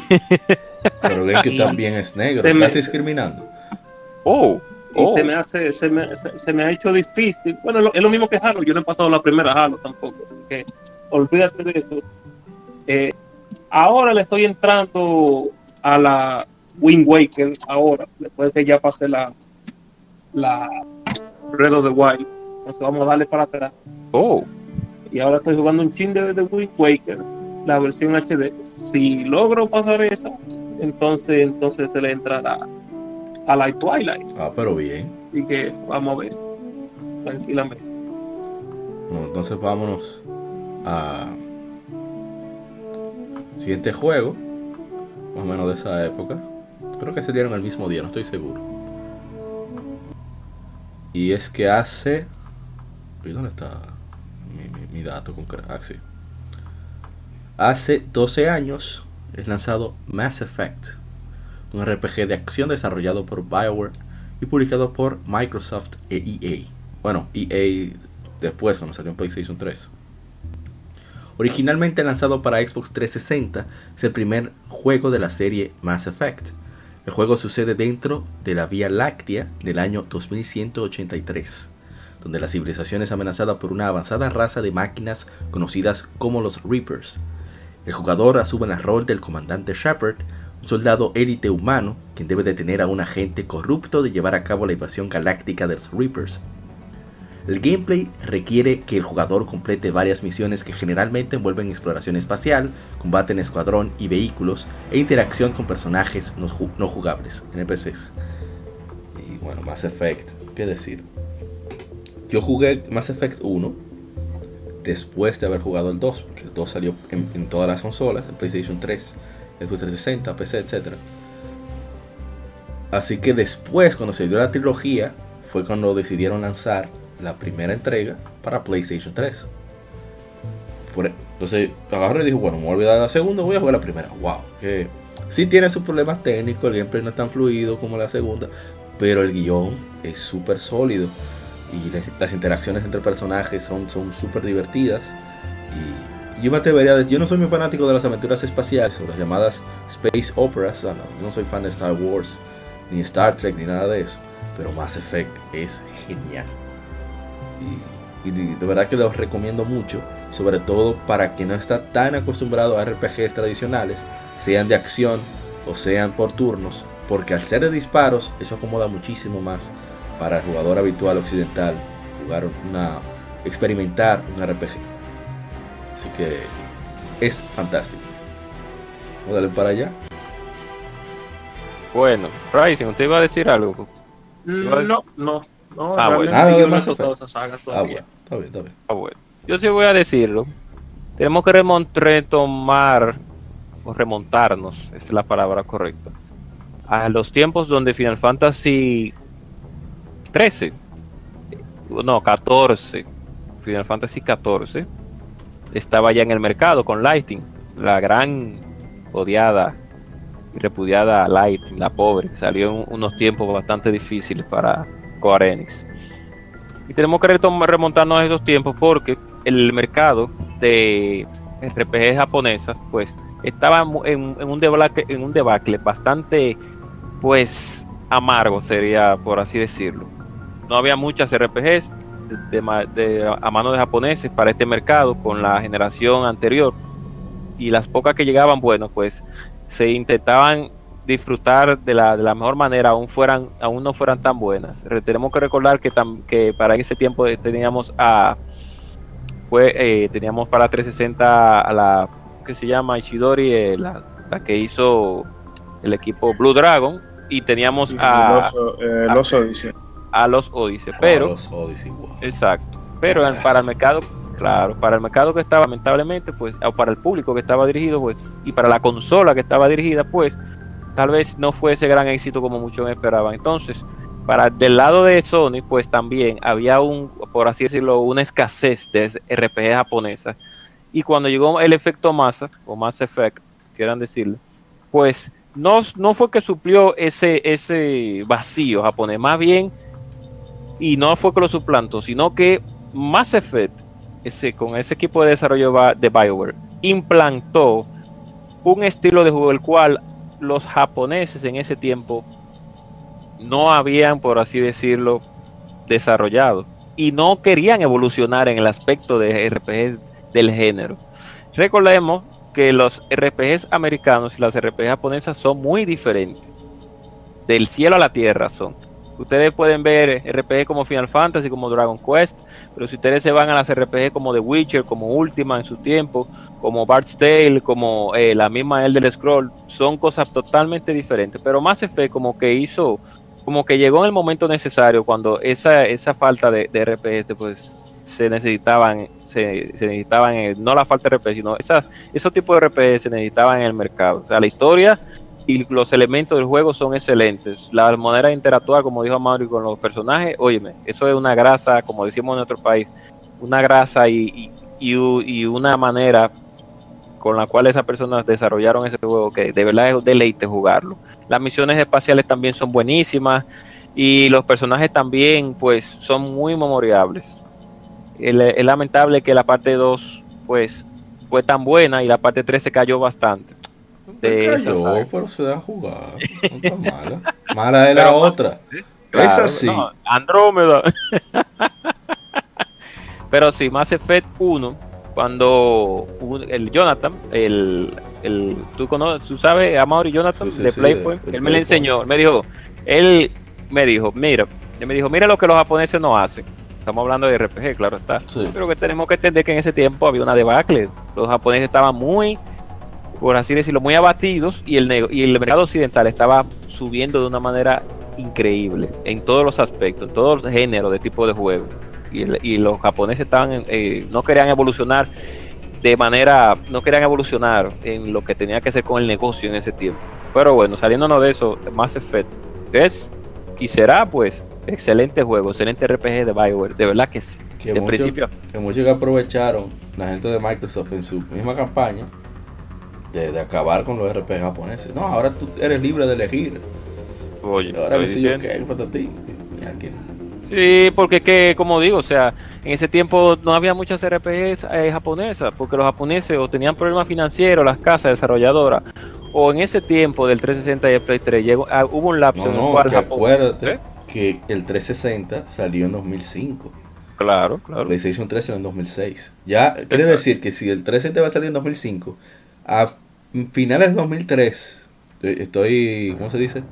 Pero ven que también es negro. ¿Estás discriminando? Y se me ha hecho difícil. Bueno, es lo mismo que Halo. Yo no he pasado la primera Halo tampoco. Que, olvídate de eso. Ahora le estoy entrando a la Wind Waker. Ahora, después de que ya pasé la Breath of the Wild. Entonces vamos a darle para atrás. Y ahora estoy jugando un chin de Wind Waker, la versión HD. Si logro pasar esa, entonces se le entrará a la Twilight. Pero bien. Así que vamos a ver, tranquilamente. Bueno, entonces vámonos a siguiente juego, más o menos de esa época. Creo que se dieron el mismo día, no estoy seguro. Y es que hace... ¿Y dónde está? mi dato concreto. Sí. Hace 12 años es lanzado Mass Effect, un RPG de acción desarrollado por BioWare y publicado por Microsoft e EA. Bueno, EA después cuando salió en PlayStation 3. Originalmente lanzado para Xbox 360, es el primer juego de la serie Mass Effect. El juego sucede dentro de la Vía Láctea del año 2183, donde la civilización es amenazada por una avanzada raza de máquinas conocidas como los Reapers. El jugador asume el rol del comandante Shepard, un soldado élite humano quien debe detener a un agente corrupto de llevar a cabo la invasión galáctica de los Reapers. El gameplay requiere que el jugador complete varias misiones que generalmente envuelven exploración espacial, combate en escuadrón y vehículos, e interacción con personajes no jugables, NPCs. Y bueno, Mass Effect, ¿qué decir? Yo jugué Mass Effect 1 después de haber jugado el 2, porque el 2 salió en todas las consolas, en PlayStation 3, Xbox 360, PC, etc. Así que después, cuando se dio la trilogía, fue cuando decidieron lanzar la primera entrega para PlayStation 3. Entonces agarré y dije, bueno, me voy a olvidar de la segunda, voy a jugar la primera. Wow, que sí tiene sus problemas técnicos, el gameplay no es tan fluido como la segunda, pero el guión es súper sólido y las interacciones entre personajes son súper divertidas. Y yo me atrevería a decir, yo no soy muy fanático de las aventuras espaciales o las llamadas Space Operas, yo no soy fan de Star Wars, ni Star Trek, ni nada de eso, pero Mass Effect es genial. Y de verdad que los recomiendo mucho, sobre todo para quien no está tan acostumbrado a RPGs tradicionales, sean de acción o sean por turnos, porque al ser de disparos eso acomoda muchísimo más para el jugador habitual occidental experimentar un RPG. Así que es fantástico. Vamos a darle para allá. Bueno, Rising, ¿usted iba a decir algo? No, bueno. Yo no he tocado esa saga todavía. Está bien. Bueno. Yo sí voy a decirlo. Tenemos que remontarnos, esa es la palabra correcta, a los tiempos donde Final Fantasy 14, Final Fantasy 14 estaba ya en el mercado con Lightning, la gran odiada y repudiada Lightning, la pobre, que salió en unos tiempos bastante difíciles para Square Enix. Y tenemos que remontarnos a esos tiempos porque el mercado de RPG japonesas pues estaba en un debacle bastante pues amargo, sería por así decirlo. No había muchas RPGs a mano de japoneses para este mercado con la generación anterior, y las pocas que llegaban, bueno, pues se intentaban disfrutar de la mejor manera, aún no fueran tan buenas. Tenemos que recordar que para ese tiempo teníamos para 360 a la que se llama Ishidori, la que hizo el equipo Blue Dragon, y teníamos los Odyssey. A los Odyssey, pero los Odyssey, wow. Exacto, pero para el mercado, claro, para el mercado que estaba lamentablemente, pues, o para el público que estaba dirigido, pues, y para la consola que estaba dirigida, pues, tal vez no fue ese gran éxito como muchos esperaban. Entonces, del lado de Sony, pues también había por así decirlo, una escasez de RPG japonesa. Y cuando llegó el efecto masa, o Mass Effect, quieran decirle, pues no fue que suplió ese vacío japonés, más bien, y no fue que lo suplantó, sino que Mass Effect, con ese equipo de desarrollo de BioWare, implantó un estilo de juego el cual los japoneses en ese tiempo no habían, por así decirlo, desarrollado, y no querían evolucionar en el aspecto de RPGs del género. Recordemos que los RPGs americanos y las RPGs japonesas son muy diferentes, del cielo a la tierra son. Ustedes pueden ver RPG como Final Fantasy, como Dragon Quest, pero si ustedes se van a las RPG como The Witcher, como Ultima en su tiempo, como Bard's Tale, como la misma Elder Scrolls, son cosas totalmente diferentes. Pero Mass Effect como que llegó en el momento necesario, cuando esa falta de RPG pues se necesitaban, no la falta de RPG, sino esos tipos de RPG se necesitaban en el mercado. O sea, la historia y los elementos del juego son excelentes. La manera de interactuar, como dijo Mauri, con los personajes, óyeme, eso es una grasa, como decimos en nuestro país, una grasa y y una manera con la cual esas personas desarrollaron ese juego, que de verdad es un deleite jugarlo. Las misiones espaciales también son buenísimas y los personajes también pues son muy memorables. Es lamentable que la parte 2 pues fue tan buena y la parte 3 se cayó bastante. Pero se da a jugar. No está mala. Mala es la otra. Claro, es así. No, Andrómeda. Pero sí, Mass Effect 1, cuando el Jonathan, tú sabes, Amaury Jonathan, de Playpoint, él me le enseñó, él me dijo, mira lo que los japoneses no hacen. Estamos hablando de RPG, claro está. Sí. Pero que tenemos que entender que en ese tiempo había una debacle. Los japoneses estaban muy, por así decirlo, muy abatidos y el mercado occidental estaba subiendo de una manera increíble en todos los aspectos, en todos los géneros de tipo de juego. Y los japoneses estaban no querían evolucionar en lo que tenía que hacer con el negocio en ese tiempo. Pero bueno, saliéndonos de eso, Mass Effect es y será pues excelente juego, excelente RPG de BioWare, de verdad que sí. Que muchos que aprovecharon la gente de Microsoft en su misma campaña de acabar con los RPG japoneses. No, ahora tú eres libre de elegir. Oye, ahora me sigo que para ti. Sí, porque que, como digo, o sea, en ese tiempo no había muchas RPGs japonesas, porque los japoneses o tenían problemas financieros, las casas desarrolladoras, o en ese tiempo del 360 y el Play 3 hubo un lapso en el cual Japón... Acuérdate que el 360 salió en 2005. Claro. PlayStation 3 salió en 2006. Ya quiere decir que si el 360 va a salir en 2005, a finales de 2003, ¿cómo se dice?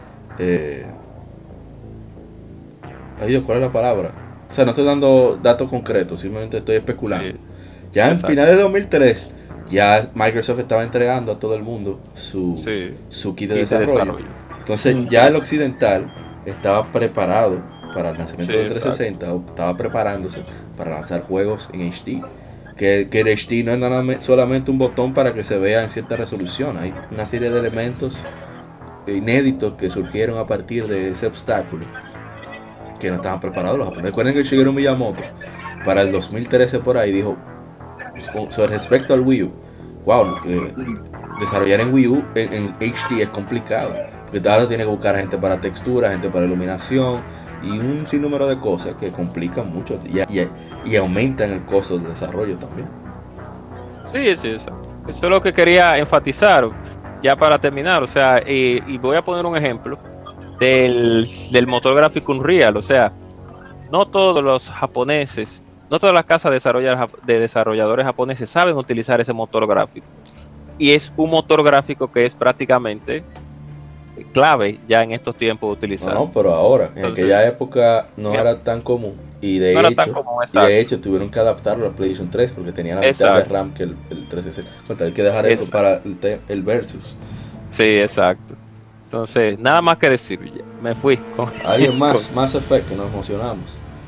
¿Cuál es la palabra? O sea, no estoy dando datos concretos, simplemente estoy especulando. Sí, ya en finales de 2003, ya Microsoft estaba entregando a todo el mundo su kit de desarrollo. Entonces ya el occidental estaba preparado para el lanzamiento del 360, o estaba preparándose para lanzar juegos en HD. Que el HD no es nada solamente un botón para que se vea en cierta resolución. Hay una serie de elementos inéditos que surgieron a partir de ese obstáculo que no estaban preparados los japoneses. Recuerden que Shigeru Miyamoto para el 2013 por ahí dijo sobre respecto al Wii U, desarrollar en Wii U en HD es complicado, porque ahora tiene que buscar gente para textura, gente para iluminación y un sinnúmero de cosas que complican mucho y aumentan el costo de desarrollo también. Sí, eso es lo que quería enfatizar ya para terminar, o sea, y voy a poner un ejemplo del motor gráfico Unreal. O sea, no todos los japoneses, no todas las casas de desarrolladores japoneses saben utilizar ese motor gráfico, y es un motor gráfico que es prácticamente clave ya en estos tiempos de utilizar. No, pero ahora, en aquella época no era tan común, y de hecho tuvieron que adaptarlo al PlayStation 3 porque tenía la mitad de RAM que el 360. Hay que dejar eso para el Versus. Sí, exacto. Entonces, nada más que decir, me fui. ¿Alguien más? Mass Effect, que nos emocionamos.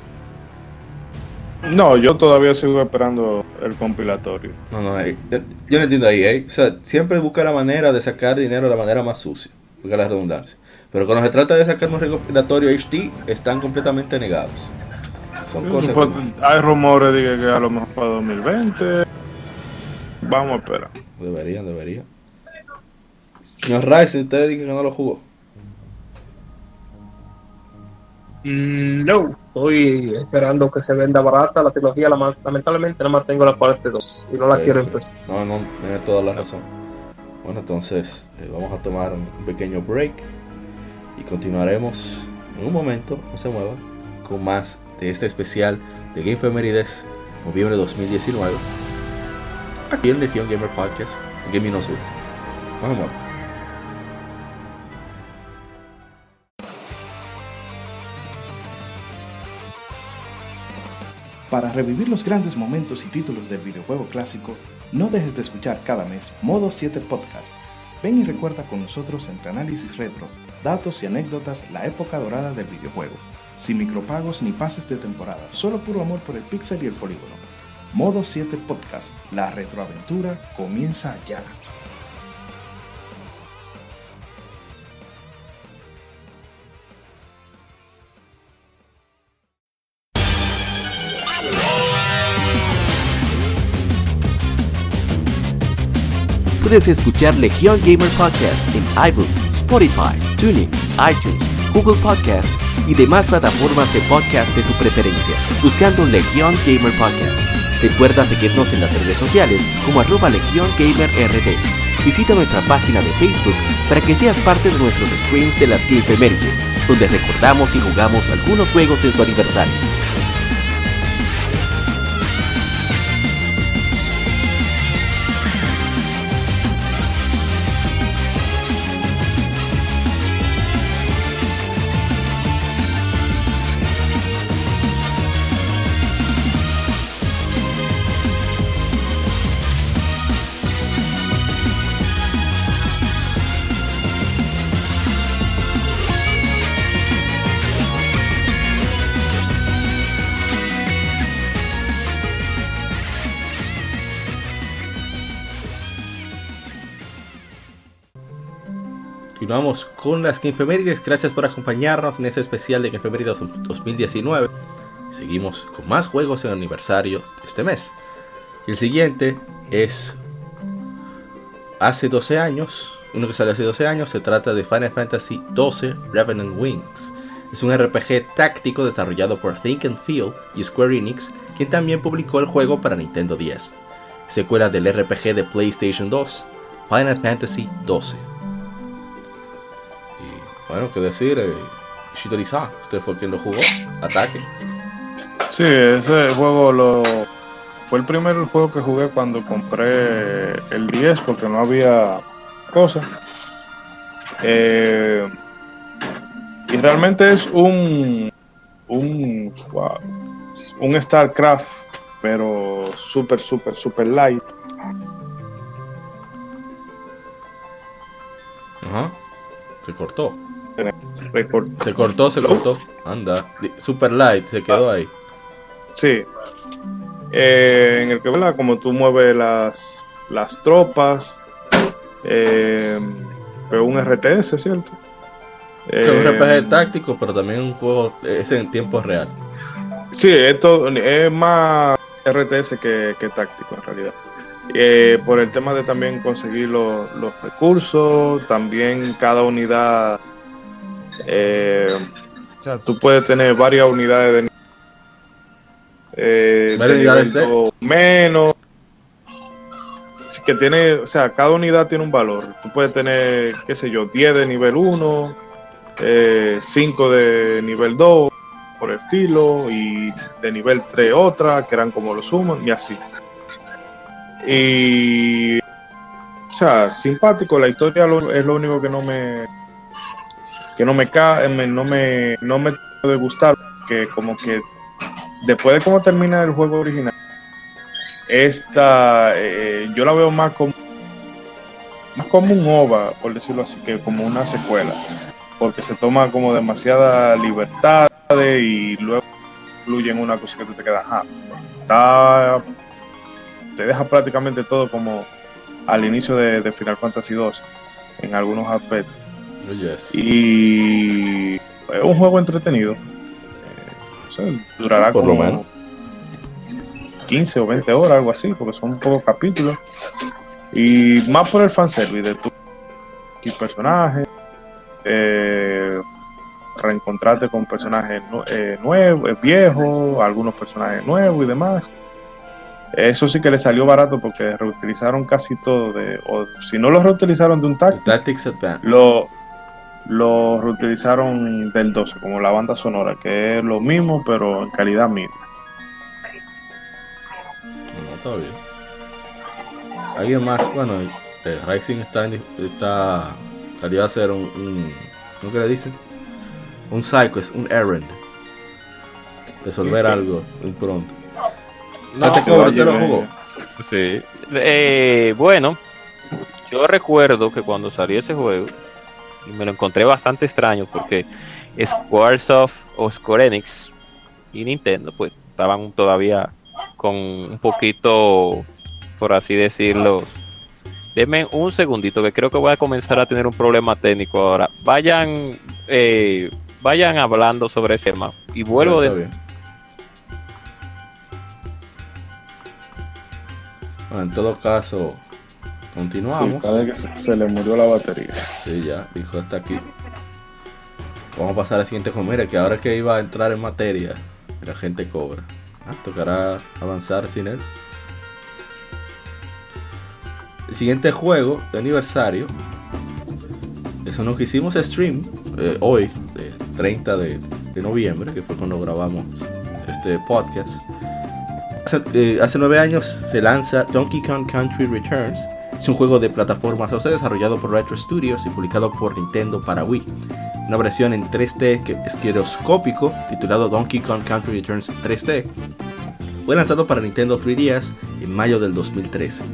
No, yo todavía sigo esperando el compilatorio. No, yo no entiendo ahí, O sea, siempre busca la manera de sacar dinero de la manera más sucia, busca la redundancia. Pero cuando se trata de sacar un recopilatorio HD, están completamente negados. Son cosas hay rumores de que a lo mejor para 2020. Vamos a esperar. Deberían. Señor Rice, usted dice que no lo jugó. No, estoy esperando que se venda barata la trilogía. Lamentablemente nada más tengo la parte 2 y no la quiero empezar. No, tiene toda la razón. Bueno, entonces vamos a tomar un pequeño break y continuaremos en un momento, no se muevan, con más de este especial de Game Efemérides noviembre 2019 aquí en Legion Gamer Podcast, Gaming No Sur. Vamos. Para revivir los grandes momentos y títulos del videojuego clásico, no dejes de escuchar cada mes Modo 7 Podcast. Ven y recuerda con nosotros entre análisis retro, datos y anécdotas la época dorada del videojuego. Sin micropagos ni pases de temporada, solo puro amor por el pixel y el polígono. Modo 7 Podcast, la retroaventura comienza ya. puedes escuchar Legión Gamer Podcast en iBooks, Spotify, TuneIn, iTunes, Google Podcast y demás plataformas de podcast de su preferencia, buscando Legión Gamer Podcast. Recuerda seguirnos en las redes sociales como @LegiónGamerRD. Visita nuestra página de Facebook para que seas parte de nuestros streams de las Gamefemérides, donde recordamos y jugamos algunos juegos de tu aniversario. Continuamos con las Gamefemérides. Gracias por acompañarnos en este especial de Gamefemérides 2019. Seguimos con más juegos en el aniversario de este mes. Y el siguiente es hace 12 años. Uno que salió hace 12 años. Se trata de Final Fantasy XII Revenant Wings. Es un RPG táctico desarrollado por Think and Feel y Square Enix, quien también publicó el juego para Nintendo 10. Secuela del RPG de PlayStation 2, Final Fantasy XII. Bueno, qué decir, Shitori-san, usted fue quien lo jugó, Ataque. Sí, ese juego fue el primer juego que jugué cuando compré el 10 porque no había cosas. Y realmente es un StarCraft, pero super light. Ajá, se cortó. Se cortó. Anda, super light, se quedó ahí. Sí. En el que, ¿verdad? Como tú mueves las tropas. Pero un RTS, ¿cierto? Es un RPG táctico, pero también un juego es en tiempo real. Sí, es más RTS que táctico en realidad. Por el tema de también conseguir los recursos, también cada unidad. O sea, tú puedes tener varias unidades de menos. Así que tiene, o sea, cada unidad tiene un valor. Tú puedes tener, qué sé yo, 10 de nivel 1, 5 de nivel 2, por el estilo, y de nivel 3 otra, que eran como los summon, y así. Y, o sea, simpático. La historia es lo único que no me puede gustar, que como que después de cómo termina el juego original, yo la veo más como un OVA, por decirlo así, que como una secuela, porque se toma como demasiada libertad y luego fluye en una cosa que tú te quedas, te deja prácticamente todo como al inicio de Final Fantasy XII en algunos aspectos. Oh, yes. Y es un juego entretenido. O sea, durará por como lo menos 15 o 20 horas, algo así, porque son pocos capítulos. Y más por el fanservice de tu personajes, reencontrarte con personajes nuevos, viejos, algunos personajes nuevos y demás. Eso sí que le salió barato porque reutilizaron casi todo o si no lo reutilizaron de un Tactics Advance, lo reutilizaron del 12, como la banda sonora, que es lo mismo pero en calidad mínima. No, está bien. Alguien más, bueno, Rising salió a hacer ¿cómo que le dicen? Un sidequest, un errand, resolver algo muy pronto. No, ¿Te lo jugó? Sí. Bueno, yo recuerdo que cuando salió ese juego, y me lo encontré bastante extraño porque Squaresoft o Square Enix y Nintendo pues estaban todavía con un poquito, por así decirlo. Denme un segundito que creo que voy a comenzar a tener un problema técnico ahora. Vayan hablando sobre ese tema y vuelvo Bueno, en todo caso, continuamos. Sí, cada vez que se le murió la batería. Sí, ya, dijo hasta aquí. Vamos a pasar al siguiente juego. Mira, que ahora que iba a entrar en materia, la gente cobra. Tocará avanzar sin él. El siguiente juego de aniversario es uno que hicimos stream hoy, de 30 de noviembre, que fue cuando grabamos este podcast. Hace 9 años se lanza Donkey Kong Country Returns. Es un juego de plataformas desarrollado por Retro Studios y publicado por Nintendo para Wii. Una versión en 3D estereoscópico titulado Donkey Kong Country Returns 3D fue lanzado para Nintendo 3DS en mayo del 2013.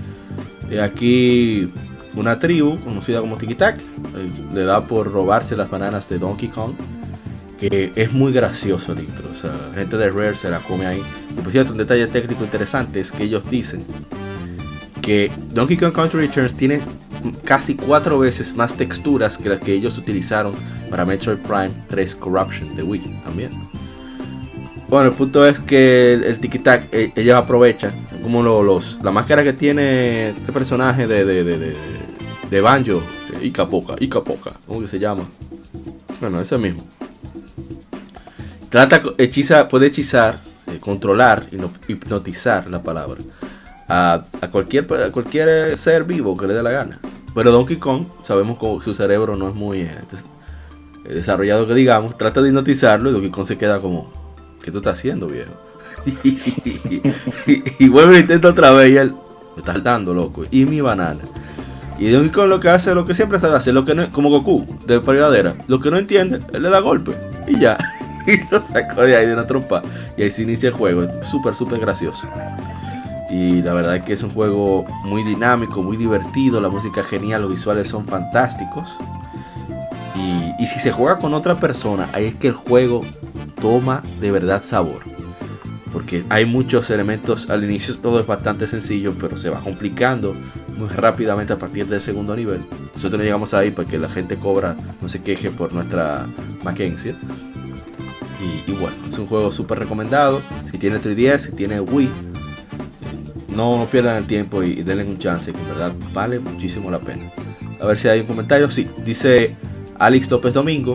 Aquí una tribu conocida como Tiki Tak le da por robarse las bananas de Donkey Kong, que es muy gracioso el intro. O sea, la gente de Rare se la come ahí. Y por cierto, un detalle técnico interesante es que ellos dicen que Donkey Kong Country Returns tiene casi 4 veces más texturas que las que ellos utilizaron para Metroid Prime 3 Corruption de Wii también. Bueno, el punto es que el Tiki Tak, ellos aprovechan como la máscara que tiene este personaje de Banjo, Ika Poka, ¿cómo que se llama? Bueno, ese mismo. Puede hechizar, controlar, hipnotizar la palabra a cualquier ser vivo que le dé la gana. Pero Donkey Kong, sabemos que su cerebro no es muy desarrollado, que digamos, trata de hipnotizarlo y Donkey Kong se queda como, ¿qué tú estás haciendo, viejo? y vuelve e intenta otra vez y él, me estás dando, loco, y mi banana. Y Donkey Kong lo que hace, lo que siempre sabe hacer, lo que no, como Goku de Periodera, lo que no entiende, él le da golpe y ya. Y lo sacó de ahí de una trompa. Y ahí se inicia el juego. Es súper gracioso. Y la verdad es que es un juego muy dinámico, muy divertido. La música genial, los visuales son fantásticos. Y si se juega con otra persona, ahí es que el juego toma de verdad sabor. Porque hay muchos elementos. Al inicio todo es bastante sencillo, pero se va complicando muy rápidamente a partir del segundo nivel. Nosotros no llegamos ahí para que la gente cobra, no se queje por nuestra Mackenzie. Y bueno, es un juego súper recomendado. Si tiene 3DS, si tiene Wii, no pierdan el tiempo y denle un chance, que en verdad vale muchísimo la pena. A ver si hay un comentario. Sí, dice Alex López Domingo,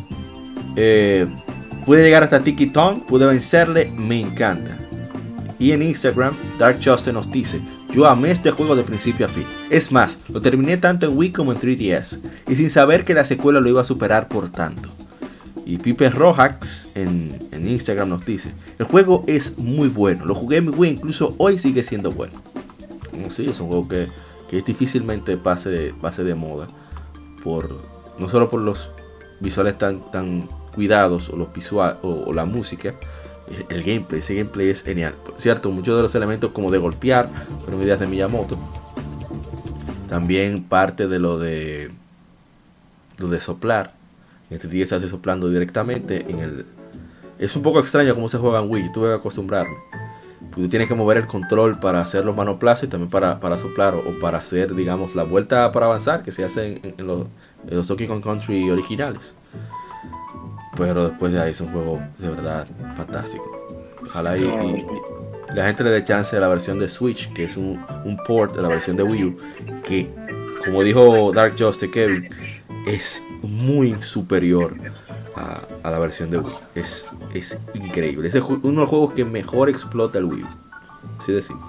pude llegar hasta Tiki Tongue, pude vencerle, me encanta. Y en Instagram, Dark Justin nos dice, yo amé este juego de principio a fin. Es más, lo terminé tanto en Wii como en 3DS, y sin saber que la secuela lo iba a superar por tanto. Y Pipe Rojax en Instagram nos dice, el juego es muy bueno, lo jugué en mi Wii, incluso hoy sigue siendo bueno. Sí, es un juego que difícilmente pase de moda, no solo por los visuales tan cuidados o los visuales o la música, el gameplay. Ese gameplay es genial, cierto. Muchos de los elementos como de golpear fueron ideas de Miyamoto. También parte de lo de soplar. En este día se hace soplando directamente es un poco extraño cómo se juega en Wii. Tuve que acostumbrarme. Tú tienes que mover el control para hacer los manoplazos y también para soplar o para hacer, digamos, la vuelta para avanzar que se hace en los Donkey Kong Country originales. Pero después de ahí es un juego de verdad fantástico. Ojalá y la gente le dé chance a la versión de Switch, que es un port de la versión de Wii U, que, como dijo Dark Justice Kevin, es muy superior a la versión de Wii. Es increíble. Es uno de los juegos que mejor explota el Wii U. Así de simple.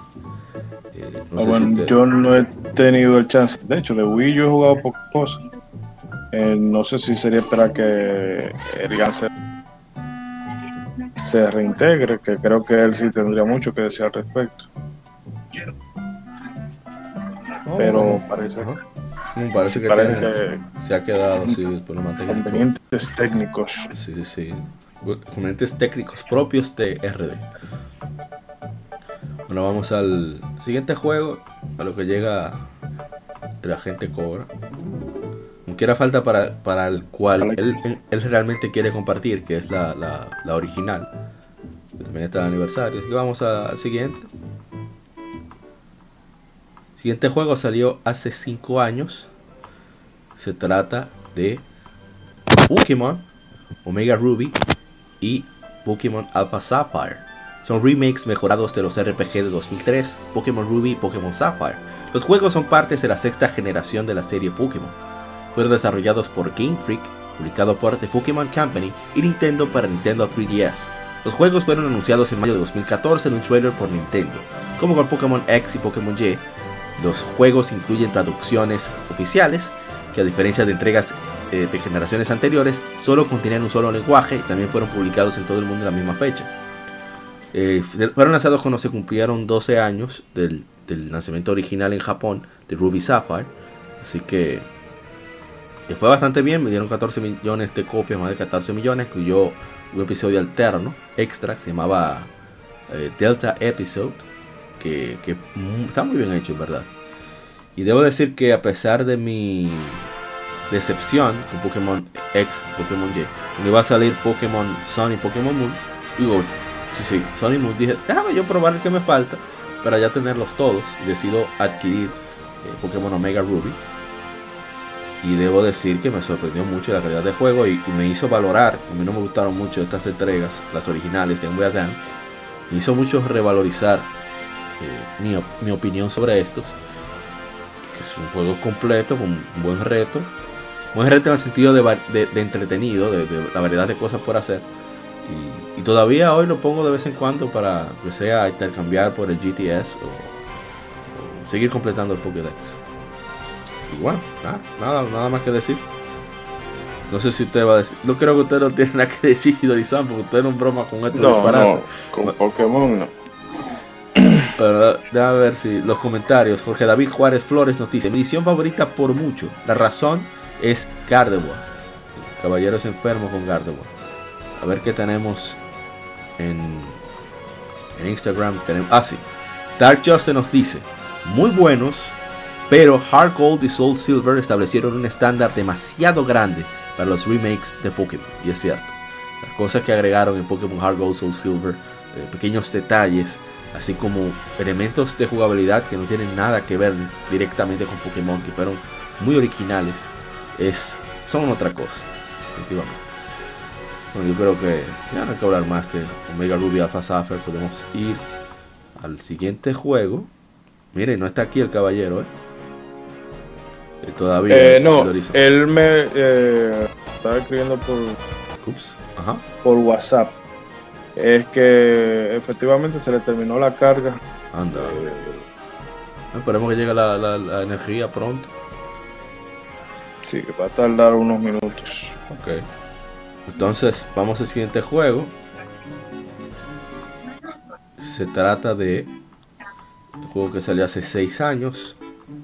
Yo no he tenido el chance. De hecho, de Wii yo he jugado pocas cosas. No sé si sería esperar que el Ganser se reintegre, que creo que él sí tendría mucho que decir al respecto. Pero parece que se ha quedado así por convenientes técnicos. Sí. Convenientes técnicos propios de RD. Bueno, vamos al siguiente juego, a lo que llega la gente cobra. Aunque era falta para el cual él realmente quiere compartir, que es la original. También está el aniversario. Así que vamos al siguiente. El siguiente juego salió hace 5 años. Se trata de Pokémon Omega Ruby y Pokémon Alpha Sapphire. son remakes mejorados de los RPG de 2003, Pokémon Ruby y Pokémon Sapphire. Los juegos son partes de la sexta generación de la serie Pokémon. Fueron desarrollados por Game Freak, publicado por The Pokémon Company y Nintendo para Nintendo 3DS. Los juegos fueron anunciados en mayo de 2014 en un trailer por Nintendo. Como con Pokémon X y Pokémon Y, los juegos incluyen traducciones oficiales, que a diferencia de entregas de generaciones anteriores, solo contenían un solo lenguaje y también fueron publicados en todo el mundo en la misma fecha. Fueron lanzados cuando se cumplieron 12 años del lanzamiento original en Japón de Ruby Sapphire, así que fue bastante bien. Me dieron 14 millones de copias, más de 14 millones, incluyó un episodio alterno, extra, que se llamaba Delta Episode, que está muy bien hecho, en verdad. Y debo decir que a pesar de mi decepción con Pokémon X, Pokémon Y, cuando iba a salir Pokémon Sun y Pokémon Moon, digo, sí, Sun y Moon, dije, déjame yo probar el que me falta para ya tenerlos todos, y decido adquirir Pokémon Omega Ruby. Y debo decir que me sorprendió mucho la calidad de juego y me hizo valorar. A mí no me gustaron mucho estas entregas, las originales de Game Boy Advance. Me hizo mucho revalorizar mi opinión sobre estos. Que es un juego completo, con un buen reto. Buen reto en el sentido de entretenido, de la variedad de cosas por hacer. Y todavía hoy lo pongo de vez en cuando para que sea intercambiar por el GTS o seguir completando el Pokédex. Y bueno, nada más que decir. No sé si usted va a decir. No creo que usted no tiene nada que decir, Dorizán, porque usted no es broma con esto. No, con Pokémon no. Pero déjame ver si los comentarios. Jorge David Juárez Flores nos dice: mi edición favorita por mucho. La razón es Gardevoir. El caballero es enfermo con Gardevoir. A ver qué tenemos en Instagram. Sí. Dark Justice nos dice: muy buenos, pero Heart Gold y Soul Silver establecieron un estándar demasiado grande para los remakes de Pokémon. Y es cierto, las cosas que agregaron en Pokémon Heart Gold, Soul Silver, pequeños detalles, así como elementos de jugabilidad que no tienen nada que ver directamente con Pokémon, que fueron muy originales, son otra cosa, definitivamente. Bueno, yo creo que ya no hay que hablar más de Omega Ruby Alpha Sapphire. Podemos ir al siguiente juego. Miren, no está aquí el caballero, todavía. No, él me estaba escribiendo por WhatsApp. Es que efectivamente se le terminó la carga. Anda. Esperemos que llegue la energía pronto. Sí, va a tardar unos minutos. Ok. Entonces, vamos al siguiente juego. Se trata de un juego que salió hace 6 años.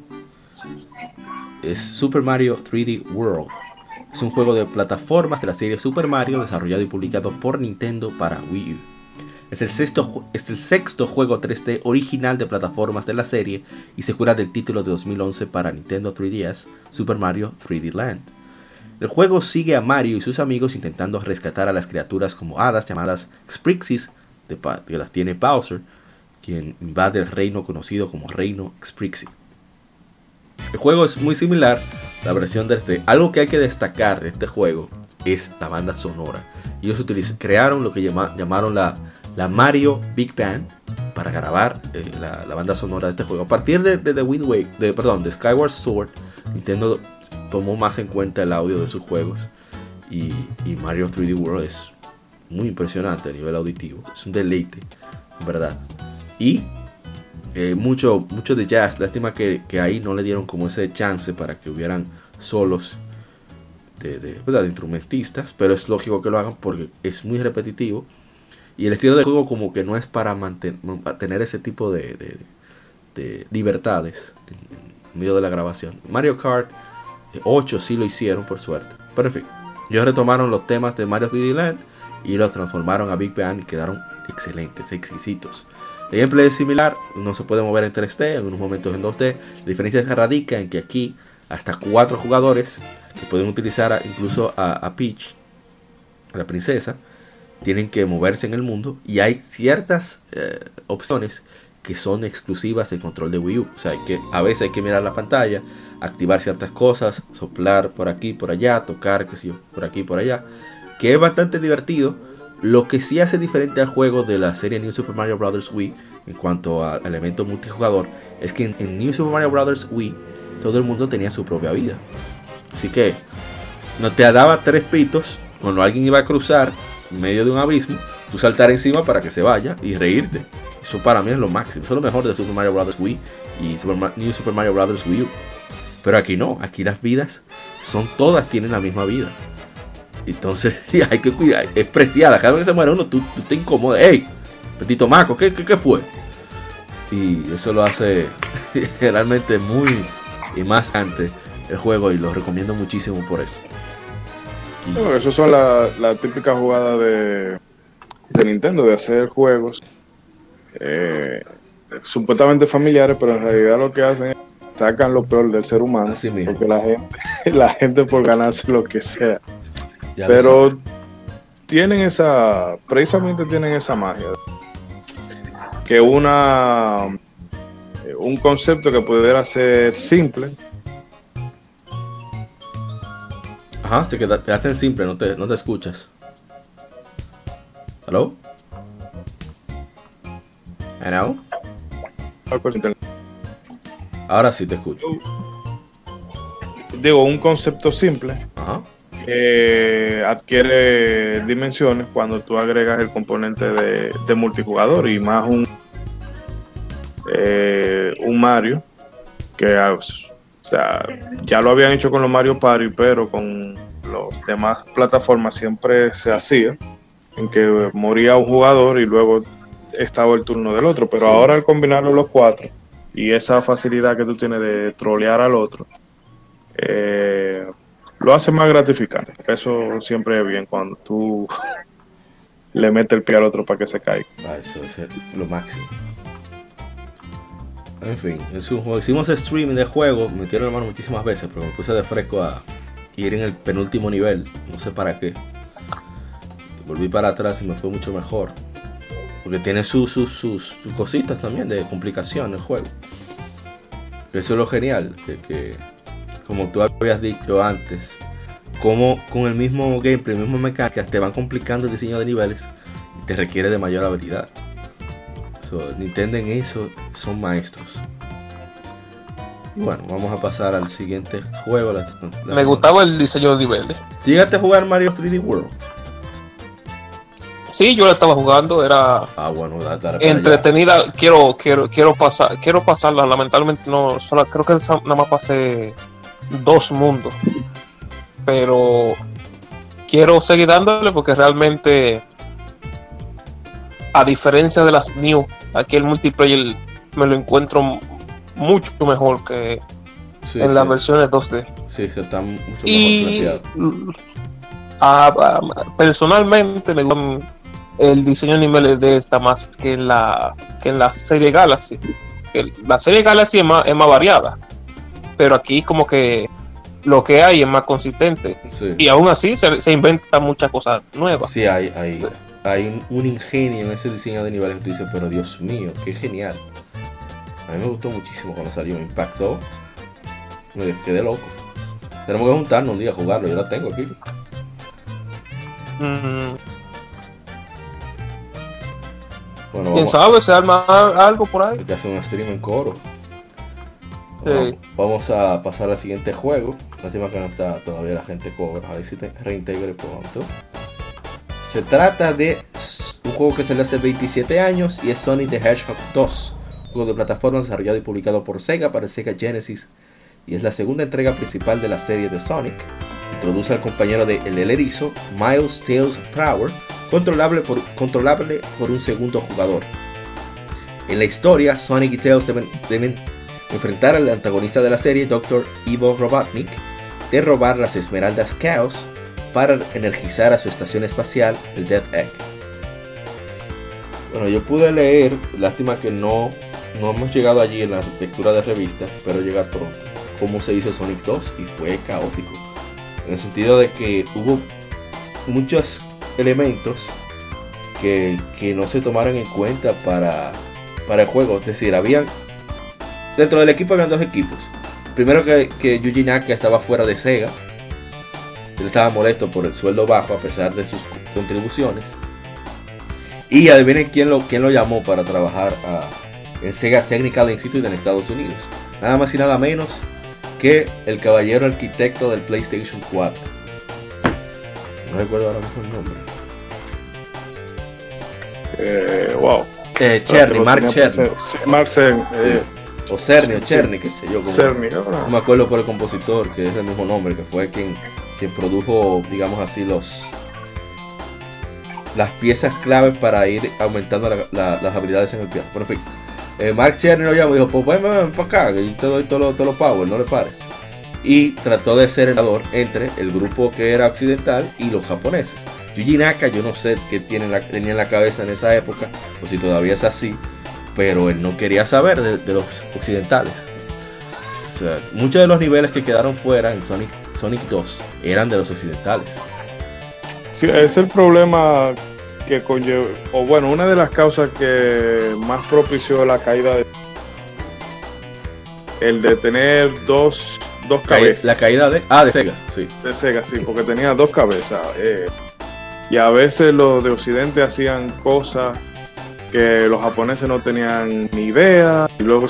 Es Super Mario 3D World. Es un juego de plataformas de la serie Super Mario, desarrollado y publicado por Nintendo para Wii U. Es el sexto juego 3D original de plataformas de la serie y se cura del título de 2011 para Nintendo 3DS, Super Mario 3D Land. El juego sigue a Mario y sus amigos intentando rescatar a las criaturas como hadas llamadas Sprixis, que las tiene Bowser, quien invade el reino conocido como Reino Sprixie. El juego es muy similar a la versión de este. Algo que hay que destacar de este juego es la banda sonora. Ellos crearon lo que llamaron la Mario Big Band para grabar la banda sonora de este juego. A partir de de Skyward Sword, Nintendo tomó más en cuenta el audio de sus juegos y Mario 3D World es muy impresionante a nivel auditivo. Es un deleite, en verdad. Y mucho de jazz. Lástima que ahí no le dieron como ese chance para que hubieran solos de instrumentistas, pero es lógico que lo hagan porque es muy repetitivo y el estilo de juego como que no es para tener ese tipo de libertades en medio de la grabación. Mario Kart 8 sí lo hicieron, por suerte, pero en fin, ellos retomaron los temas de Mario 3D Land y los transformaron a Big Band y quedaron excelentes, exquisitos. El gameplay es similar, no se puede mover en 3D, en unos momentos en 2D. La diferencia radica en que aquí hasta 4 jugadores que pueden utilizar incluso a Peach, la princesa, tienen que moverse en el mundo y hay ciertas opciones que son exclusivas del control de Wii U. O sea, que a veces hay que mirar la pantalla, activar ciertas cosas, soplar por aquí, por allá, tocar, qué sé yo, por aquí, por allá, que es bastante divertido, Lo que sí hace diferente al juego de la serie New Super Mario Bros. Wii en cuanto al elemento multijugador es que en New Super Mario Bros. Wii todo el mundo tenía su propia vida. Así que no te daba 3 pitos cuando alguien iba a cruzar en medio de un abismo, tú saltar encima para que se vaya y reírte. Eso para mí es lo máximo, eso es lo mejor de Super Mario Bros. Wii y New Super Mario Bros. Wii U. Pero aquí no, aquí las vidas todas tienen la misma vida. Entonces sí, hay que cuidar, es preciada. Cada vez que se muere uno, tú te incomodas. ¡Ey! Petito Maco, ¿qué fue? Y eso lo hace realmente muy y más antes el juego, y lo recomiendo muchísimo por eso. Bueno, eso son la típica jugada de Nintendo, de hacer juegos supuestamente familiares, pero en realidad lo que hacen es sacan lo peor del ser humano. Así mismo. Porque la gente por ganarse lo que sea. Ya, pero precisamente tienen esa magia, que un concepto que pudiera ser simple. Ajá, se quedaste en simple, no te escuchas. ¿Aló? ¿Hello? Ahora sí te escucho. Digo, un concepto simple. Ajá. Adquiere dimensiones cuando tú agregas el componente de multijugador, y más un Mario que, o sea, ya lo habían hecho con los Mario Party, pero con los demás plataformas siempre se hacía en que moría un jugador y luego estaba el turno del otro, pero sí. Ahora al combinarlo los 4 y esa facilidad que tú tienes de trolear al otro, lo hace más gratificante. Eso siempre es bien cuando tú le metes el pie al otro para que se caiga. Eso es lo máximo. En fin, hicimos streaming de juego, me metieron la mano muchísimas veces, pero me puse de fresco a ir en el penúltimo nivel, no sé para qué. Volví para atrás y me fue mucho mejor, porque tiene sus cositas también de complicación el juego. Eso es lo genial, que como tú habías dicho antes, como con el mismo gameplay, el mismo mecánicas, te van complicando el diseño de niveles y te requiere de mayor habilidad. Nintendo en eso son maestros. Y bueno, vamos a pasar al siguiente juego. Me gustaba el diseño de niveles. ¿Llegaste a jugar Mario 3D World? Sí, yo la estaba jugando, era bueno, entretenida. Allá. Quiero pasarla. Lamentablemente no, solo creo que nada más pasé 2 mundos. Pero quiero seguir dándole porque realmente, a diferencia de las New, aquí el multiplayer me lo encuentro mucho mejor que en las versiones 2D. Sí, se está mucho mejor planteado. Personalmente me gusta el diseño de niveles de esta más que en la serie Galaxy. La serie Galaxy es más variada, pero aquí como que lo que hay es más consistente. Sí. Y aún así se inventan muchas cosas nuevas. Sí, hay un ingenio en ese diseño de niveles que tú dices, pero Dios mío, qué genial. A mí me gustó muchísimo cuando salió, me impactó, me quedé loco. Tenemos que juntarnos un día a jugarlo, yo la tengo aquí. Bueno, ¿quién sabe? ¿Se arma algo por ahí? Hay que hacer un stream en coro. Sí. Vamos a pasar al siguiente juego. Lástima que no está todavía la gente cobra. A ver si te reintegre pronto. Se trata de un juego que salió hace 27 años y es Sonic the Hedgehog 2. Un juego de plataforma desarrollado y publicado por Sega para el Sega Genesis. Y es la segunda entrega principal de la serie de Sonic. Introduce al compañero de El Erizo, Miles Tails Prower, controlable por un segundo jugador. En la historia, Sonic y Tails deben enfrentar al antagonista de la serie, Dr. Ivo Robotnik, de robar las Esmeraldas Chaos para energizar a su estación espacial, el Death Egg. Bueno, yo pude leer, lástima que no hemos llegado allí en la lectura de revistas, pero llegar pronto, cómo se hizo Sonic 2 y fue caótico. En el sentido de que hubo muchos elementos que no se tomaron en cuenta para el juego. Es decir, dentro del equipo habían 2 equipos. Primero que Yuji Naka estaba fuera de Sega. Él estaba molesto por el sueldo bajo a pesar de sus contribuciones. Y adivinen quién lo llamó para trabajar en Sega Technical Institute en Estados Unidos. Nada más y nada menos que el caballero arquitecto del PlayStation 4. No recuerdo ahora mismo el nombre. Wow. Cherny, Mark Cherny. Mark Cerny. O Cerny, o Cherny, qué sé yo. Cerny, no me acuerdo por el compositor, que es el mismo nombre, que fue quien produjo, digamos así, las piezas claves para ir aumentando las habilidades en el piano. Bueno, en fin, Mark Cherny lo llamó y dijo, pues ven para acá, que yo te doy todos los power, no le pares. Y trató de ser el mediador entre el grupo que era occidental y los japoneses. Yuji Naka, yo no sé qué tenía en la cabeza en esa época, o si todavía es así, pero él no quería saber de los occidentales. O sea, muchos de los niveles que quedaron fuera en Sonic 2 eran de los occidentales. Sí, es el problema que conlleva, o bueno, una de las causas que más propició la caída el de tener dos cabezas. La caída de Sega, sí. De Sega, sí, porque tenía dos cabezas. Y a veces los de Occidente hacían cosas que los japoneses no tenían ni idea. Y luego...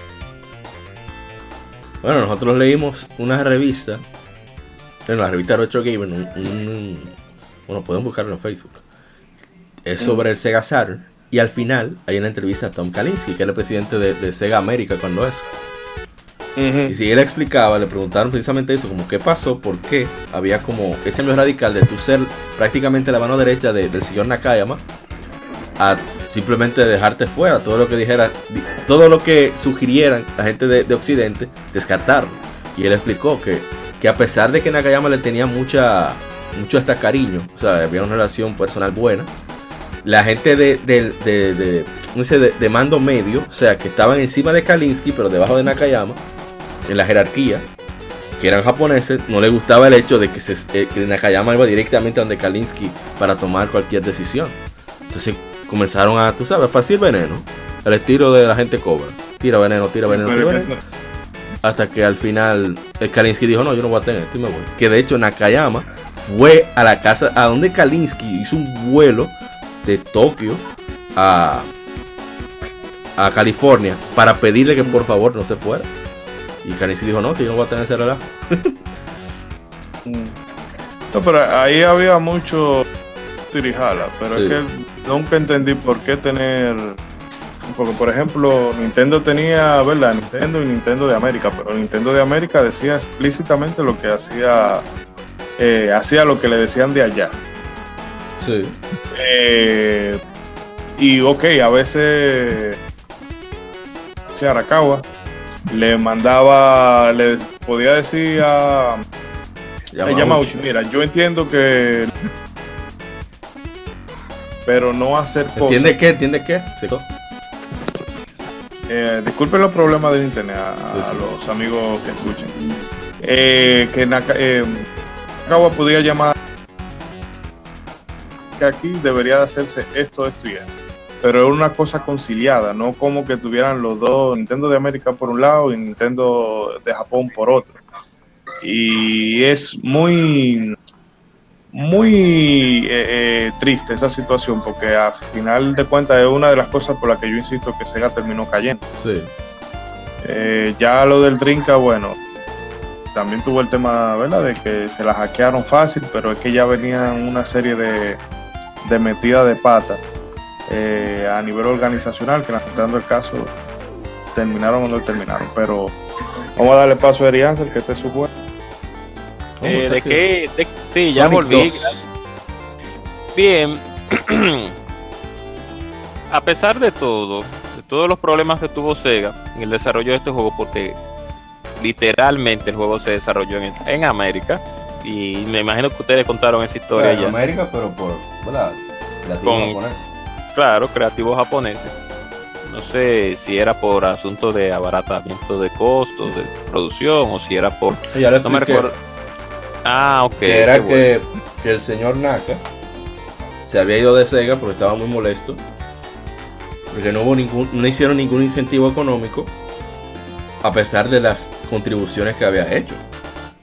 Bueno, nosotros leímos una revista, en la revista Retro Gamer, bueno, pueden buscarlo en Facebook. Es sobre el Sega Saturn. Y al final hay una entrevista a Tom Kalinske, que era el presidente de Sega América cuando eso. Y si él explicaba, le preguntaron precisamente eso, como qué pasó, por qué había como ese cambio radical de tu ser prácticamente la mano derecha del señor Nakayama a simplemente dejarte fuera, todo lo que dijera, todo lo que sugirieran la gente de Occidente, descartarlo. Y él explicó que a pesar de que Nakayama le tenía mucho hasta cariño, o sea, había una relación personal buena, la gente de mando medio, o sea, que estaban encima de Kalinske pero debajo de Nakayama en la jerarquía, que eran japoneses, no les gustaba el hecho de que Nakayama iba directamente a donde Kalinske para tomar cualquier decisión. Entonces comenzaron a, tú sabes, esparcir veneno, al estilo de la gente Cobra. Tira veneno, tira veneno, tira veneno. Hasta que al final el Kalinske dijo, no, yo no voy a tener esto y me voy. Que de hecho Nakayama fue a la casa, a donde Kalinske hizo un vuelo de Tokio a California para pedirle que por favor no se fuera. Y Kalinske dijo, no, que yo no voy a tener ese relajo. No, pero ahí había mucho tirijala, pero sí. Es que nunca entendí por qué tener, porque por ejemplo Nintendo tenía, ¿verdad? Nintendo y Nintendo de América, pero Nintendo de América decía explícitamente lo que hacía lo que le decían de allá. Sí. Y ok, a veces Arakawa le podía decir a Yamauchi, mira, yo entiendo que, pero no hacer cosas. ¿Entiende qué? Sí. Disculpen los problemas del internet a los amigos que escuchen. Que Nakayama podía llamar que aquí debería de hacerse esto y esto. Pero era una cosa conciliada, no como que tuvieran los dos, Nintendo de América por un lado y Nintendo de Japón por otro. Y es muy triste esa situación, porque al final de cuentas es una de las cosas por las que yo insisto que Sega terminó cayendo. Sí. Ya lo del Drinka, bueno, también tuvo el tema, ¿verdad?, de que se la hackearon fácil, pero es que ya venían una serie de metidas de pata a nivel organizacional, que lamentando el caso terminaron o no terminaron. Pero vamos a darle paso a Eri Ansel, que este es su juego. Sí, ya volví. Bien. A pesar de todos los problemas que tuvo Sega en el desarrollo de este juego, porque literalmente el juego se desarrolló en América, y me imagino que ustedes contaron esa historia, o sea, en América, pero por, ¿verdad?, creativos japoneses. Claro, creativos japoneses. No sé si era por asunto de abaratamiento de costos de producción, o si era por... No me recuerdo. Ok. Que era que el señor Naka se había ido de Sega porque estaba muy molesto, porque no hicieron ningún incentivo económico a pesar de las contribuciones que había hecho.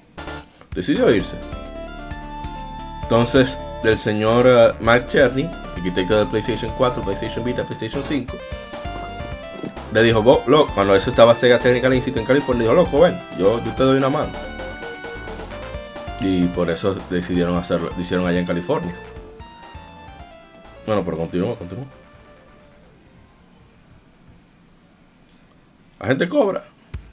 Decidió irse. Entonces el señor Mark Cherny arquitecto del PlayStation 4, PlayStation Vita, PlayStation 5, le dijo, loco, cuando eso estaba Sega Technical Institute en California, dijo, loco, ven, yo te doy una mano. Y por eso decidieron hacerlo, lo hicieron allá en California. Bueno, pero continúa. Agente Cobra.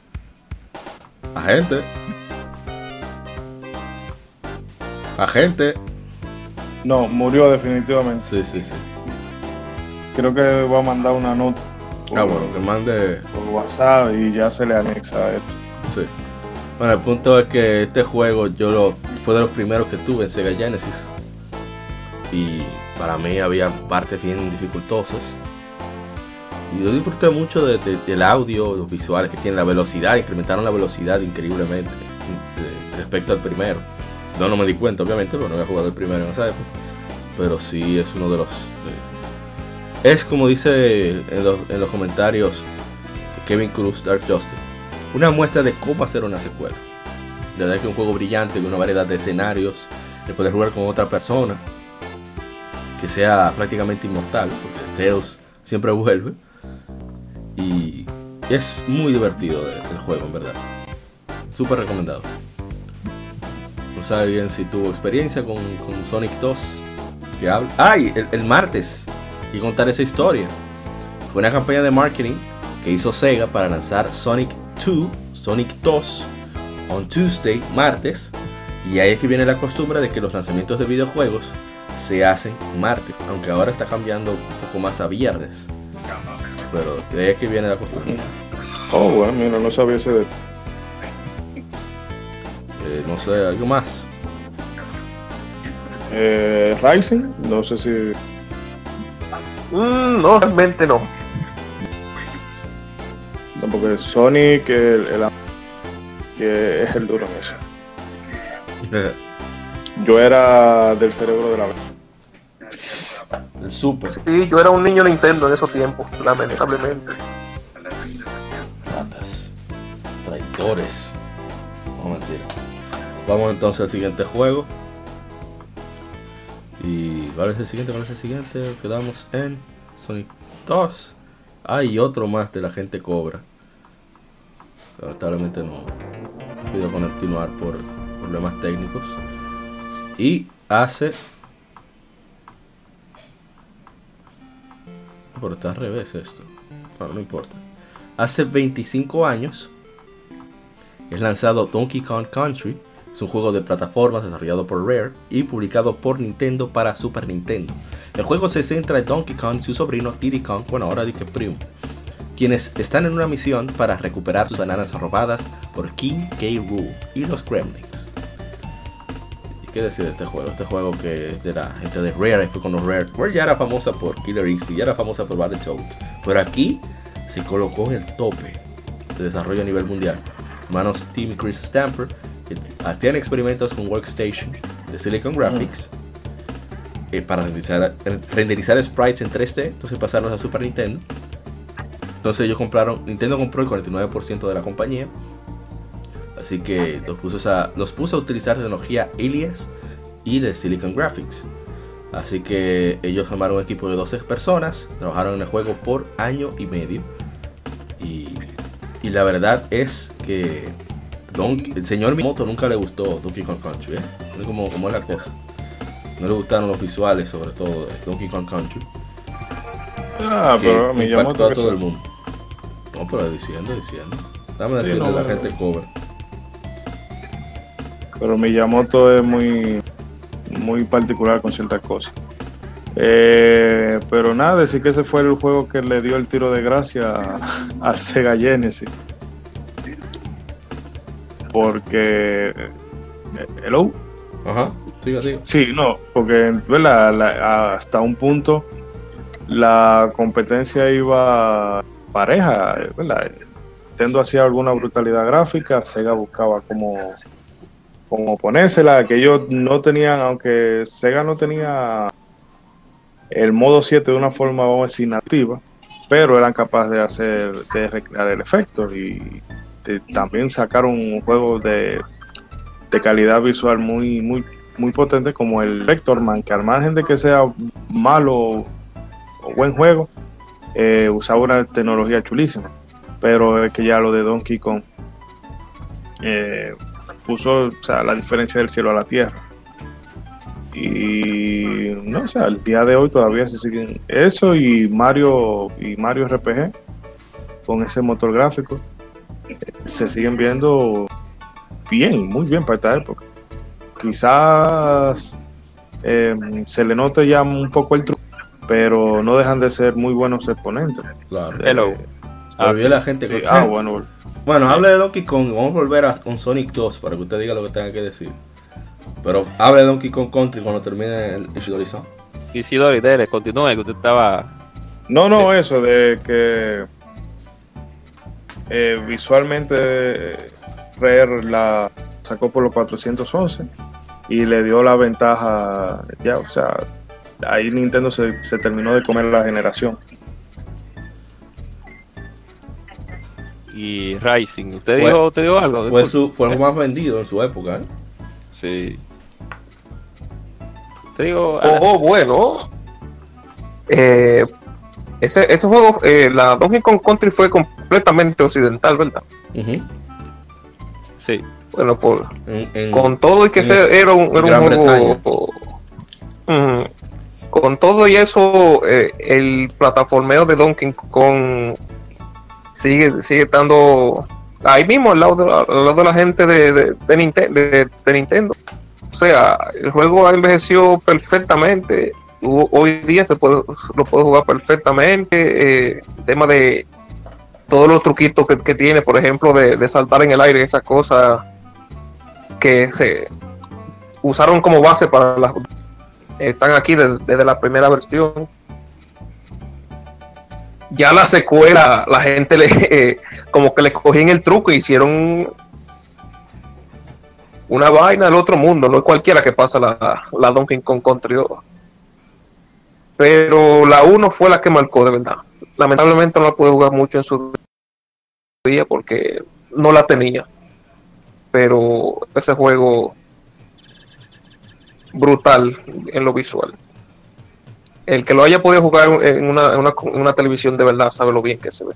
Agente. No, murió definitivamente. Sí. Creo que va a mandar una nota. Bueno, que mande por WhatsApp y ya se le anexa esto. Sí. Bueno, el punto es que este juego fue de los primeros que tuve en Sega Genesis. Y para mí había partes bien dificultosas. Y yo disfruté mucho del audio, los visuales que tiene, la velocidad, incrementaron la velocidad increíblemente respecto al primero. No me di cuenta, obviamente, porque no había jugado el primero en esa época. Pero sí es uno de los... es como dice en los comentarios Kevin Cruz, Dark Justice, una muestra de cómo hacer una secuela. De verdad que es un juego brillante, con una variedad de escenarios, de poder jugar con otra persona, que sea prácticamente inmortal, porque Tails siempre vuelve. Y es muy divertido el juego, en verdad. Súper recomendado. No sabe bien si tuvo experiencia con Sonic 2. Que habla. ¡Ay! El martes. Y contar esa historia. Fue una campaña de marketing que hizo Sega para lanzar Sonic 2 on Tuesday, martes. Y ahí es que viene la costumbre de que los lanzamientos de videojuegos se hacen martes, aunque ahora está cambiando un poco más a viernes. Pero de ahí es que viene la costumbre. Oh, bueno, mira, no sabía ese de... no sé, algo más. Rising, no sé si... No, realmente no. No, porque Sonic que es el duro en eso. Yo era del cerebro de la... El Super. Sí, yo era un niño Nintendo en esos tiempos, lamentablemente. Ratas. Traidores. No, mentira. Vamos entonces al siguiente juego. ¿Y cuál es el siguiente? Quedamos en Sonic 2. Hay otro más de la gente Cobra. Lamentablemente no puedo continuar por problemas técnicos. Y hace... Pero está al revés esto. Bueno, no importa. Hace 25 años es lanzado Donkey Kong Country. Es un juego de plataformas desarrollado por Rare y publicado por Nintendo para Super Nintendo. El juego se centra en Donkey Kong y su sobrino Diddy Kong, bueno, ahora Diddy primo, quienes están en una misión para recuperar sus bananas robadas por King K. Rool y los Gremlins. ¿Y qué decir de este juego? Este juego que es de la gente de Rare, fue con los Rare. Rare ya era famosa por Killer Instinct, ya era famosa por Battletoads, pero aquí se colocó en el tope de desarrollo a nivel mundial. Hermanos Tim y Chris Stamper hacían experimentos con Workstation de Silicon Graphics para renderizar sprites en 3D. Entonces pasaron a Super Nintendo. Entonces Nintendo compró el 49% de la compañía. Así que los puso a utilizar tecnología Alias y de Silicon Graphics. Así que ellos formaron un equipo de 12 personas, trabajaron en el juego por año y medio. Y la verdad es que el señor Miyamoto nunca le gustó Donkey Kong Country, como es la cosa. No le gustaron los visuales, sobre todo de Donkey Kong Country. Pero impactó a todo el mundo. No, pero diciendo. Dame decirle a la gente Cobra. Pero Miyamoto es muy particular con ciertas cosas. Pero nada, decir que ese fue el juego que le dio el tiro de gracia al Sega Genesis. Porque... ¿Hello? Ajá, siga. Sí, no, porque hasta un punto la competencia iba pareja, ¿verdad? Nintendo hacía alguna brutalidad gráfica, Sega buscaba como ponérsela, que ellos no tenían, aunque Sega no tenía el modo 7 de una forma, vamos a decir, nativa, pero eran capaces de recrear el efecto y también sacaron un juego de calidad visual muy muy potentes como el Vectorman, que al margen de que sea malo o buen juego, usaba una tecnología chulísima. Pero es que ya lo de Donkey Kong puso, o sea, la diferencia del cielo a la tierra. Y no, o sea, al día de hoy todavía se siguen eso y Mario RPG con ese motor gráfico se siguen viendo bien, muy bien para esta época. Quizás se le note ya un poco el truco, pero no dejan de ser muy buenos exponentes. Claro. Hello. Volvió la gente. Sí, bueno. Bueno, hable de Donkey Kong. Vamos a volver con Sonic 2 para que usted diga lo que tenga que decir. Pero hable de Donkey Kong Country cuando termine el Ishidori-san. Ishidori, dele, continúe, que usted estaba... No, eso de que visualmente Rare la sacó por los 411 y le dio la ventaja ya, o sea, ahí Nintendo se terminó de comer la generación. Y Rising, ¿usted dijo algo? Fue el más vendido en su época, ¿eh? Sí. Te digo... bueno. Ese juego, la Donkey Kong Country fue completamente occidental, ¿verdad? Uh-huh. Sí. Bueno, con todo y que era un juego... con todo y eso, el plataformeo de Donkey Kong sigue estando ahí mismo al lado de la gente de Nintendo. O sea, el juego envejeció perfectamente. Hoy día lo puede jugar perfectamente. El tema de todos los truquitos que tiene, por ejemplo, de saltar en el aire, esas cosas que se usaron como base para las... Están aquí desde la primera versión. Ya la secuela, la gente como que le cogían el truco y hicieron una vaina del otro mundo. No es cualquiera que pasa la Donkey Kong Country 2. Pero la 1 fue la que marcó de verdad. Lamentablemente no la pude jugar mucho en su día porque no la tenía. Pero ese juego brutal en lo visual. El que lo haya podido jugar en una televisión de verdad sabe lo bien que se ve.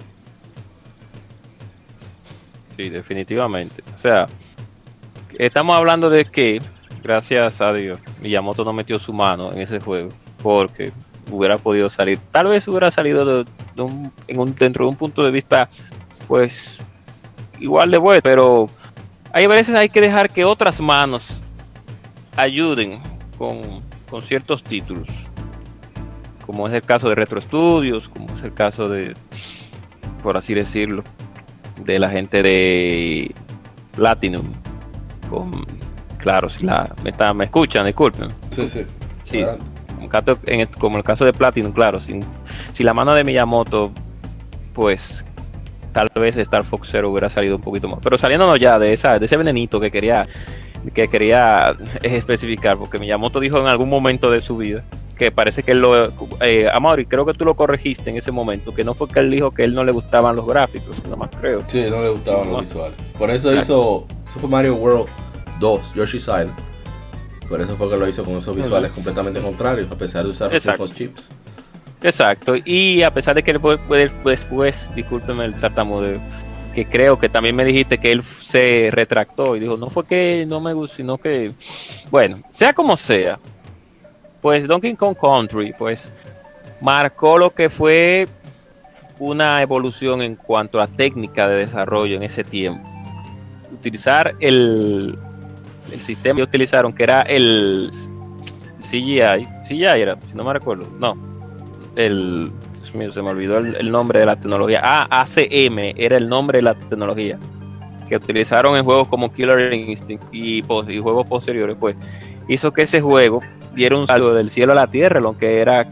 Sí, definitivamente. O sea, estamos hablando de que, gracias a Dios, Miyamoto no metió su mano en ese juego, porque hubiera podido salir, tal vez hubiera salido dentro de un punto de vista, pues, igual de bueno, pero hay veces hay que dejar que otras manos ayuden con ciertos títulos, como es el caso de Retro Studios, como es el caso de, por así decirlo, de la gente de Platinum. Claro, si me escuchan, disculpen. Sí, como el caso de Platinum, claro, si la mano de Miyamoto, pues tal vez Star Fox Zero hubiera salido un poquito más. Pero saliéndonos ya de ese venenito que quería especificar, porque Miyamoto dijo en algún momento de su vida que parece que él Amaury, creo que tú lo corregiste en ese momento, que no fue que él dijo que a él no le gustaban los gráficos, nada más creo. Sí, no le gustaban los visuales. Por eso hizo Super Mario World 2, Yoshi's Island. Por eso fue que lo hizo con esos visuales completamente contrarios, a pesar de usar los mismos chips. Exacto, y a pesar de que después, discúlpeme el tartamudeo, que creo que también me dijiste que él se retractó y dijo, no fue que no me gustó, sino que, bueno, sea como sea, pues Donkey Kong Country, pues, marcó lo que fue una evolución en cuanto a técnica de desarrollo en ese tiempo. Utilizar el sistema que utilizaron, que era el CGI era, si no me recuerdo, no, Dios mío, se me olvidó el nombre de la tecnología. ACM era el nombre de la tecnología que utilizaron en juegos como Killer Instinct y juegos posteriores, pues hizo que ese juego diera un salto del cielo a la tierra, lo que era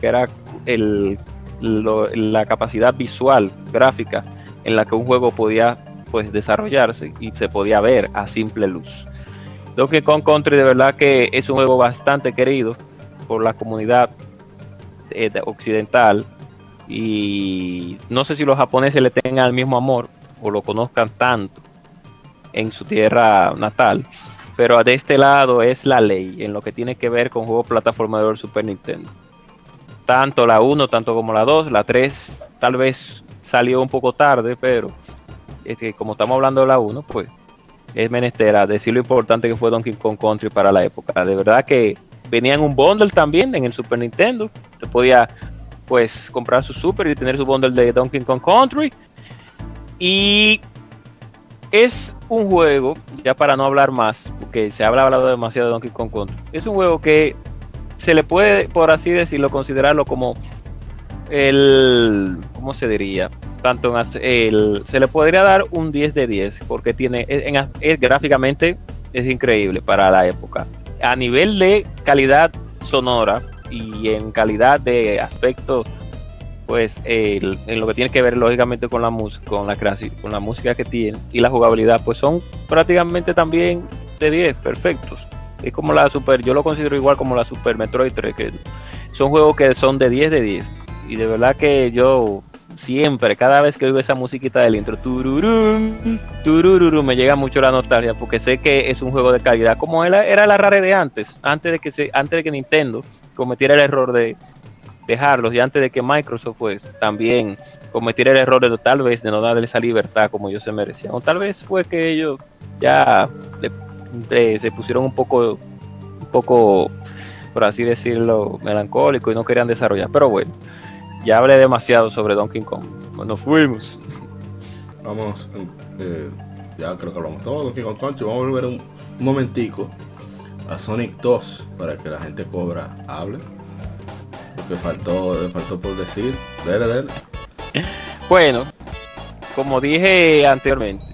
la capacidad visual, gráfica, en la que un juego podía, pues, desarrollarse y se podía ver a simple luz. Donkey Kong Country de verdad que es un juego bastante querido por la comunidad occidental, y no sé si los japoneses le tengan el mismo amor o lo conozcan tanto en su tierra natal, pero de este lado es la ley en lo que tiene que ver con juegos plataforma del Super Nintendo. Tanto la 1, tanto como la 2, la 3 tal vez salió un poco tarde, pero es que como estamos hablando de la 1, pues es menester decir lo importante que fue Donkey Kong Country para la época. De verdad que venía en un bundle también en el Super Nintendo. Se podía pues comprar su Super y tener su bundle de Donkey Kong Country. Y es un juego, ya para no hablar más, porque se ha hablado demasiado de Donkey Kong Country, es un juego que se le puede, por así decirlo, considerarlo como ¿cómo se diría? Se le podría dar un 10 de 10, porque gráficamente es increíble para la época. A nivel de calidad sonora y en calidad de aspecto, pues en lo que tiene que ver lógicamente con la música, con la música que tiene y la jugabilidad, pues son prácticamente también de 10, perfectos. Es como la Super, yo lo considero igual como la Super Metroid 3, que son juegos que son de 10 de 10. Y de verdad que yo siempre, cada vez que oigo esa musiquita del intro, tururum, tururum, me llega mucho la nostalgia, porque sé que es un juego de calidad, como era la Rare de antes de que Nintendo cometiera el error de dejarlos, y antes de que Microsoft pues también cometiera el error de tal vez de no darle esa libertad como ellos se merecían, o tal vez fue que ellos ya se pusieron un poco, por así decirlo, melancólico y no querían desarrollar. Pero bueno, ya hablé demasiado sobre Donkey Kong. Nos fuimos. Vamos, ya creo que hablamos todo de Donkey Kong Country. Vamos a volver un momentico a Sonic 2 para que la gente cobra hable. Porque faltó por decir. Dale. Bueno, como dije anteriormente,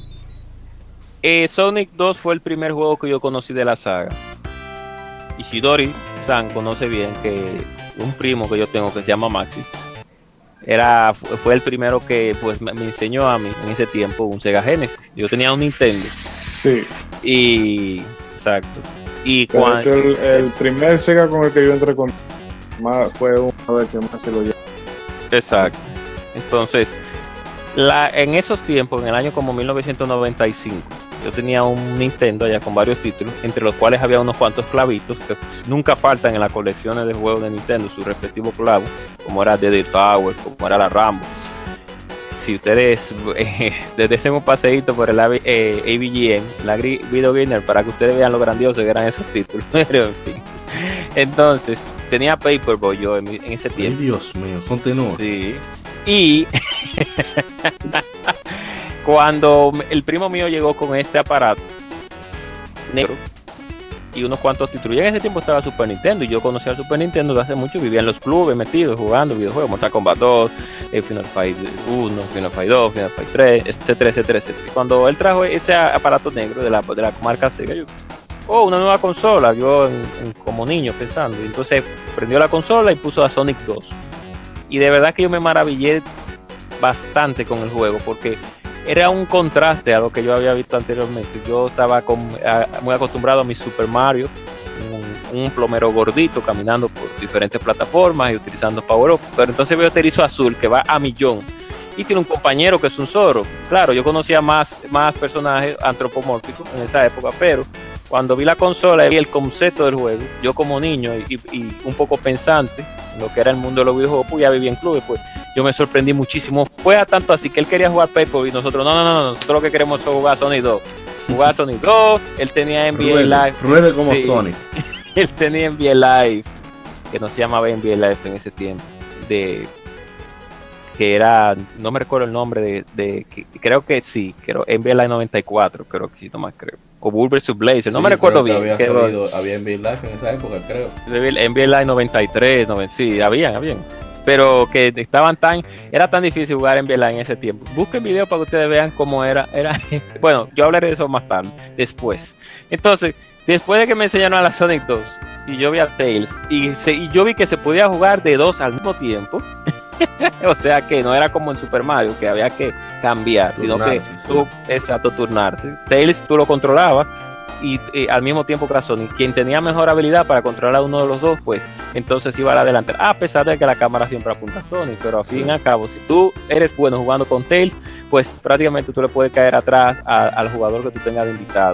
Sonic 2 fue el primer juego que yo conocí de la saga. Ishidori-san conoce bien que un primo que yo tengo que se llama Maxi fue el primero que pues me enseñó a mí en ese tiempo un Sega Genesis. Yo tenía un Nintendo. Sí. Y exacto. Y cuando el primer Sega con el que yo entré con fue una vez que más se lo llevó. Exacto. Entonces, en esos tiempos, en el año como 1995, yo tenía un Nintendo allá con varios títulos, entre los cuales había unos cuantos clavitos que pues, nunca faltan en las colecciones de juegos de Nintendo, su respectivo clavo, como era The Tower, como era la Rambo. Si ustedes desde un paseíto por el AVGN, la Video Gamer, para que ustedes vean lo grandioso que eran esos títulos. Pero en fin. Entonces, tenía Paperboy yo en ese tiempo. Ay, Dios mío, continúa. Sí. Y cuando el primo mío llegó con este aparato negro y unos cuantos títulos, y en ese tiempo estaba Super Nintendo, y yo conocía al Super Nintendo de hace mucho, vivía en los clubes metidos, jugando videojuegos, Mortal Kombat 2, Final Fight 1, Final Fight 2, Final Fight 3, etcétera. Y cuando él trajo ese aparato negro de la marca Sega, yo, una nueva consola, yo como niño pensando, y entonces prendió la consola y puso a Sonic 2, y de verdad que yo me maravillé bastante con el juego, porque era un contraste a lo que yo había visto anteriormente. Yo estaba muy acostumbrado a mi Super Mario, un plomero gordito caminando por diferentes plataformas y utilizando Power Up, pero entonces veo este erizo azul que va a millón y tiene un compañero que es un Zoro. Claro, yo conocía más personajes antropomórficos en esa época, pero cuando vi la consola y el concepto del juego, yo como niño y un poco pensante en lo que era el mundo de los videojuegos, pues ya vivía en clubes, pues yo me sorprendí muchísimo. Fue a tanto así que él quería jugar Paper y nosotros, no, nosotros lo que queremos es jugar Sonic 2. Jugar Sonic 2, él tenía NBA Live. Ruede como sí. Sonic. Él tenía NBA Live, que no se llamaba NBA Live en ese tiempo, que era, no me recuerdo el nombre creo que sí, NBA Live 94, creo que sí, no más creo. O Bull vs Blazer, no me recuerdo bien. Había NBA Live en esa época, creo. NBA Live 93, sí, habían. Pero que era tan difícil jugar en NBA Live en ese tiempo. Busquen video para que ustedes vean cómo era. Bueno, yo hablaré de eso más tarde, después. Entonces, después de que me enseñaron a la Sonic 2 y yo vi a Tails y yo vi que se podía jugar de 2 al mismo tiempo. O sea que no era como en Super Mario, que había que cambiar, sino que turnarse. Tails tú lo controlabas y al mismo tiempo que a Sonic, quien tenía mejor habilidad para controlar a uno de los dos, pues entonces iba a la delantera, a pesar de que la cámara siempre apunta a Sonic, pero al fin y al cabo, si tú eres bueno jugando con Tails, pues prácticamente tú le puedes caer atrás al jugador que tú tengas de invitado.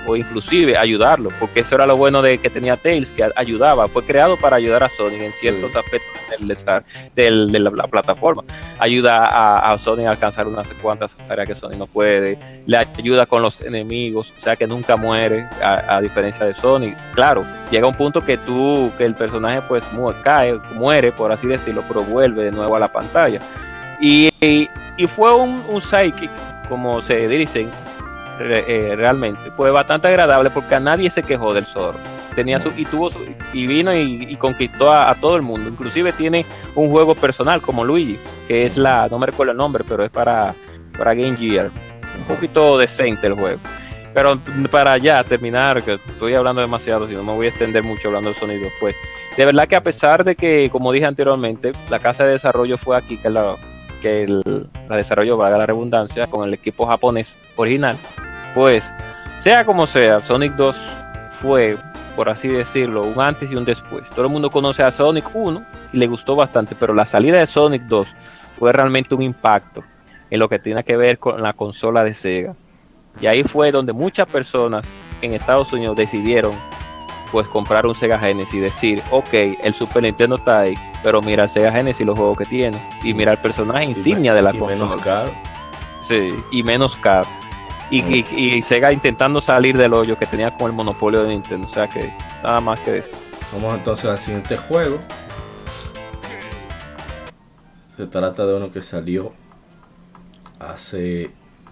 o inclusive ayudarlo, porque eso era lo bueno de que tenía Tails, que ayudaba, fue creado para ayudar a Sonic en ciertos aspectos de la plataforma. Ayuda a Sonic a alcanzar unas cuantas tareas que Sonic no puede, le ayuda con los enemigos, o sea que nunca muere, a diferencia de Sonic. Claro, llega un punto que el personaje pues muere, por así decirlo, pero vuelve de nuevo a la pantalla. Y fue un sidekick, como se dicen realmente, fue bastante agradable porque a nadie se quejó del Zorro. Vino y conquistó a todo el mundo. Inclusive tiene un juego personal como Luigi, que es no me recuerdo el nombre, pero es para Game Gear. Un poquito decente el juego. Pero para ya terminar, que estoy hablando demasiado, si no me voy a extender mucho hablando del sonido, pues de verdad que a pesar de que, como dije anteriormente, la casa de desarrollo fue aquí, que la desarrolló, valga la redundancia, con el equipo japonés original, pues sea como sea, Sonic 2 fue, por así decirlo, un antes y un después. Todo el mundo conoce a Sonic 1 y le gustó bastante, pero la salida de Sonic 2 fue realmente un impacto en lo que tiene que ver con la consola de Sega. Y ahí fue donde muchas personas en Estados Unidos decidieron pues comprar un Sega Genesis y decir, ok, el Super Nintendo está ahí, pero mira el Sega Genesis y los juegos que tiene, y mira el personaje insignia de la consola. Y menos caro. Sí, y menos caro. Y Sega intentando salir del hoyo que tenía con el monopolio de Nintendo, o sea que nada más que eso. Vamos entonces al siguiente juego. Se trata de uno que salió hace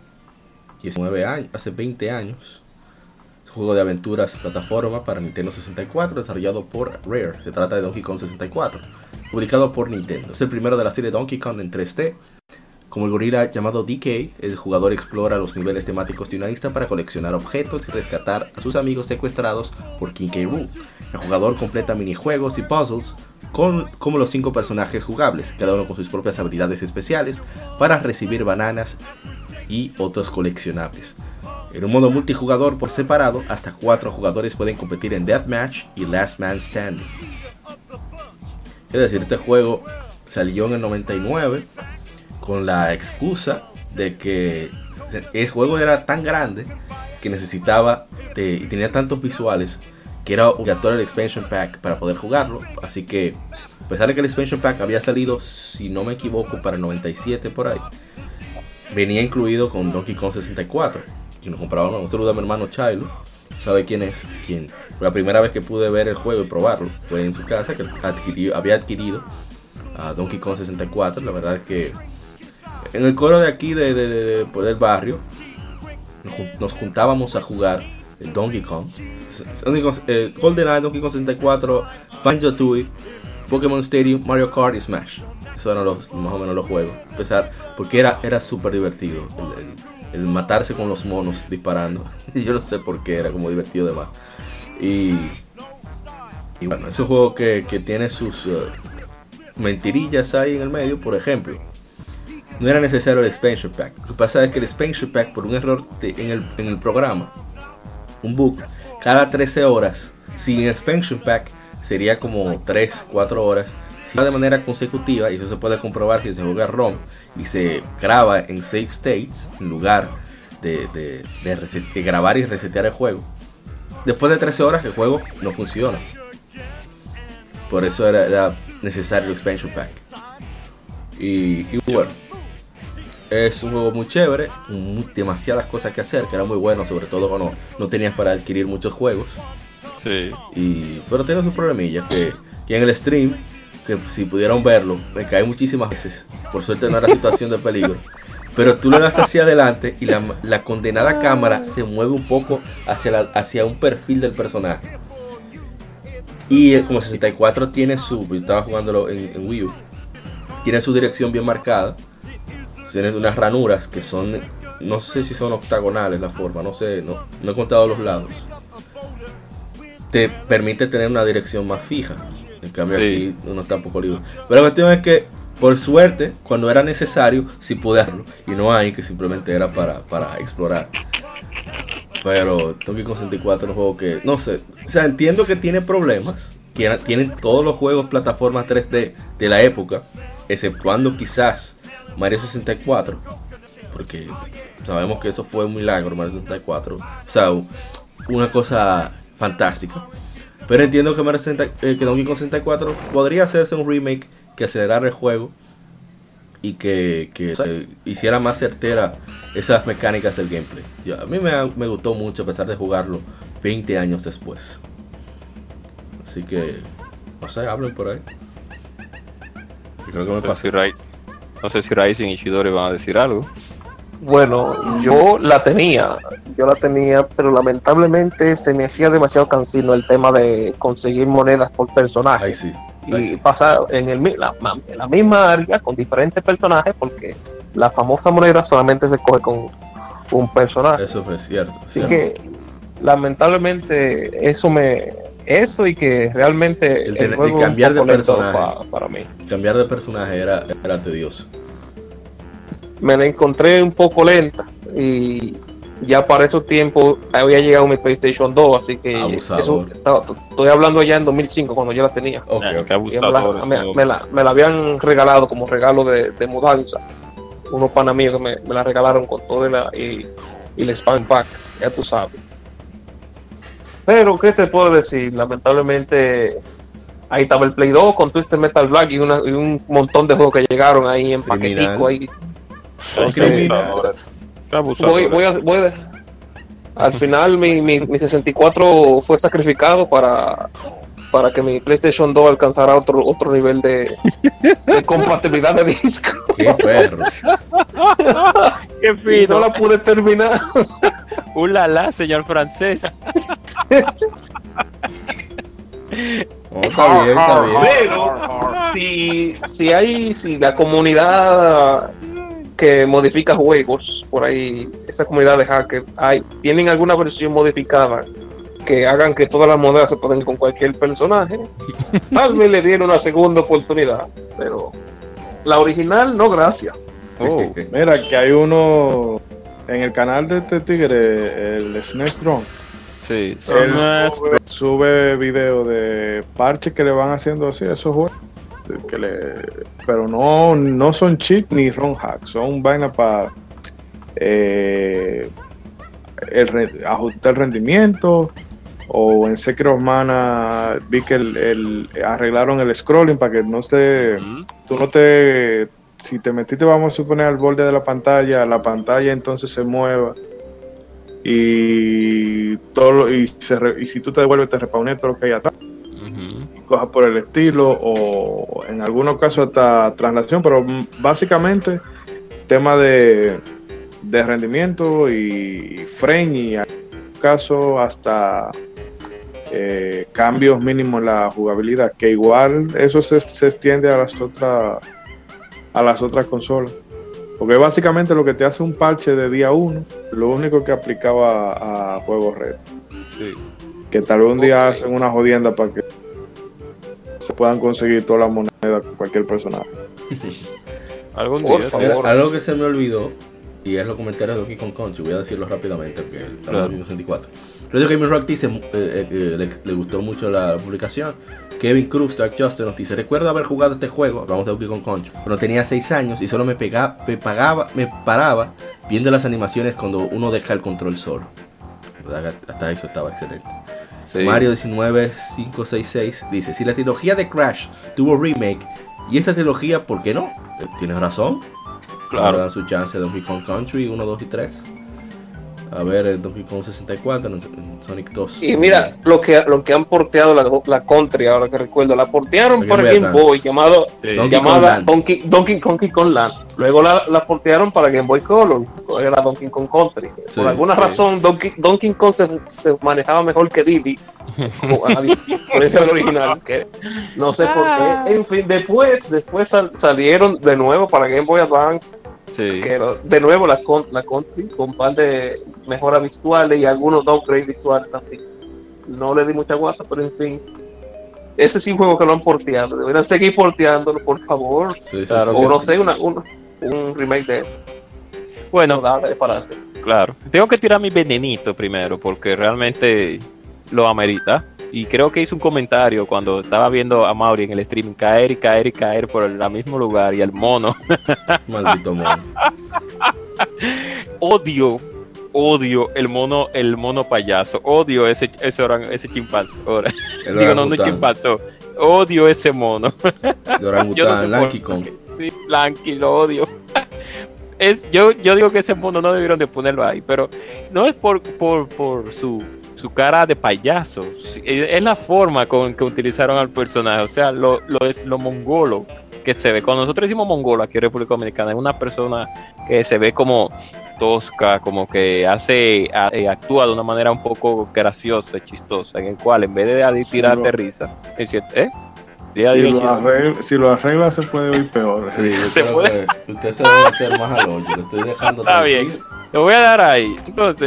19 años, hace 20 años. Es un juego de aventuras plataforma para Nintendo 64 desarrollado por Rare. Se trata de Donkey Kong 64, publicado por Nintendo. Es el primero de la serie Donkey Kong en 3D. Como el gorila llamado DK, el jugador explora los niveles temáticos de una isla para coleccionar objetos y rescatar a sus amigos secuestrados por King K. Rool. El jugador completa minijuegos y puzzles como los 5 personajes jugables, cada uno con sus propias habilidades especiales para recibir bananas y otros coleccionables. En un modo multijugador por separado, hasta 4 jugadores pueden competir en Deathmatch y Last Man Standing. Es decir, este juego salió en el 99 con la excusa de que el juego era tan grande que necesitaba y tenía tantos visuales que era obligatorio el expansion pack para poder jugarlo. Así que, a pesar de que el expansion pack había salido, si no me equivoco, para el 97 por ahí, venía incluido con Donkey Kong 64. Y nos compraba un saludo a mi hermano Chilo, sabe quién es, fue la primera vez que pude ver el juego y probarlo, fue en su casa, que había adquirido a Donkey Kong 64. La verdad es que en el coro de aquí del barrio nos juntábamos a jugar el Donkey Kong, GoldenEye, Donkey Kong 64, Banjo-Tooie, Pokémon Stadium, Mario Kart y Smash. Esos eran más o menos los juegos, porque era súper divertido el matarse con los monos disparando. Yo no sé por qué, era como divertido de más. Y bueno, es un juego que tiene sus mentirillas ahí en el medio. Por ejemplo, no era necesario el expansion pack. Lo que pasa es que el expansion pack, por un error en el programa, un bug, cada 13 horas, sin expansion pack sería como 3-4 horas, si va de manera consecutiva, y eso se puede comprobar si se juega ROM y se graba en save states en lugar de grabar y resetear el juego. Después de 13 horas el juego no funciona. Por eso era necesario el expansion pack. Y bueno, es un juego muy chévere, demasiadas cosas que hacer, que era muy bueno, sobre todo cuando no tenías para adquirir muchos juegos. Sí. Pero tiene sus problemillas, que en el stream, que si pudieron verlo, me caí muchísimas veces. Por suerte no era situación de peligro. Pero tú le das hacia adelante y la condenada cámara se mueve un poco hacia un perfil del personaje. Y como 64 tiene yo estaba jugándolo en Wii U, tiene su dirección bien marcada. Tiene unas ranuras que son, no sé si son octagonales la forma, no sé, no he contado los lados. Te permite tener una dirección más fija. En cambio sí, aquí uno está un poco libre. Pero la cuestión es que, por suerte, cuando era necesario, sí pude hacerlo. Y no hay, que simplemente era para explorar. Pero Donkey Kong 64 es un juego que, no sé, o sea, entiendo que tiene problemas. Que tienen todos los juegos plataformas 3D de la época, exceptuando quizás Mario 64, porque sabemos que eso fue un milagro, Mario 64. O sea, una cosa fantástica. Pero entiendo que Donkey Kong 64 podría hacerse un remake que acelerara el juego y que hiciera más certera esas mecánicas del gameplay. A mí me gustó mucho a pesar de jugarlo 20 años después. Así que, no sé, hablen por ahí. Yo creo que me pasé. No sé si Rising y Shidori van a decir algo. Bueno, yo la tenía, pero lamentablemente se me hacía demasiado cansino el tema de conseguir monedas por personaje. Ahí sí. Y pasar en la misma área con diferentes personajes, porque la famosa moneda solamente se coge con un personaje. Eso es cierto. Así que lamentablemente eso y que realmente el cambiar de personaje para mí. Cambiar de personaje era tedioso. Me la encontré un poco lenta y ya para esos tiempos había llegado mi PlayStation 2, así que eso, estoy hablando ya en 2005 cuando yo la tenía. Me la habían regalado como regalo de mudanza. Unos panas míos que me la regalaron con todo y el spam pack, ya tú sabes. Pero, ¿qué te puedo decir? Lamentablemente, ahí estaba el Play 2 con Twisted Metal Black y un montón de juegos que llegaron ahí en paquetico ahí. Entonces, al final mi 64 fue sacrificado para que mi PlayStation 2 alcanzara otro nivel de compatibilidad de disco. ¡Qué perro! ¡Qué fino! Y no la pude terminar. ¡Ulala, señor francés! Está Pero bien. si la comunidad que modifica juegos por ahí, esa comunidad de hackers, tienen alguna versión modificada que hagan que todas las monedas se pueden con cualquier personaje, tal vez le dieron una segunda oportunidad, pero la original no, gracias. Mira que hay uno en el canal de este tigre, el Snake Drone. Sí, él sube video de parches que le van haciendo así a esos juegos, pero no son cheat ni ROM hacks, son vainas para ajustar el rendimiento. O en Secret of Mana vi que arreglaron el scrolling para que si te metiste, vamos a suponer, al borde de la pantalla entonces se mueva y si tú te devuelves te respawnea todo lo que hay atrás. Cosas por el estilo, o en algunos casos hasta traslación, pero básicamente tema de rendimiento y frame, y en caso hasta cambios mínimos en la jugabilidad, que igual eso se extiende a las otras consolas, porque básicamente lo que te hace un parche de día 1, lo único que aplicaba a juegos retro. Sí. Que tal vez un día hacen una jodienda para que se puedan conseguir todas las monedas con cualquier personaje. Algún Por día. favor. Algo que se me olvidó, y es los comentarios de Donkey Kong Country, voy a decirlo rápidamente porque estamos en 64. Radio Gaming Rock dice le gustó mucho la publicación. Kevin Cruz, Dark Justice, nos dice: recuerdo haber jugado este juego, hablamos de Donkey Kong Country, pero tenía 6 años y solo me paraba viendo las animaciones cuando uno deja el control solo. Hasta eso estaba excelente. Sí. Mario 19566 dice: si la trilogía de Crash tuvo remake y esta trilogía, ¿por qué no? Tienes razón. Claro, dan su chance a Donkey Kong Country 1, 2 y 3. A ver, el Donkey Kong 64, Sonic 2. Y mira, lo que han porteado la Country, ahora que recuerdo, la portearon para Game Boy, llamada Donkey Kong Land. Luego la portearon para Game Boy Color, era Donkey Kong Country. Sí, por alguna razón, Donkey Kong se manejaba mejor que Diddy, a diferencia del original, que no sé por qué. En fin, después salieron de nuevo para Game Boy Advance. Sí. Que de nuevo la Country con un par de mejoras visuales y algunos downgrades visuales también. No le di mucha guata, pero en fin, ese sí es un juego que lo han porteado. Deberían seguir porteándolo, por favor. Sí, claro, sí, o no sé, un remake de él. Bueno, claro. Tengo que tirar mi venenito primero porque realmente lo amerita. Y creo que hice un comentario cuando estaba viendo a Mauri en el stream caer por el mismo lugar y el mono. Maldito mono. Odio odio el mono payaso, odio ese chimpancé. Digo, no chimpancé, odio ese mono. De orangután, Lanky Kong. Sí, Lanky, lo odio. Yo digo que ese mono no debieron de ponerlo ahí, pero no es por su cara de payaso, es la forma con que utilizaron al personaje, o sea, lo mongolo que se ve. Cuando nosotros decimos mongolo aquí en República Dominicana, es una persona que se ve como tosca, como que actúa de una manera un poco graciosa, chistosa, en el cual en vez de tirarte risa, es cierto, si lo arregla se puede oír peor. Sí, usted se va a meter más al hoyo, lo estoy dejando. Está tranquilo. Bien, lo voy a dar ahí. Entonces,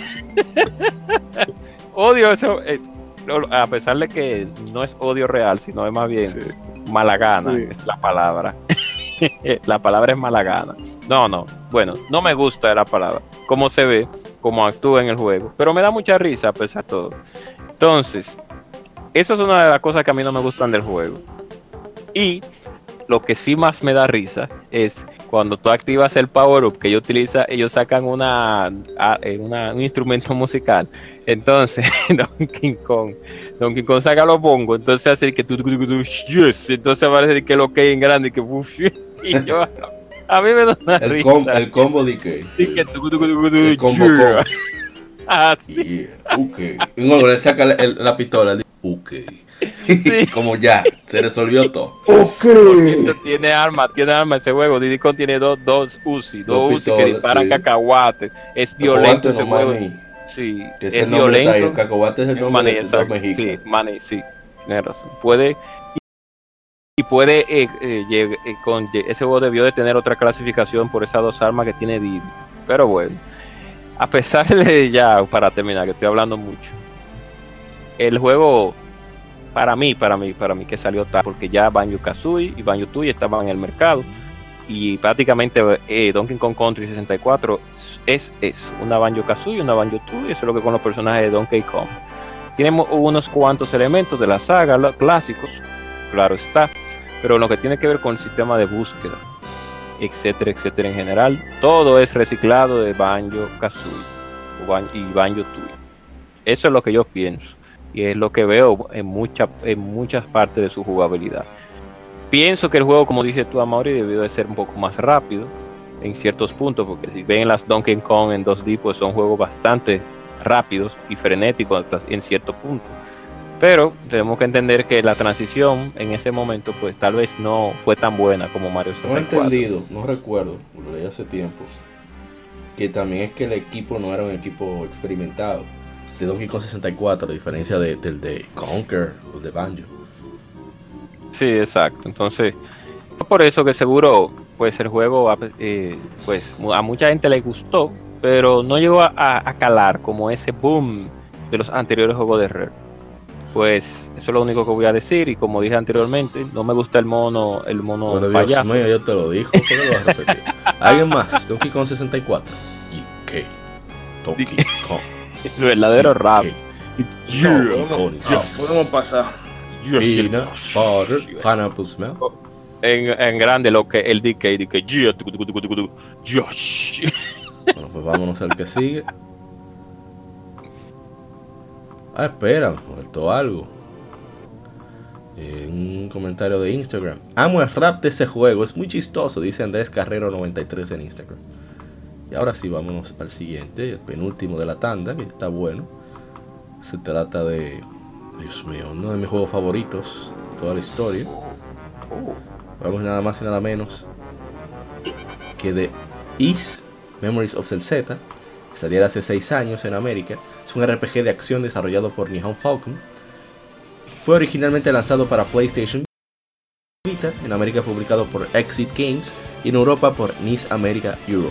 odio eso, a pesar de que no es odio real, sino es más bien mala gana, es la palabra. La palabra es mala gana. Bueno, no me gusta la palabra, cómo se ve, cómo actúa en el juego, pero me da mucha risa a pesar de todo. Entonces, eso es una de las cosas que a mí no me gustan del juego. Y lo que sí más me da risa es cuando tú activas el power up que ellos sacan un instrumento musical. Entonces Donkey Kong saca los bongos, entonces hace que yes, entonces parece que lo que en grande que y yo a mí me da una risa. El combo de que sí, que el combo así. Okay. Y luego le saca la pistola. Sí. Como ya se resolvió todo. Tiene arma ese juego. Diddy Kong tiene dos Uzi que disparan cacahuates. Es violento ese juego. Sí, es violento. Cacahuate es el nombre de México. Sí, Manny, sí, tiene razón. Ese juego debió de tener otra clasificación por esas dos armas que tiene Diddy. Pero bueno, a pesar de, ya para terminar, que estoy hablando mucho, el juego para mí que salió tarde, porque ya Banjo-Kazooie y Banjo-Tooie estaban en el mercado y prácticamente Donkey Kong Country 64 es una Banjo-Kazooie y una Banjo-Tooie. Eso es lo que con los personajes de Donkey Kong tienen unos cuantos elementos de la saga, los clásicos, claro está, pero lo que tiene que ver con el sistema de búsqueda, etcétera en general, todo es reciclado de Banjo-Kazooie y Banjo-Tooie. Eso es lo que yo pienso y es lo que veo en muchas partes de su jugabilidad. Pienso que el juego, como dices tú, Amaury, debió de ser un poco más rápido en ciertos puntos, porque si ven las Donkey Kong en 2D, pues son juegos bastante rápidos y frenéticos en cierto punto. Pero tenemos que entender que la transición en ese momento, pues tal vez no fue tan buena como Mario 64. No he entendido, no recuerdo, lo leí hace tiempo, que también es que el equipo no era un equipo experimentado de Donkey Kong 64, a diferencia del de Conker o de Banjo. Sí, exacto. Entonces, por eso que seguro, pues el juego, pues a mucha gente le gustó, pero no llegó a calar como ese boom de los anteriores juegos de Rare. Pues eso es lo único que voy a decir, y como dije anteriormente, no me gusta el mono pero payaso. Dios mío, yo te lo dijo, pero lo vas a repetir. ¿Alguien más? Donkey Kong 64. ¿Qué? Donkey Kong. El verdadero rap. Podemos pasar. Peanut butter, pineapple smell. En grande lo que el DK. Bueno, pues vámonos al que sigue. Espera, me faltó algo. Un comentario de Instagram. Amo el rap de ese juego, es muy chistoso, dice Andrés Carrero 93 en Instagram. Y ahora sí, vámonos al siguiente, el penúltimo de la tanda, que está bueno. Se trata de, Dios mío, uno de mis juegos favoritos de toda la historia. Vamos nada más y nada menos que de Ys Memories of Celceta, que saliera hace 6 años en América. Es un RPG de acción desarrollado por Nihon Falcom. Fue originalmente lanzado para PlayStation Vita, en América fue publicado por Exit Games y en Europa por NIS America Europe.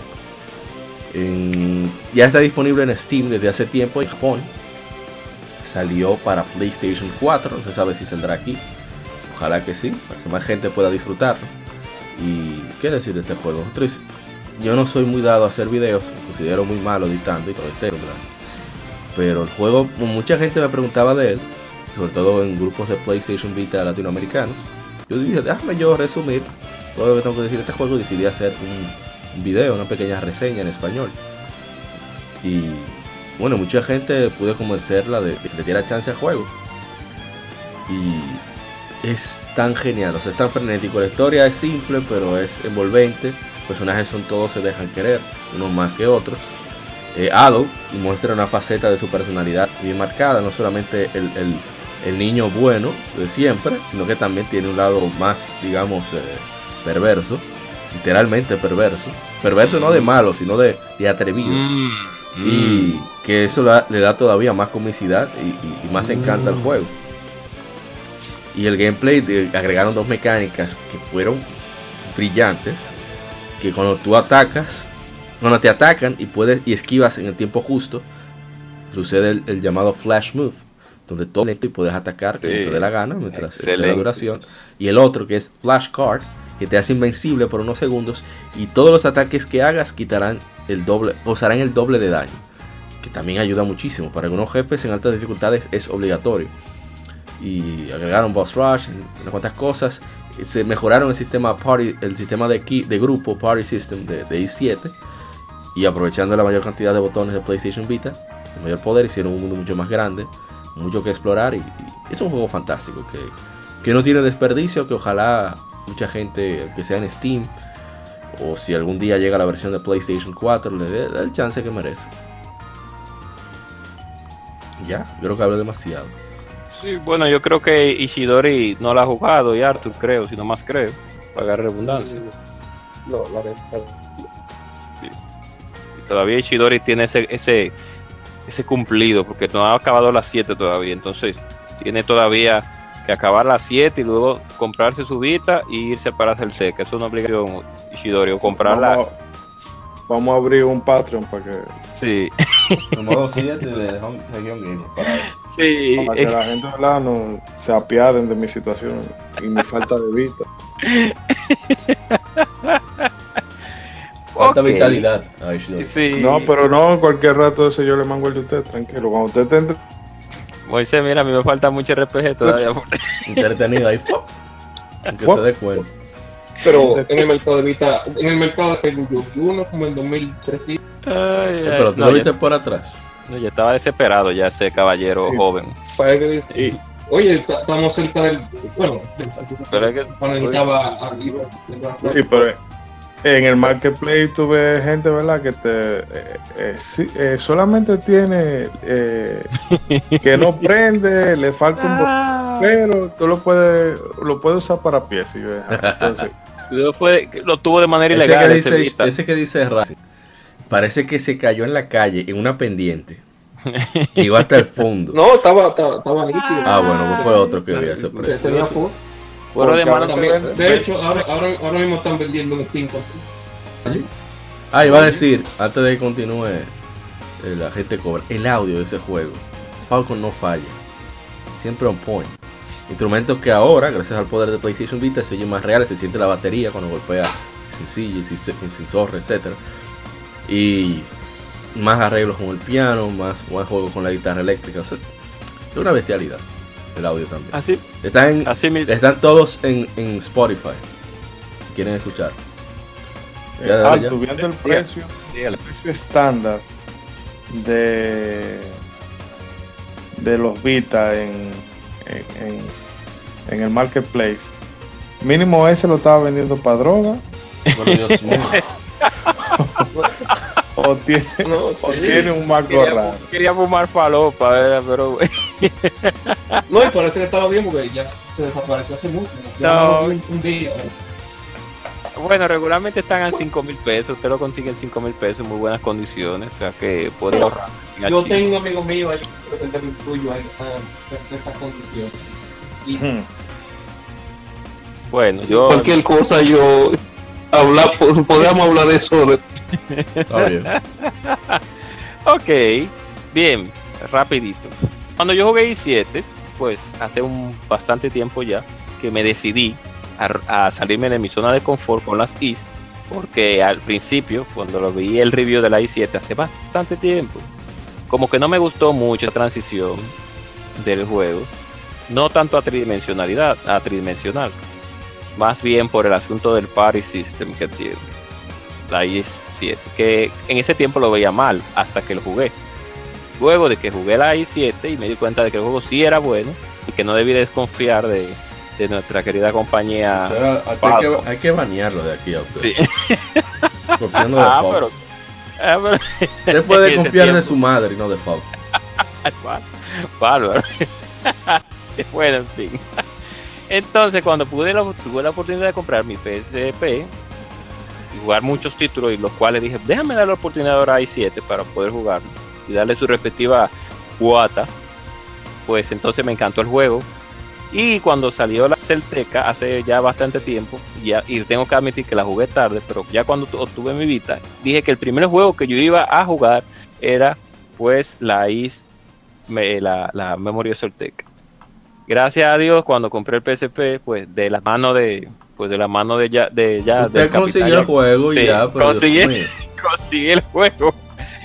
Ya está disponible en Steam desde hace tiempo. En Japón salió para PlayStation 4, no se sabe si saldrá aquí. Ojalá que sí, para que más gente pueda disfrutarlo. Y qué decir de este juego. Yo no soy muy dado a hacer videos, me considero muy malo editando y todo esto, pero el juego, mucha gente me preguntaba de él, sobre todo en grupos de PlayStation Vita latinoamericanos. Yo dije, déjame yo resumir todo lo que tengo que decir de este juego, y decidí hacer un video, una pequeña reseña en español. Y bueno, mucha gente pude convencerla de que le diera chance al juego. Y es tan genial, o sea, es tan frenético. La historia es simple, pero es envolvente. Los personajes todos se dejan querer, unos más que otros. Adult muestra una faceta de su personalidad bien marcada, no solamente el niño bueno de siempre, sino que también tiene un lado más, digamos, perverso, literalmente perverso. Perverso no de malo, sino de atrevido. Y que eso le da todavía más comicidad y más encanto al juego. Y el gameplay agregaron 2 mecánicas que fueron brillantes, que cuando tú atacas, cuando te atacan y esquivas en el tiempo justo, sucede el llamado flash move, donde todo lento y puedes atacar como te dé la gana mientras esté la duración. Y el otro que es flash card, que te hace invencible por unos segundos y todos los ataques que hagas causarán el doble de daño, que también ayuda muchísimo. Para algunos jefes en altas dificultades es obligatorio. Y agregaron boss rush, unas cuantas cosas. Se mejoraron el sistema party, el sistema de grupo party system de i7, y aprovechando la mayor cantidad de botones de PlayStation Vita, el mayor poder, hicieron un mundo mucho más grande, mucho que explorar, y es un juego fantástico que no tiene desperdicio, que ojalá mucha gente que sea en Steam, o si algún día llega la versión de PlayStation 4, le dé el chance que merece. Ya, yo creo que hablé demasiado. Sí, bueno, yo creo que Ishidori no la ha jugado, y Arthur creo, si no más creo, para redundancia. No, la verdad. Sí. Y todavía Ishidori tiene ese cumplido, porque no ha acabado las 7 todavía, entonces tiene todavía que acabar las 7 y luego comprarse su Vita y irse para hacer el C, que es una obligación, Ishidori, o comprarla. Vamos a abrir un Patreon para que... Sí. El modo 7 de Legion Gamer, para eso. Sí. Para que la gente no se apiaden de mi situación y mi falta de Vita. Falta vitalidad. Ay, Sí. No, pero no, cualquier rato eso yo le mango el de usted, tranquilo. Cuando usted esté... Moisés, mira, a mí me falta mucho RPG todavía. Entretenido ahí, aunque se dé cuenta. Pero en el mercado de Vita, en el mercado de Facebook, uno como en 2013. Pero tú lo viste por atrás. No, ya estaba desesperado ya ese caballero joven. Sí. Oye, estamos cerca del... Bueno, pero es que... cuando estaba arriba. Sí, pero en el marketplace tú ves gente, ¿verdad? Que solamente tiene que no prende, le falta un botón, pero tú lo puedes usar para pies. Entonces, lo tuvo de manera ilegal. Ese que dice Racing parece que se cayó en la calle en una pendiente. Llegó hasta el fondo. No, estaba nítido. Bueno, pues fue otro que vi ese precio. Tenía full. Bueno, de hecho, ahora mismo están vendiendo en Steam. Iba a decir, antes de que continúe, la gente cobra el audio de ese juego. Falcon no falla. Siempre on point. Instrumentos que ahora, gracias al poder de PlayStation Vita, se oyen más reales, se siente la batería cuando golpea sencillo, sin sensor, etc. Y más arreglos con el piano, más buen juego con la guitarra eléctrica. O sea, es una bestialidad el audio también. Así. Están todos en Spotify. ¿Quieren escuchar? Subiendo el precio, el precio estándar de los Vita en el marketplace, mínimo ese lo estaba vendiendo para droga. Pero Dios mío. o tiene un marco raro. Quería fumar falopa, pero no, y parece que estaba bien porque ya se desapareció hace mucho. Un día. Bueno, regularmente están a 5,000 pesos. Usted lo consigue en 5,000 pesos en muy buenas condiciones. O sea que puede ahorrar. Yo tengo un amigo mío ahí que es el tuyo ahí en estas condiciones. Y bueno, yo. Cualquier cosa podríamos hablar de eso. Está bien. Ok, bien, rapidito. Cuando yo jugué i7, pues hace bastante tiempo ya, que me decidí a salirme de mi zona de confort con las Is, porque al principio, cuando lo vi el review de la i7 hace bastante tiempo, como que no me gustó mucho la transición del juego, no tanto a tridimensional, más bien por el asunto del party system que tiene. la i7, que en ese tiempo lo veía mal hasta que lo jugué. Luego de que jugué la i7 y me di cuenta de que el juego sí era bueno y que no debí desconfiar de nuestra querida compañía. Hay que banearlo de aquí a usted. Sí. Copiando de Fox. Usted puede confiar de su madre y no de Fox. Bárbaro. Bueno, en fin. Entonces, cuando tuve la oportunidad de comprar mi PSP y jugar muchos títulos, y los cuales dije, déjame dar la oportunidad ahora a i7 para poder jugarlo y darle su respectiva cuota, pues entonces me encantó el juego. Y cuando salió la Celteca hace ya bastante tiempo, y tengo que admitir que la jugué tarde, pero ya cuando obtuve mi Vita, dije que el primer juego que yo iba a jugar era pues la Memoria Celteca. Gracias a Dios, cuando compré el PSP, pues de la mano de usted consiguió el juego y sí, ya, pero conseguí el juego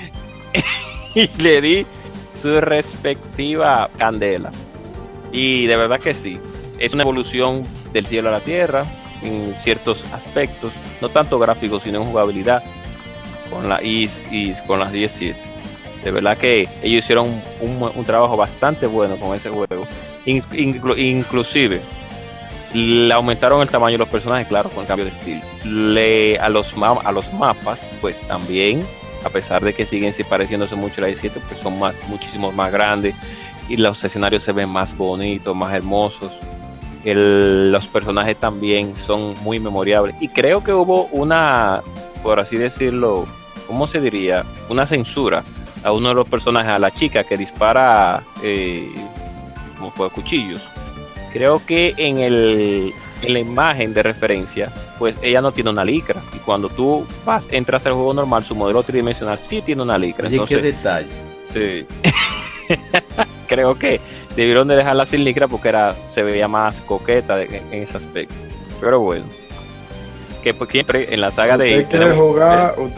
y le di su respectiva candela. Y de verdad que sí, es una evolución del cielo a la tierra en ciertos aspectos, no tanto gráficos sino en jugabilidad con la con las 17. De verdad que ellos hicieron un trabajo bastante bueno con ese juego. Inclusive le aumentaron el tamaño de los personajes, claro, con el cambio de estilo. A los mapas, pues también, a pesar de que siguen pareciéndose mucho a la 17, pues son muchísimo más grandes. Y los escenarios se ven más bonitos, más hermosos. Los personajes también son muy memorables. Y creo que hubo una, por así decirlo, ¿cómo se diría? Una censura a uno de los personajes, a la chica que dispara como por cuchillos. Creo que en la imagen de referencia, pues ella no tiene una licra. Y cuando tú entras al juego normal, su modelo tridimensional sí tiene una licra. Oye, entonces, qué detalle. Sí. Creo que debieron de dejarla sin licra porque se veía más coqueta en ese aspecto. Pero bueno, que pues siempre en la saga de ¿Usted quiere jugar o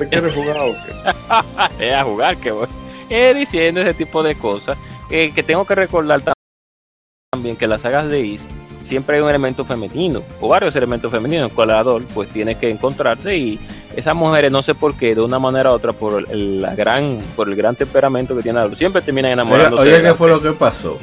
qué? A jugar, que voy diciendo ese tipo de cosas. Que tengo que recordar también que en las sagas de Is siempre hay un elemento femenino o varios elementos femeninos. El colador pues tiene que encontrarse, y esas mujeres, no sé por qué, de una manera u otra, por el gran temperamento que tiene, siempre terminan enamorándose. Oye, ¿qué fue lo que pasó?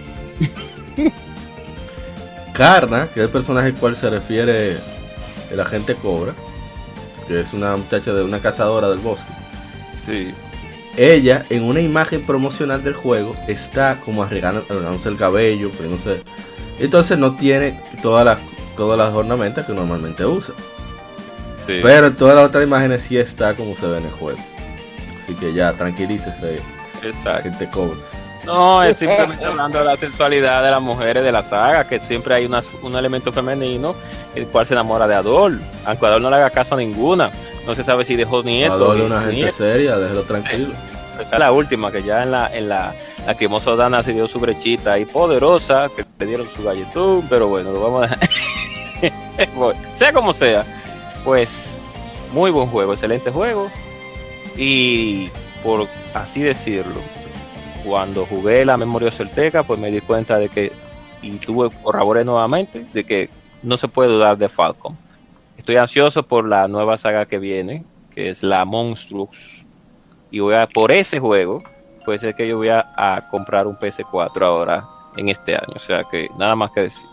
Karna, que es el personaje al cual se refiere el agente Cobra, que es una muchacha de una cazadora del bosque. Sí. Ella, en una imagen promocional del juego, está como arreglándose el cabello, pero no sé. Entonces no tiene todas las ornamentas que normalmente usa. Sí. Pero en todas las otras imágenes sí está como se ve en el juego. Así que ya, tranquilícese. Exacto. Gente Cobra. No, es simplemente hablando de la sensualidad de las mujeres de la saga, que siempre hay un elemento femenino el cual se enamora de Adol, aunque Adol no le haga caso a ninguna. No se sabe si dejó nieto. Adol es una gente seria, déjelo tranquilo. Sí. Esa es la última, que ya en la Lacrimosa Dana se dio su brechita y poderosa, que le dieron su galletón, pero bueno, lo vamos a dejar. Bueno, sea como sea, pues muy buen juego, excelente juego. Y por así decirlo, cuando jugué la Memoria Celteca, pues me di cuenta de que, y corroboré nuevamente, de que no se puede dudar de Falcom. Estoy ansioso por la nueva saga que viene, que es la Monstrous, y por ese juego, puede ser que yo voy a comprar un PS4 ahora en este año, o sea que nada más que decir.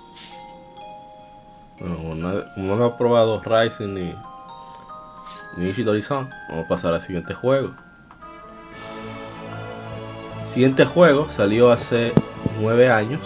Bueno, como no he probado Rising ni Ishidori-san, vamos a pasar al siguiente juego. El siguiente juego salió hace 9 años,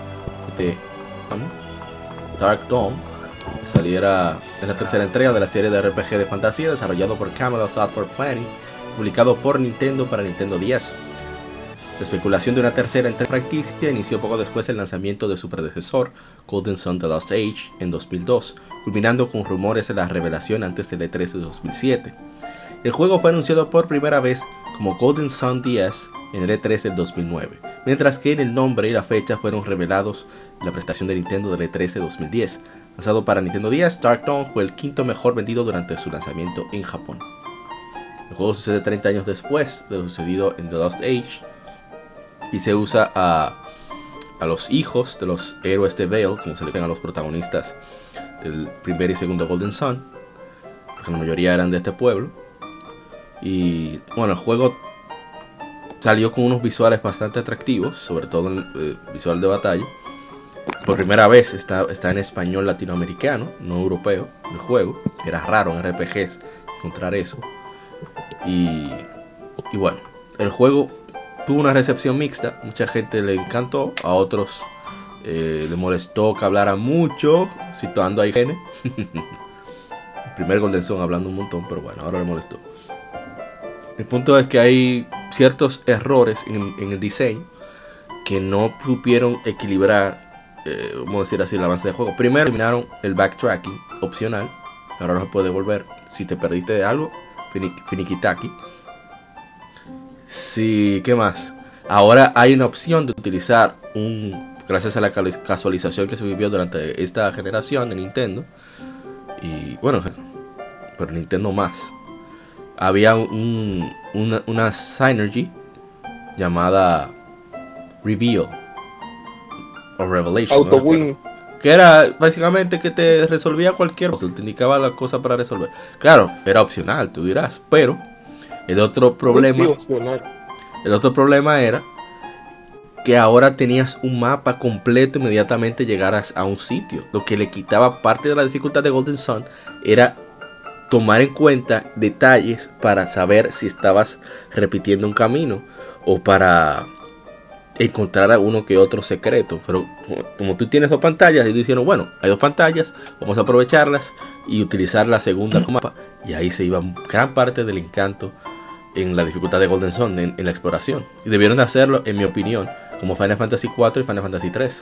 Dark Dawn, que saliera en la tercera entrega de la serie de RPG de fantasía desarrollado por Camelot Software Planning, publicado por Nintendo para Nintendo DS. La especulación de una tercera franquicia inició poco después del lanzamiento de su predecesor, Golden Sun The Lost Age, en 2002, culminando con rumores de la revelación antes del E3 de 2007. El juego fue anunciado por primera vez como Golden Sun DS en el E3 del 2009, mientras que el nombre y la fecha fueron revelados en la presentación de Nintendo del E3 de 2010. Lanzado para Nintendo DS, Dark Dawn fue el quinto mejor vendido durante su lanzamiento en Japón. El juego sucede 30 años después de lo sucedido en The Lost Age, y se usa a los hijos de los héroes de Vale, como se le ven a los protagonistas del primer y segundo Golden Sun, porque la mayoría eran de este pueblo, Y bueno, el juego salió con unos visuales bastante atractivos, sobre todo el visual de batalla. Por primera vez está en español latinoamericano, no europeo, el juego. Era raro en RPGs encontrar eso. Y bueno, el juego tuvo una recepción mixta. Mucha gente le encantó, a otros le molestó que hablara mucho, citando a IGN. El primer Golden Sun hablando un montón, pero bueno, ahora le molestó. El punto es que hay ciertos errores en el diseño que no supieron equilibrar, vamos a decir así, el avance del juego. Primero eliminaron el backtracking opcional, ahora no se puede volver. Si te perdiste de algo, finiquitaki. Sí, ¿qué más? Ahora hay una opción de utilizar gracias a la casualización que se vivió durante esta generación de Nintendo. Y bueno, pero Nintendo más. Había una synergy llamada Reveal o Revelation. Auto-win. Que era básicamente que te resolvía cualquier cosa, te indicaba la cosa para resolver. Claro, era opcional, tú dirás, pero el otro problema era que ahora tenías un mapa completo inmediatamente llegaras a un sitio. Lo que le quitaba parte de la dificultad de Golden Sun era tomar en cuenta detalles para saber si estabas repitiendo un camino o para encontrar alguno que otro secreto. Pero como tú tienes dos pantallas y tú dijeron, bueno, hay dos pantallas, vamos a aprovecharlas y utilizar la segunda como mapa, y ahí se iba gran parte del encanto en la dificultad de Golden Sun, en la exploración. Y debieron de hacerlo, en mi opinión, como Final Fantasy 4 y Final Fantasy 3.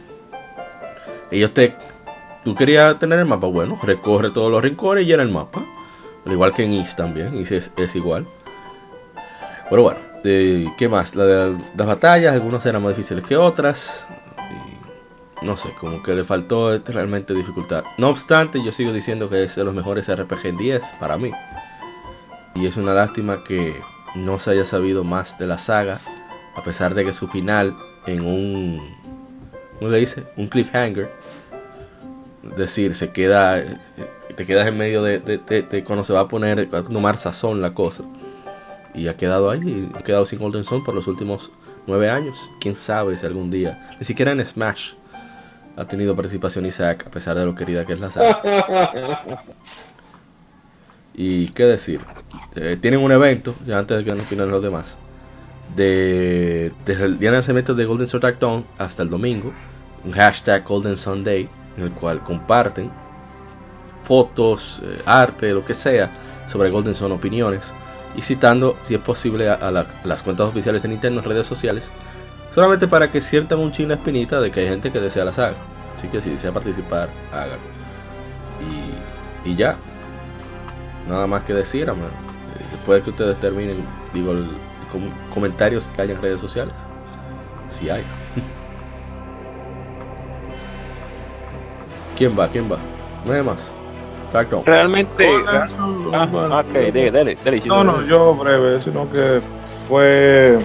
Tú querías tener el mapa, bueno, recorre todos los rincones y llena el mapa. Al igual que en Is también, Is es igual. Pero bueno, ¿qué más? Las batallas, algunas eran más difíciles que otras. Y no sé, como que le faltó realmente dificultad. No obstante, yo sigo diciendo que es de los mejores RPG en 10 para mí. Y es una lástima que no se haya sabido más de la saga, a pesar de que su final en ¿cómo le dice? Un cliffhanger. Es decir, te quedas en medio de cuando se va a poner, a tomar sazón la cosa. Y ha quedado ahí, ha quedado sin Golden Sun por los últimos 9 años. Quién sabe si algún día, ni siquiera en Smash ha tenido participación Isaac, a pesar de lo querida que es la saga. Y qué decir, tienen un evento, ya antes de que nos opinen los demás, desde el día de lanzamiento de Golden Sun Dark Dawn hasta el domingo, un hashtag Golden Sun Day, en el cual comparten fotos, arte, lo que sea, sobre Golden Sun, opiniones, y citando, si es posible, a las cuentas oficiales de Nintendo en redes sociales, solamente para que sientan un chin la espinita de que hay gente que desea la saga. Así que si desea participar, háganlo. Y ya, nada más que decir, después de que ustedes terminen, comentarios que hay en redes sociales, si hay. ¿Quién va? No hay más. Realmente. Dale. No, yo breve, sino que fue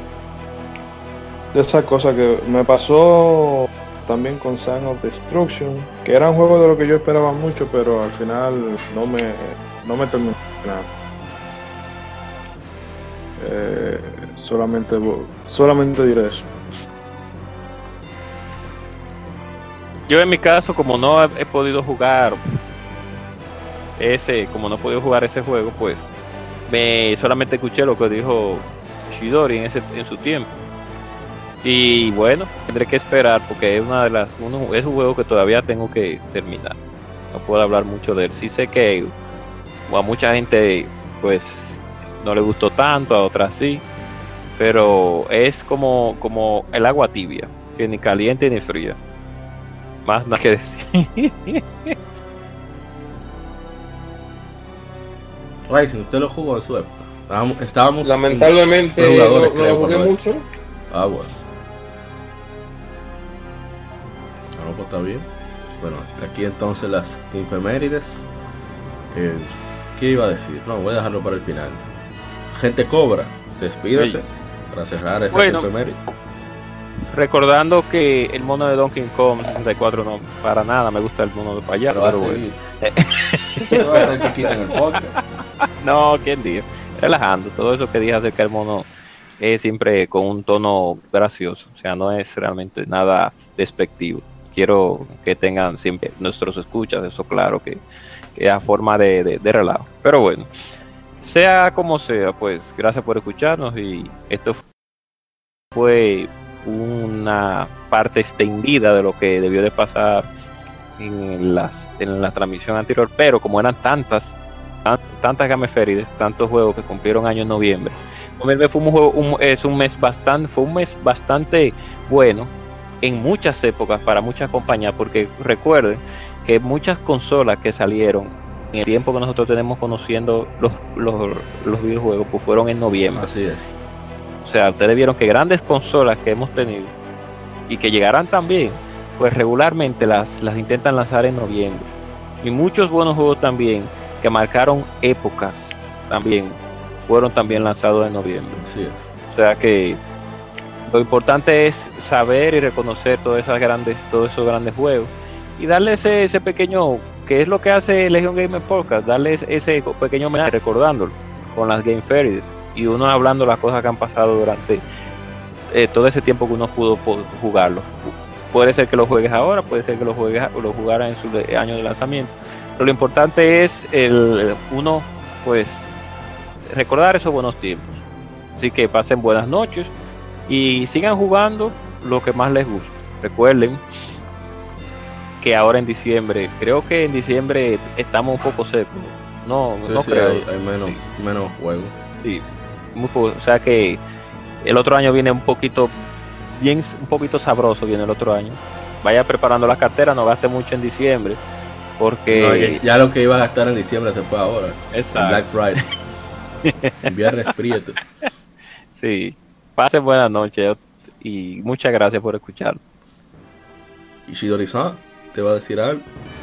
de esa cosa que me pasó también con Sign of Destruction, que era un juego de lo que yo esperaba mucho, pero al final no me terminó nada. Solamente diré eso. Yo en mi caso, como no he podido jugar ese juego, pues solamente escuché lo que dijo Chidori en su tiempo. Y bueno, tendré que esperar porque es es un juego que todavía tengo que terminar. No puedo hablar mucho de él. Sí sé que a mucha gente pues no le gustó tanto, a otras sí, pero es como el agua tibia, que ni caliente ni fría. Más nada que decir. Rising, usted lo jugó en su época. Estábamos lamentablemente no lo jugué mucho. Bueno. Pues está bien. Bueno, aquí entonces las efemérides. ¿Qué iba a decir? No, voy a dejarlo para el final. Gente Cobra, despídase para cerrar esta efeméride. Recordando que el mono de Donkey Kong 64 no, para nada me gusta el mono de payaso. Pero bueno. No, ¿quién dijo? relajando. Todo eso que dije acerca del mono es siempre con un tono gracioso, o sea, no es realmente nada despectivo. Quiero que tengan siempre nuestros escuchas, eso claro, que es a forma de relajo. Pero bueno, sea como sea, pues gracias por escucharnos y esto fue una parte extendida de lo que debió de pasar en la transmisión anterior, pero como eran tantas Game Efemérides, tantos juegos que cumplieron año en noviembre, fue un mes bastante bueno en muchas épocas para muchas compañías, porque recuerden que muchas consolas que salieron en el tiempo que nosotros tenemos conociendo los videojuegos, pues fueron en noviembre. Así es. O sea, ustedes vieron que grandes consolas que hemos tenido y que llegarán también, pues regularmente las intentan lanzar en noviembre. Y muchos buenos juegos también que marcaron épocas también fueron también lanzados en noviembre. Así es. O sea que lo importante es saber y reconocer todos esos grandes juegos y darles ese pequeño, que es lo que hace Legion Gamer Podcast, darles ese pequeño homenaje recordándolo con las Game Fairies y uno hablando las cosas que han pasado durante todo ese tiempo que uno pudo jugarlo. Puede ser que lo juegues ahora, puede ser que lo jugaras en su año de lanzamiento, pero lo importante es uno pues recordar esos buenos tiempos. Así que pasen buenas noches y sigan jugando lo que más les gusta. Recuerden que ahora en diciembre, creo que en diciembre estamos un poco secos. No creo. Hay menos juegos. Sí, muy poco. O sea que el otro año viene un poquito sabroso, viene el otro año. Vaya preparando la cartera, no gaste mucho en diciembre, porque ya lo que iba a gastar en diciembre se fue ahora. Exacto. Black Friday. Viernes Prieto. Sí, pasen buenas noches y muchas gracias por escuchar. Ishidori-san, ¿te va a decir algo?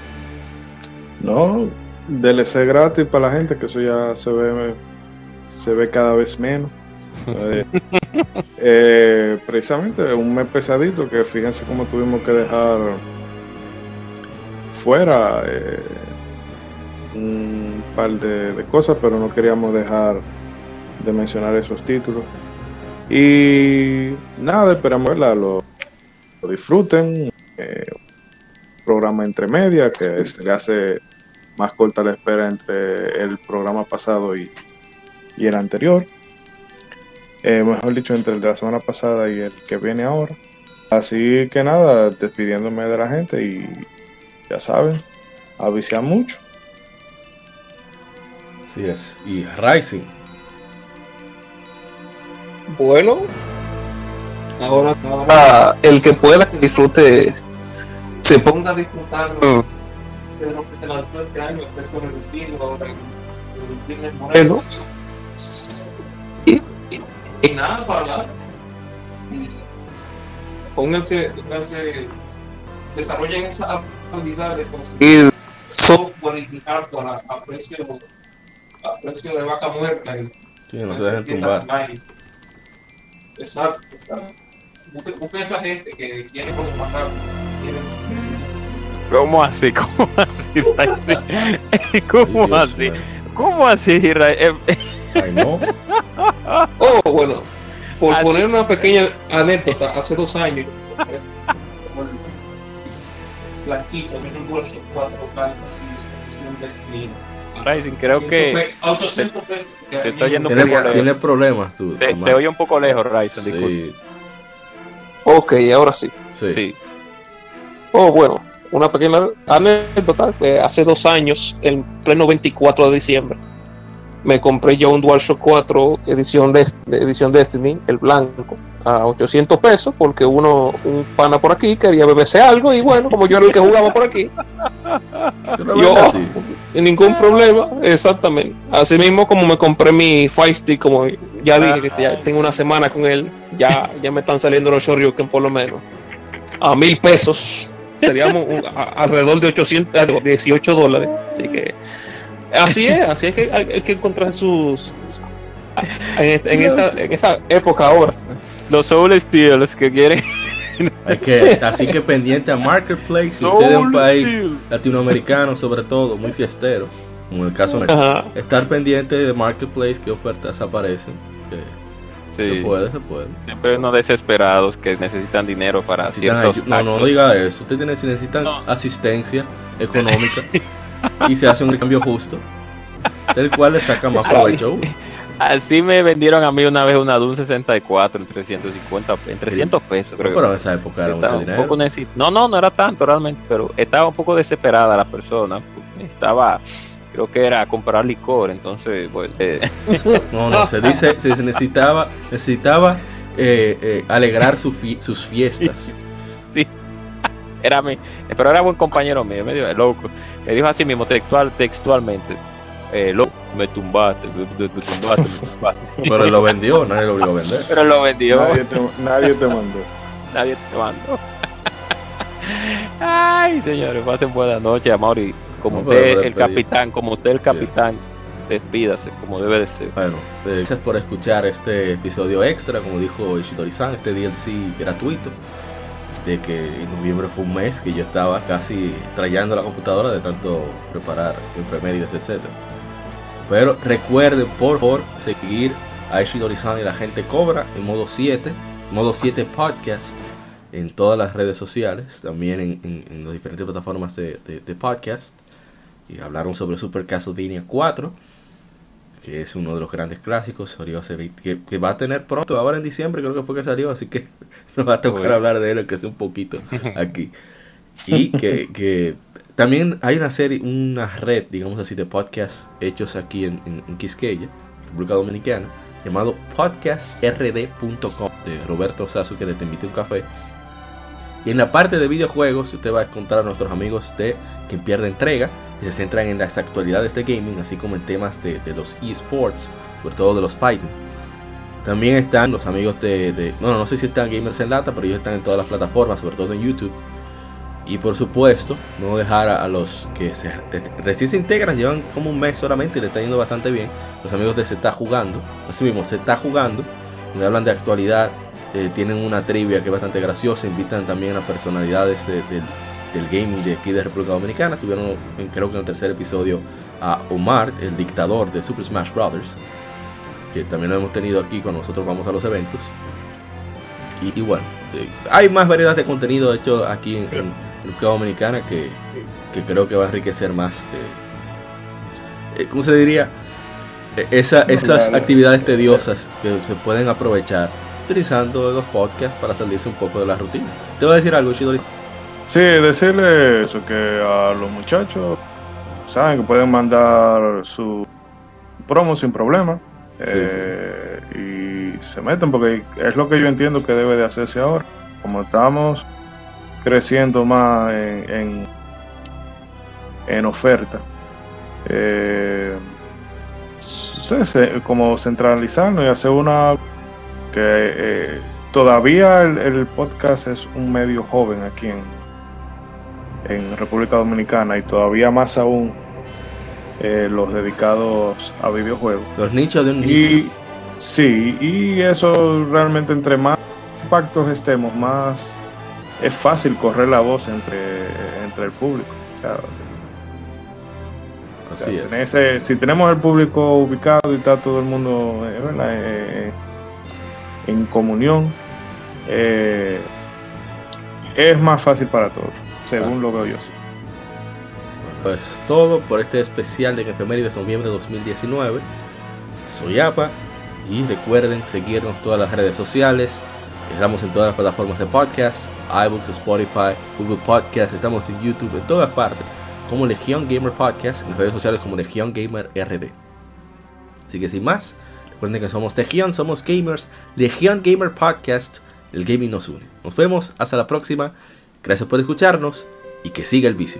No, DLC gratis para la gente, que eso ya se ve cada vez menos. Precisamente un mes pesadito, que fíjense cómo tuvimos que dejar fuera un par de cosas, pero no queríamos dejar de mencionar esos títulos. Y nada, esperamos que lo disfruten. Programa entre media, que se le hace más corta la espera entre el programa pasado y el anterior. Mejor dicho, entre el de la semana pasada y el que viene ahora. Así que nada, despidiéndome de la gente y ya saben, avisar mucho. Así es. Y Rising. Bueno, ahora el que pueda que disfrute, se ponga a disfrutar de lo que se lanzó este año, el Peso Reducido, ahora el Primer Moreno. Y nada, para hablar. Pónganse, desarrollen esa habilidad de conseguir software y hardware a precio de vaca muerta. Sí, no se dejen tumbar. Exacto. Busquen esa gente que quiere como matar. ¿Cómo así? ¿Cómo así? ¿Cómo así, Israel? Ay, no. Oh, bueno, por así, poner una pequeña anécdota, hace 2 años, Blanquito, vino un bolso 4 blancos así, un destino. Rising, creo que a 800 pesos. Te estoy yendo Tiene problemas tú. Te oye un poco lejos, Rising, sí. Disculpe. Ok, ahora sí. Sí. Oh, bueno, una pequeña anécdota de hace 2 años, en pleno 24 de diciembre. Me compré yo un DualShock 4 edición Destiny, el blanco, a 800 pesos, porque un pana por aquí quería beberse algo, y bueno, como yo era el que jugaba por aquí, yo, sin ningún problema, exactamente. Así mismo como me compré mi Fire Stick, como ya dije que ya tengo una semana con él, ya me están saliendo los Shoryuken por lo menos a $1,000, seríamos alrededor de $18, así que así es que hay que encontrar sus en esta época ahora. Los Soul Steelers que quieren. Así que pendiente a Marketplace, si usted es un país latinoamericano, sobre todo, muy fiestero. Como en el caso de estar pendiente de Marketplace, qué ofertas aparecen. Se puede. Siempre hay unos desesperados que necesitan dinero para ciertos actos. No diga eso. Usted necesitan asistencia económica y se hace un cambio justo, del cual le saca más provecho. Así me vendieron a mí una vez una Doom 64 en 300 pesos, creo. Pero en esa época era mucho dinero. No era tanto realmente, pero estaba un poco desesperada la persona. Estaba, creo que era comprar licor, entonces pues, se necesitaba alegrar sus fiestas. Sí. Pero era buen compañero mío, medio loco. Me dijo así mismo textualmente. Loco, me tumbaste. Pero él lo vendió, nadie lo obligó a vender. Pero lo vendió. Nadie te mandó. Ay, señores, pasen buenas noches, Amaury. Como usted el capitán, despídase como debe de ser. Bueno, gracias por escuchar este episodio extra, como dijo Ishidori-san, este DLC gratuito. De que en noviembre fue un mes que yo estaba casi trayendo la computadora de tanto preparar efemérides, etc. Pero recuerden por favor seguir a Ishidori-san y la gente Cobra en modo 7 podcast en todas las redes sociales, también en las diferentes plataformas de podcast. Y hablaron sobre Super Castlevania 4, que es uno de los grandes clásicos, que va a tener pronto, ahora en diciembre creo que fue que salió, así que nos va a tocar hablar de él, aunque sea un poquito aquí. Y que también hay una red, digamos así, de podcasts hechos aquí en Quisqueya, República Dominicana, llamado podcastrd.com, de Roberto Sasuke de Te Invité un Café. Y en la parte de videojuegos usted va a encontrar a nuestros amigos de Quien Pierde Entrega, que se centran en las actualidades de gaming, así como en temas de los eSports, sobre todo de los fighting. También están los amigos no sé si están Gamers en Lata, pero ellos están en todas las plataformas, sobre todo en YouTube. Y por supuesto, no dejar a los que recién se integran, llevan como un mes solamente y le está yendo bastante bien. Los amigos de Se Está Jugando, así mismo Se Está Jugando, donde hablan de actualidad, tienen una trivia que es bastante graciosa, invitan también a personalidades del gaming de aquí de República Dominicana. Tuvieron, creo que en el tercer episodio, a Omar, el dictador de Super Smash Brothers, que también lo hemos tenido aquí cuando nosotros vamos a los eventos. Y bueno, hay más variedad de contenido hecho aquí en República Dominicana que creo que va a enriquecer más, ¿cómo se diría? Esas actividades tediosas que se pueden aprovechar utilizando los podcasts para salirse un poco de la rutina. ¿Te voy a decir algo, Ishidori? Sí, decirle eso, que a los muchachos saben que pueden mandar su promo sin problema. Sí. Y se meten, porque es lo que yo entiendo que debe de hacerse ahora. Como estamos creciendo más en oferta, como centralizarnos y hacer una que todavía el podcast es un medio joven aquí en República Dominicana, y todavía más aún los dedicados a videojuegos, los nichos de un nicho. Sí, y eso realmente, entre más impactos estemos, más es fácil correr la voz entre el público. Así es. Si tenemos el público ubicado y está todo el mundo en comunión, es más fácil para todos, según lo veo yo. Pues todo por este especial de Efemérides de noviembre de 2019. Soy APA, y recuerden seguirnos en todas las redes sociales. Estamos en todas las plataformas de podcast, iBooks, Spotify, Google Podcast, estamos en YouTube, en todas partes, como Legión Gamer Podcast, en las redes sociales como Legión Gamer RD. Así que sin más, recuerden que somos Legión, somos gamers, Legión Gamer Podcast, el gaming nos une. Nos vemos, hasta la próxima, gracias por escucharnos y que siga el vicio.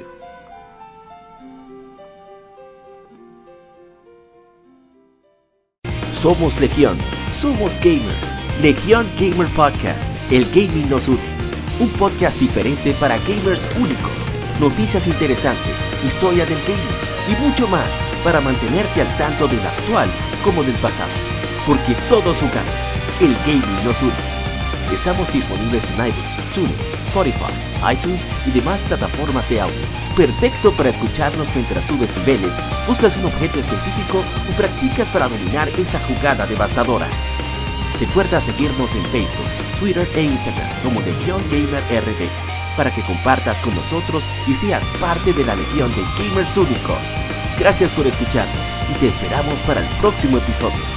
Somos Legión, somos gamers. Legión Gamer Podcast, el gaming nos une. Un podcast diferente para gamers únicos, noticias interesantes, historia del gaming y mucho más para mantenerte al tanto del actual como del pasado. Porque todos jugamos, el gaming nos une. Estamos disponibles en iBooks, TuneIn, Spotify, iTunes y demás plataformas de audio. perfecto para escucharnos mientras subes niveles, buscas un objeto específico o practicas para dominar esta jugada devastadora. Recuerda seguirnos en Facebook, Twitter e Instagram como Legión Gamer RD para que compartas con nosotros y seas parte de la legión de gamers únicos. Gracias por escucharnos y te esperamos para el próximo episodio.